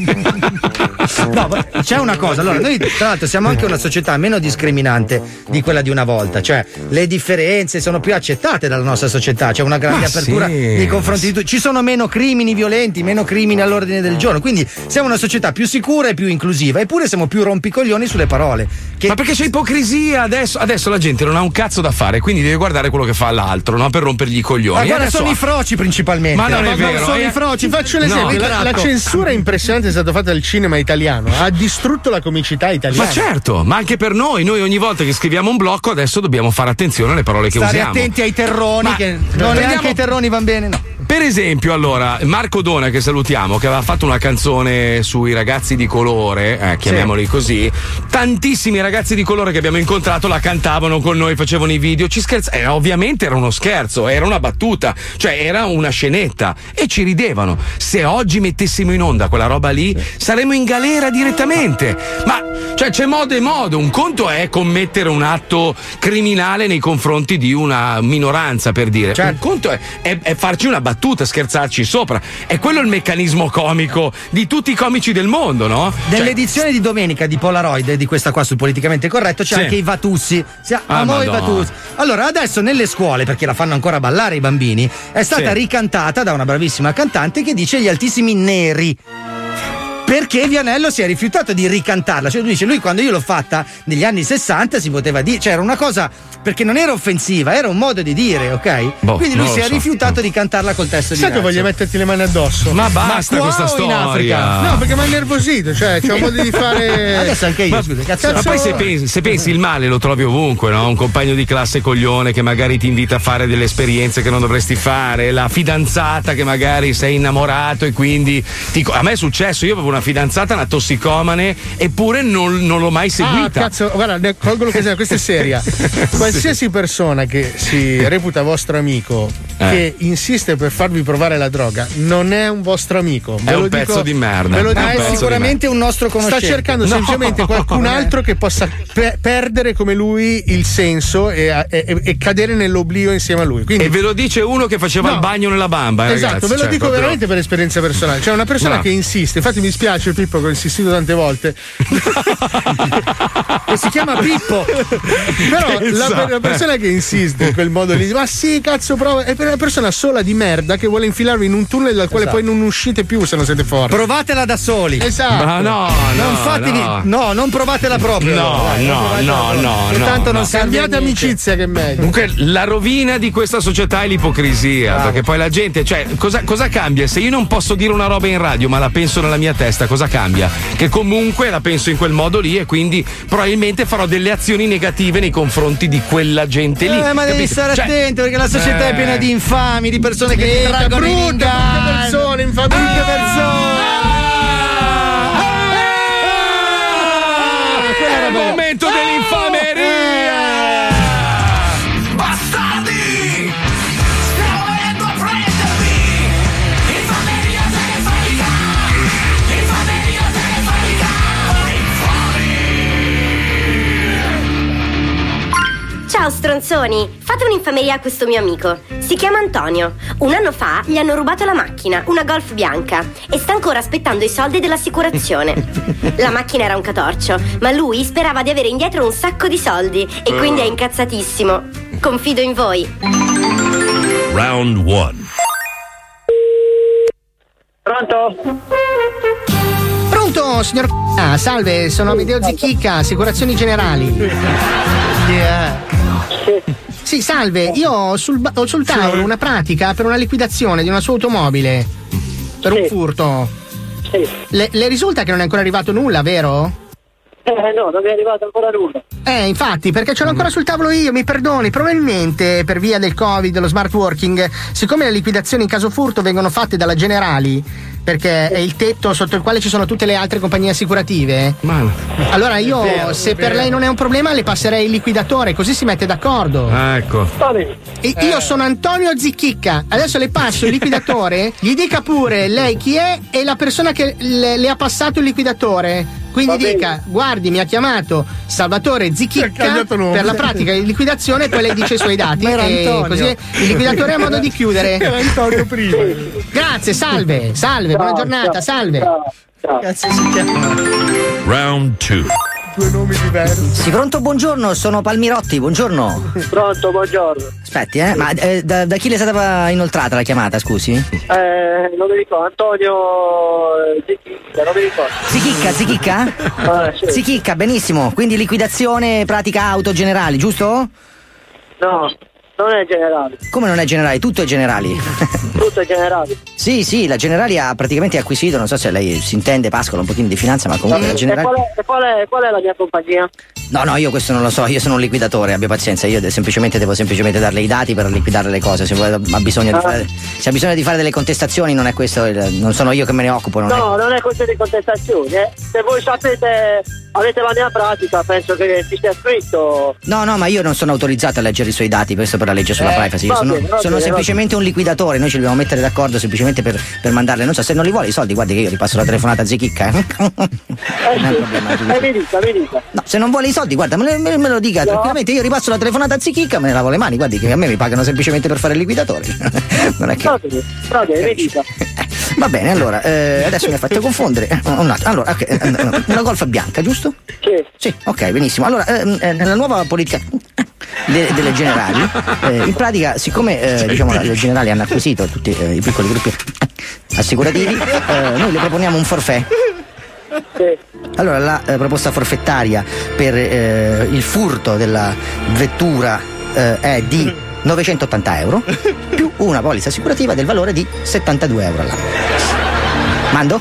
No, ma c'è una cosa, allora noi tra l'altro siamo anche una società meno discriminante di quella di una volta, cioè le differenze sono più accettate dalla nostra società, c'è una grande Ma apertura sì, nei confronti di tutti, ci sono meno crimini violenti, meno crimini all'ordine del giorno, quindi siamo una società più sicura e più inclusiva, eppure siamo più rompicoglioni sulle parole. Che... Ma perché c'è ipocrisia adesso? Adesso la gente non ha un cazzo da fare, quindi deve guardare quello che fa l'altro, no? Per rompergli i coglioni. Ma guarda, Adesso- sono i froci principalmente. Ma non è Ma vero, sono eh. i froci. Ti faccio l'esempio: No, la, la ritratto. censura impressionante è stata fatta dal cinema italiano, ha distrutto la comicità italiana. Ma certo, ma anche per noi, noi ogni volta che scriviamo un blocco adesso dobbiamo fare attenzione alle parole che Stare usiamo. attenti ai terroni, Ma- che non prendiamo- neanche i terroni vanno bene, no. Per esempio, allora, Marco Dona, che salutiamo, che aveva fatto una canzone sui ragazzi di colore, eh, chiamiamoli così, tantissimi ragazzi di colore che abbiamo incontrato la cantavano con noi, facevano i video, ci scherzavano, eh, ovviamente era uno scherzo, era una battuta, cioè era una scenetta e ci ridevano. Se oggi mettessimo in onda quella roba lì, saremmo in galera direttamente. Ma cioè c'è modo e modo, un conto è commettere un atto criminale nei confronti di una minoranza, per dire. Un conto è, è- è farci una battuta, scherzarci sopra. È quello il meccanismo comico di tutti i comici del mondo, no? Nell'edizione di domenica di Polaroid, di questa qua sul politicamente corretto, c'è Sì. anche i Vatussi. Si- Ah, amo i Madonna. Vatussi. Allora, adesso nelle scuole, perché la fanno ancora ballare i bambini, è stata Sì. ricantata da una bravissima cantante che dice gli altissimi neri. Perché Vianello si è rifiutato di ricantarla. Cioè lui dice, lui quando io l'ho fatta negli anni sessanta si poteva dire, cioè era una cosa, perché non era offensiva, era un modo di dire, ok? Boh, Quindi lui non si lo è so. rifiutato di cantarla col testo Sai che diverso. voglio metterti le mani addosso? Ma basta qua questa o in storia. Africa? No, perché mi ha nervosito, cioè c'è un modo di fare. Adesso anche io, Ma, scusa, cazzo. ma poi se pensi, se pensi il male lo trovi ovunque, no? Un compagno di classe coglione che magari ti invita a fare delle esperienze che non dovresti fare, la fidanzata che magari sei innamorato e quindi ti- a me è successo, io avevo una fidanzata, una tossicomane, eppure non, non l'ho mai Ah, seguita. cazzo, guarda, ne colgo l'occasione, questa è seria. Qualsiasi persona che si reputa vostro amico, Eh. che insiste per farvi provare la droga, non è un vostro amico. Ve È lo un dico- pezzo di merda. ve lo È un dico- Ma è pezzo di sicuramente un nostro Sta conoscente. cercando No. semplicemente qualcun altro che possa pe- perdere come lui il senso e, e- e cadere nell'oblio insieme a lui. Quindi, E ve lo dice uno che faceva No. il bagno nella bamba, eh, esatto, ragazzi. ve lo cioè, dico proprio- veramente per esperienza personale. C'è una persona No. che insiste, infatti mi spiace Pippo che ho insistito tante volte. E si chiama Pippo. Però la, Esatto. la persona che insiste in quel modo lì, ma sì, cazzo, prova. È per una persona sola di merda che vuole infilarvi in un tunnel dal quale Esatto. poi non uscite più se non siete forti. Provatela da soli. Esatto. Ma no, no, non fatevi, no. no, non provatela proprio. No, Dai, non no, provatela no, proprio. no, Che no, tanto non no. serve Cambiate a niente. amicizia che è meglio. Comunque la rovina di questa società è l'ipocrisia, perché poi la gente, cioè, cosa, cosa cambia? Se io non posso dire una roba in radio, ma la penso nella mia testa, cosa cambia? Che comunque la penso in quel modo lì e quindi probabilmente farò delle azioni negative nei confronti di quella gente lì. Eh, ma devi capito? stare Cioè, attento perché la società è eh. piena di infami, di persone che ti Mica traggono in brutte, brutte inganno. persone, in famiglia. Brutte persone. È il momento dell'infameria! Bastardi! Stiamo venendo a prendervi! Infameria telefonica! Infameria telefonica! Infami! Ciao stronzoni, fate un'infameria a questo mio amico. Si chiama Antonio. Un anno fa gli hanno rubato la macchina, una Golf bianca, e sta ancora aspettando i soldi dell'assicurazione. La macchina era un catorcio, ma lui sperava di avere indietro un sacco di soldi e quindi è incazzatissimo. Confido in voi. Round one. Pronto? Pronto, signor ah, salve, sono Amedeo Zicchicca, Assicurazioni Generali. Yeah. Sì, salve, io ho sul, ho sul tavolo una pratica per una liquidazione di una sua automobile. Per un furto. Sì. Le, le risulta che non è ancora arrivato nulla, vero? Eh no, non mi è arrivato ancora nulla. Eh, infatti, perché ce l'ho ancora sul tavolo io, mi perdoni, probabilmente per via del Covid, dello smart working, siccome le liquidazioni in caso furto vengono fatte dalla Generali, perché è il tetto sotto il quale ci sono tutte le altre compagnie assicurative. Ma allora io, vero, se per lei non è un problema, le passerei il liquidatore, così si mette d'accordo. Ah, ecco. E io sono Antonio Zicchicca. Adesso le passo il liquidatore, gli dica pure lei chi è e la persona che le, le ha passato il liquidatore. Quindi dica, guardi, mi ha chiamato Salvatore Zicchicca per la pratica di liquidazione, e poi lei dice i suoi dati. E così il liquidatore ha modo di chiudere. Era Antonio prima. Grazie, salve, salve, buona giornata, salve. Cazzo si chiama? Round two. Due nomi diversi. Sì, pronto, buongiorno, sono Palmirotti, buongiorno. Pronto, buongiorno. Aspetti, eh, ma eh, da, da chi le è stata inoltrata la chiamata, scusi? Eh, non mi ricordo, Antonio Zicchicca, non mi ricordo. Zicchicca, Zicchicca? Ah, sì. Zicchicca, benissimo, quindi liquidazione pratica auto generali, giusto? No, non è generale. Come non è generali? Tutto è generali. Tutto è generale. Sì, sì, la Generali ha praticamente acquisito, non so se lei si intende, pascola un pochino di finanza, ma comunque la Generali... E qual è, e qual è, qual è la mia compagnia? No, no, io questo non lo so, io sono un liquidatore, abbia pazienza, io de- semplicemente devo semplicemente darle i dati per liquidare le cose, se vuoi, ha bisogno di Ah. fare, se ha bisogno di fare delle contestazioni non è questo, il- non sono io che me ne occupo, non No, è... non è questione di contestazioni, eh. Se voi sapete, avete la mia pratica, penso che ci sia scritto. No, no, ma io non sono autorizzato a leggere i suoi dati, questo per la legge sulla Eh, privacy, io va sono, bene, va sono bene, semplicemente un liquidatore, noi ci dobbiamo mettere d'accordo semplicemente per, per mandarle, non so, se non li vuole i soldi, guardi che io ripasso la telefonata a Zicchicca, eh. Eh sì, eh, mi dica, mi dica. No, se non vuole i soldi, guarda, me, me- me lo dica tranquillamente, io ripasso la telefonata a Zicchicca, me ne lavo le mani, guardi che a me mi pagano semplicemente per fare il liquidatore. Non è che... Va bene, va bene, mi dica. Va bene, allora, eh, adesso mi ha fatto confondere. Un attimo, allora, ok, eh, una Golf bianca, giusto? Sì. Sì, ok, benissimo. Allora, ehm, eh, nella nuova politica de- delle Generali, eh, in pratica, siccome eh, diciamo le Generali hanno acquisito tutti eh, i piccoli gruppi assicurativi, eh, noi le proponiamo un forfait. Allora, la eh, proposta forfettaria per eh, il furto della vettura eh, è di novecentottanta euro più una polizza assicurativa del valore di settantadue euro all'anno. Mando?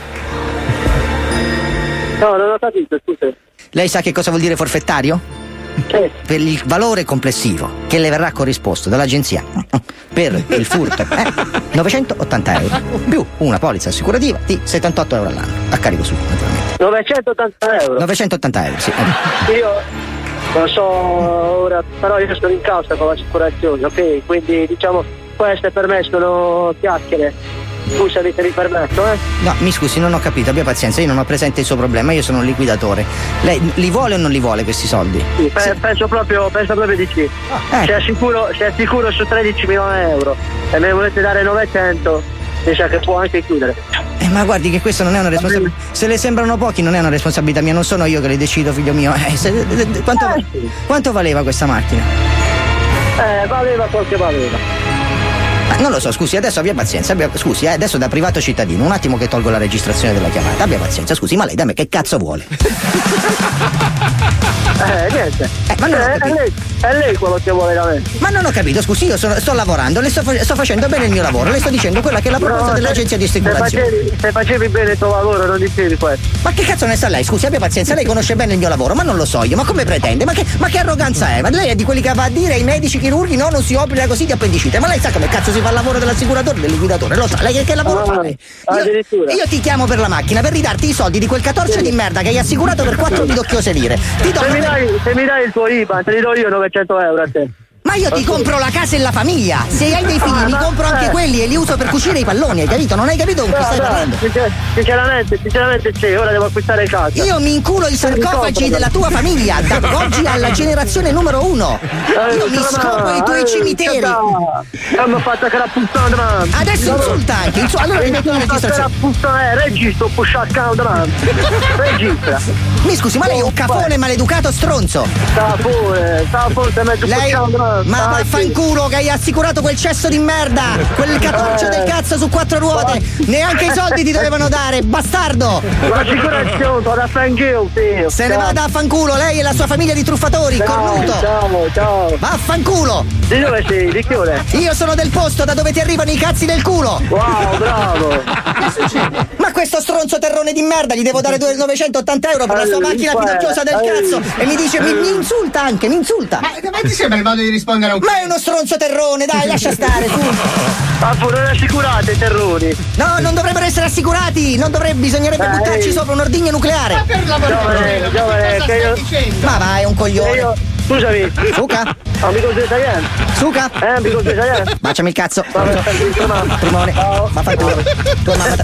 No, non ho capito, scusa. Lei sa che cosa vuol dire forfettario? Sì. Per il valore complessivo che le verrà corrisposto dall'agenzia per il furto è novecentottanta euro più una polizza assicurativa di settantotto euro all'anno, a carico suo naturalmente. novecentottanta euro. novecentottanta euro, sì. Io non so ora, però io sono in causa con l'assicurazione, ok? Quindi diciamo queste per me sono chiacchiere. Scusami se mi permetto, eh? No, mi scusi, non ho capito, abbia pazienza, io non ho presente il suo problema, io sono un liquidatore. Lei li vuole o non li vuole questi soldi? Sì, pe- penso proprio penso proprio di sì. Ah, Se è sicuro, se è sicuro su tredici milioni di euro e me ne volete dare novecento, mi sa che può anche chiudere. Eh, ma guardi che questo non è una responsabilità. Se le sembrano pochi non è una responsabilità mia, non sono io che le decido, figlio mio. Eh, se- eh, quanto, Eh, sì. quanto valeva questa macchina? Eh, valeva quel che valeva. Ah, non lo so, scusi, adesso abbia pazienza, abbia, scusi, eh, adesso da privato cittadino, un attimo che tolgo la registrazione della chiamata, abbia pazienza, scusi, ma lei da me che cazzo vuole? Eh, niente. Eh, ma non ho Eh, è, capito. lei, è lei quello che vuole da me. Ma non ho capito, scusi, io sono- sto lavorando, le sto, fa- sto facendo bene il mio lavoro, le sto dicendo quella che è la proposta No, dell'agenzia di se assicurazione. facevi, se facevi bene il tuo lavoro non dicevi questo. Ma che cazzo ne sa lei? Scusi, abbia pazienza, lei conosce bene il mio lavoro, ma non lo so io, ma come pretende? Ma che, ma che arroganza è? Ma lei è di quelli che va a dire ai medici chirurghi no, non si opera così di appendicite, ma lei sa come cazzo si fa il lavoro dell'assicuratore, del liquidatore? Lo sa, lei che, che lavoro fa lei? Io, io ti chiamo per la macchina per ridarti i soldi di quel catorcio di merda che hai assicurato per quattro ridocchiose lire. Ti do Se mi, dai, se mi dai il tuo I B A N, te li do io novecento euro a te. Ma Ma io ti compro la casa e la famiglia. Se hai dei figli, mi compro anche quelli e li uso per cucire i palloni, hai capito? Non hai capito con chi stai parlando? Sinceramente, sinceramente sì, ora devo acquistare casa. Io mi inculo i sarcofagi della tua famiglia, da oggi alla generazione numero uno. Io mi scopo i tuoi cimiteri. Abbiamo fatto che la puttana davanti. Adesso insulta anche, insu- allora mi metto la registrazione. Eh, registro, push account davanti. Registra. Mi scusi, ma lei è un cafone maleducato stronzo. Sta pure, sta pure, mezzo lei, ma vaffanculo che hai assicurato quel cesso di merda, quel catorcio Eh. del cazzo su quattro ruote. Neanche i soldi ti dovevano dare, bastardo. L'assicurazione, vado a fanculo, sì. Se ne Ciao. vada a fanculo, lei e la sua famiglia di truffatori, Ciao, cornuto. ciao, ciao. Vaffanculo. Di dove sei? Di che ore? Io sono del posto da dove ti arrivano i cazzi del culo. Wow, bravo. Che succede? Ma questo stronzo terrone di merda gli devo dare novecentottanta euro per la sua Allora, macchina guarda, fidacciosa del allora, cazzo e mi dice, mi, mi insulta anche, mi insulta. Ma, ma ti sembra il modo di rispondere a un Ma è uno stronzo terrone, dai, lascia stare, su. Ma pure non assicurate, terroni. No, non dovrebbero essere assicurati, non dovrebbe, bisognerebbe Dai. buttarci sopra un ordigno nucleare. Ma per l'amor di Giovane, Dio, giovane, cosa che io- stai dicendo? Ma vai, è un coglione. Io, scusami. Suca, Amico di Sagan. suca. Eh, amico di Sagan. Baciami il cazzo. Vabbè, amico, mamma. Primone, ma fai culo. Tua mamma.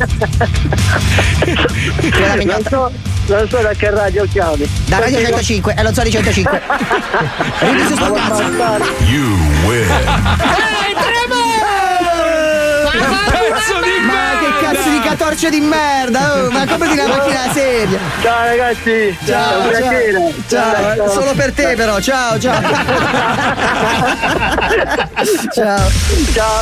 Tua Non mignotta. so, non so da che radio chiami. Da Radio centocinque, è lo Zoli centocinque. Ridi su sto cazzo. You win. Pezzo di Ma che cazzo di catorcio di merda, oh, ma comprati una macchina seria. Ciao ragazzi. Ciao, Buona ciao, sera. ciao, solo per te però, ciao, ciao. Ciao. Ciao.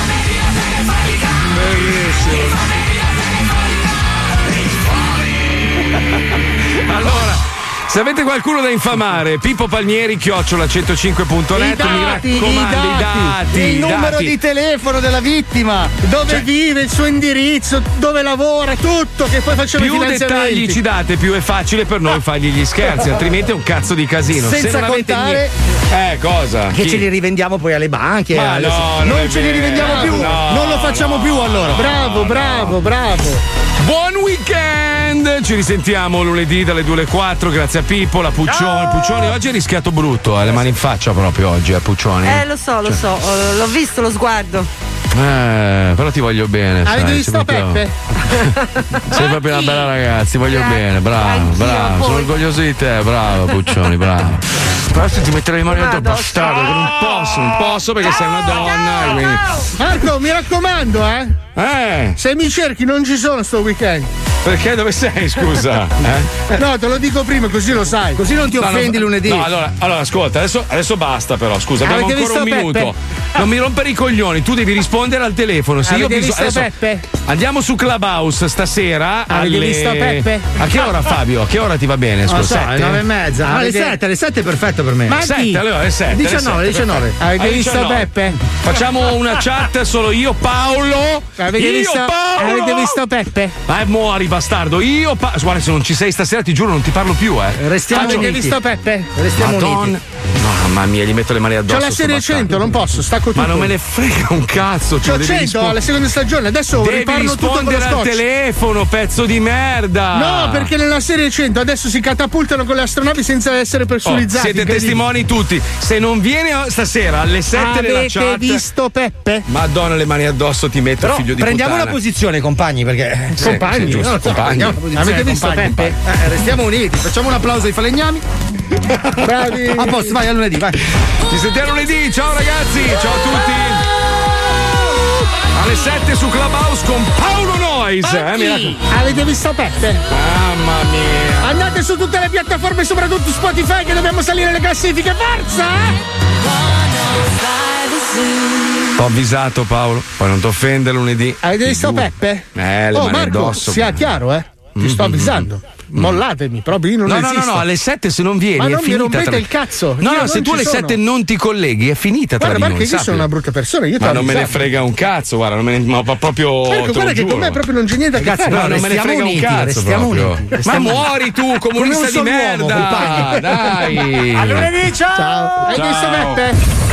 Allora, se avete qualcuno da infamare, Pippo Palmieri, chiocciola centocinque punto I net, mi dati, i raccomando, dati, i dati. il i numero dati. di telefono della vittima, dove Cioè- vive, il suo indirizzo, dove lavora, tutto, che poi facciamo i Più finanziamenti. dettagli ci date, più è facile per noi fargli gli scherzi, altrimenti è un cazzo di casino. Se Senza non avete contare niente- Eh, cosa? che Chi? ce li rivendiamo poi alle banche. Ma alle- no, non non è ce li vero. rivendiamo più, No, non lo facciamo no, più allora. no, bravo, no. bravo, bravo. Buon weekend! Ci risentiamo lunedì dalle due alle quattro, grazie a Pippo, la Puccioni. Puccioni oggi è rischiato brutto, ha le mani in faccia proprio oggi, eh, Puccioni. Eh, lo so, lo so, eh, l'ho visto lo sguardo. Eh, però ti voglio bene. Avete sai, visto sei proprio- Peppe? Sei proprio una bella ragazza, ti voglio Eh, bene, bravo, anch'io, bravo, poi. sono orgoglioso di te, bravo Puccioni, bravo. Però se ti metterei le mani addosso, Vado. bastardo, che non posso, non posso perché sei una donna. e quindi- Marco, mi raccomando, eh. Eh, Se mi cerchi non ci sono sto weekend. perché dove sei, scusa? Eh? No, te lo dico prima così lo sai. Così non ti No, offendi no, lunedì. No, allora, allora ascolta, adesso, adesso basta però, scusa, abbiamo Avete ancora un visto minuto. Peppe? Non mi rompere i coglioni, tu devi rispondere al telefono. Se io Avete ho bisogno- visto adesso Peppe? andiamo su Clubhouse stasera. Avete alle... visto Peppe? A che ora, Fabio? A che ora ti va bene? Non lo Scusa, so, sette? alle nove e mezza. Ah, alle avete- sette, alle sette è perfetto per me. Ma sette, allora alle sette. alle diciannove, sette, diciannove. perfetto. Avete Alle visto diciannove. Peppe? Facciamo una chat solo io, Paolo. Avete io, visto, Paolo. avete visto Peppe? Ma muori, bastardo. Io, pa- guarda, se non ci sei stasera, ti giuro, non ti parlo più, eh. Restiamo Faccio- Avete visto Peppe? Restiamo Madonna. uniti. Mamma mia, gli metto le mani addosso. C'ho la sto serie bastardo. cento, non posso, stacco tutto. Ma non me ne frega un cazzo. C'ho devi cento rispondere. alla seconda stagione, adesso Devi riparlo tutto con lo rispondere al scotch. telefono, pezzo di merda. No, perché nella serie cento adesso si catapultano con le astronavi senza essere Oh, personalizzati. siete incredibile. testimoni tutti. Se non vieni stasera alle sette nella Avete chat. visto Peppe? Madonna, le mani addosso ti metto, Però figlio di prendiamo puttana. una posizione, compagni, perché Sì, compagni, sì, giusto, non lo so, compagni. prendiamo una posizione, Avete visto compagni. Peppe? Eh, restiamo uniti, facciamo un applauso ai falegnami. Bravi. A posto, vai a lunedì, vai. Ci sentiamo lunedì, ciao ragazzi, ciao a tutti. Alle sette su Clubhouse con Paolo Noyes. Eh, mi raccomando. Avete visto Peppe? Mamma mia. Andate su tutte le piattaforme, soprattutto Spotify, che dobbiamo salire le classifiche. Forza! T'ho avvisato Paolo, poi non ti offendere lunedì. Avete Ti visto giuro. Peppe? Eh, le Oh mani Marco, addosso. sia chiaro, eh. Ti Mm, sto mm, avvisando. Mollatemi, proprio io non No, no, esisto. no, no, alle sette se non vieni Ma è non mi finita. rompete tra- il cazzo. No, Io no, se non tu ci alle sono. sette non ti colleghi è finita tra Guarda, di perché noi. io sappi. sono una brutta persona, io ti Ma ho non me ne avvisato. frega un cazzo, guarda, non me ne, ma proprio. Ecco, te lo guarda che giuro. con me proprio non c'è niente a che Ragazzi, fare. no, non me ne restiamo frega un uniti, cazzo restiamo proprio. uniti, Ma restiamo muori tu, Come un comunista di solo uomo, merda. compagni. Dai. A lunedì, ciao! Ciao. Hai Ciao. visto Peppe?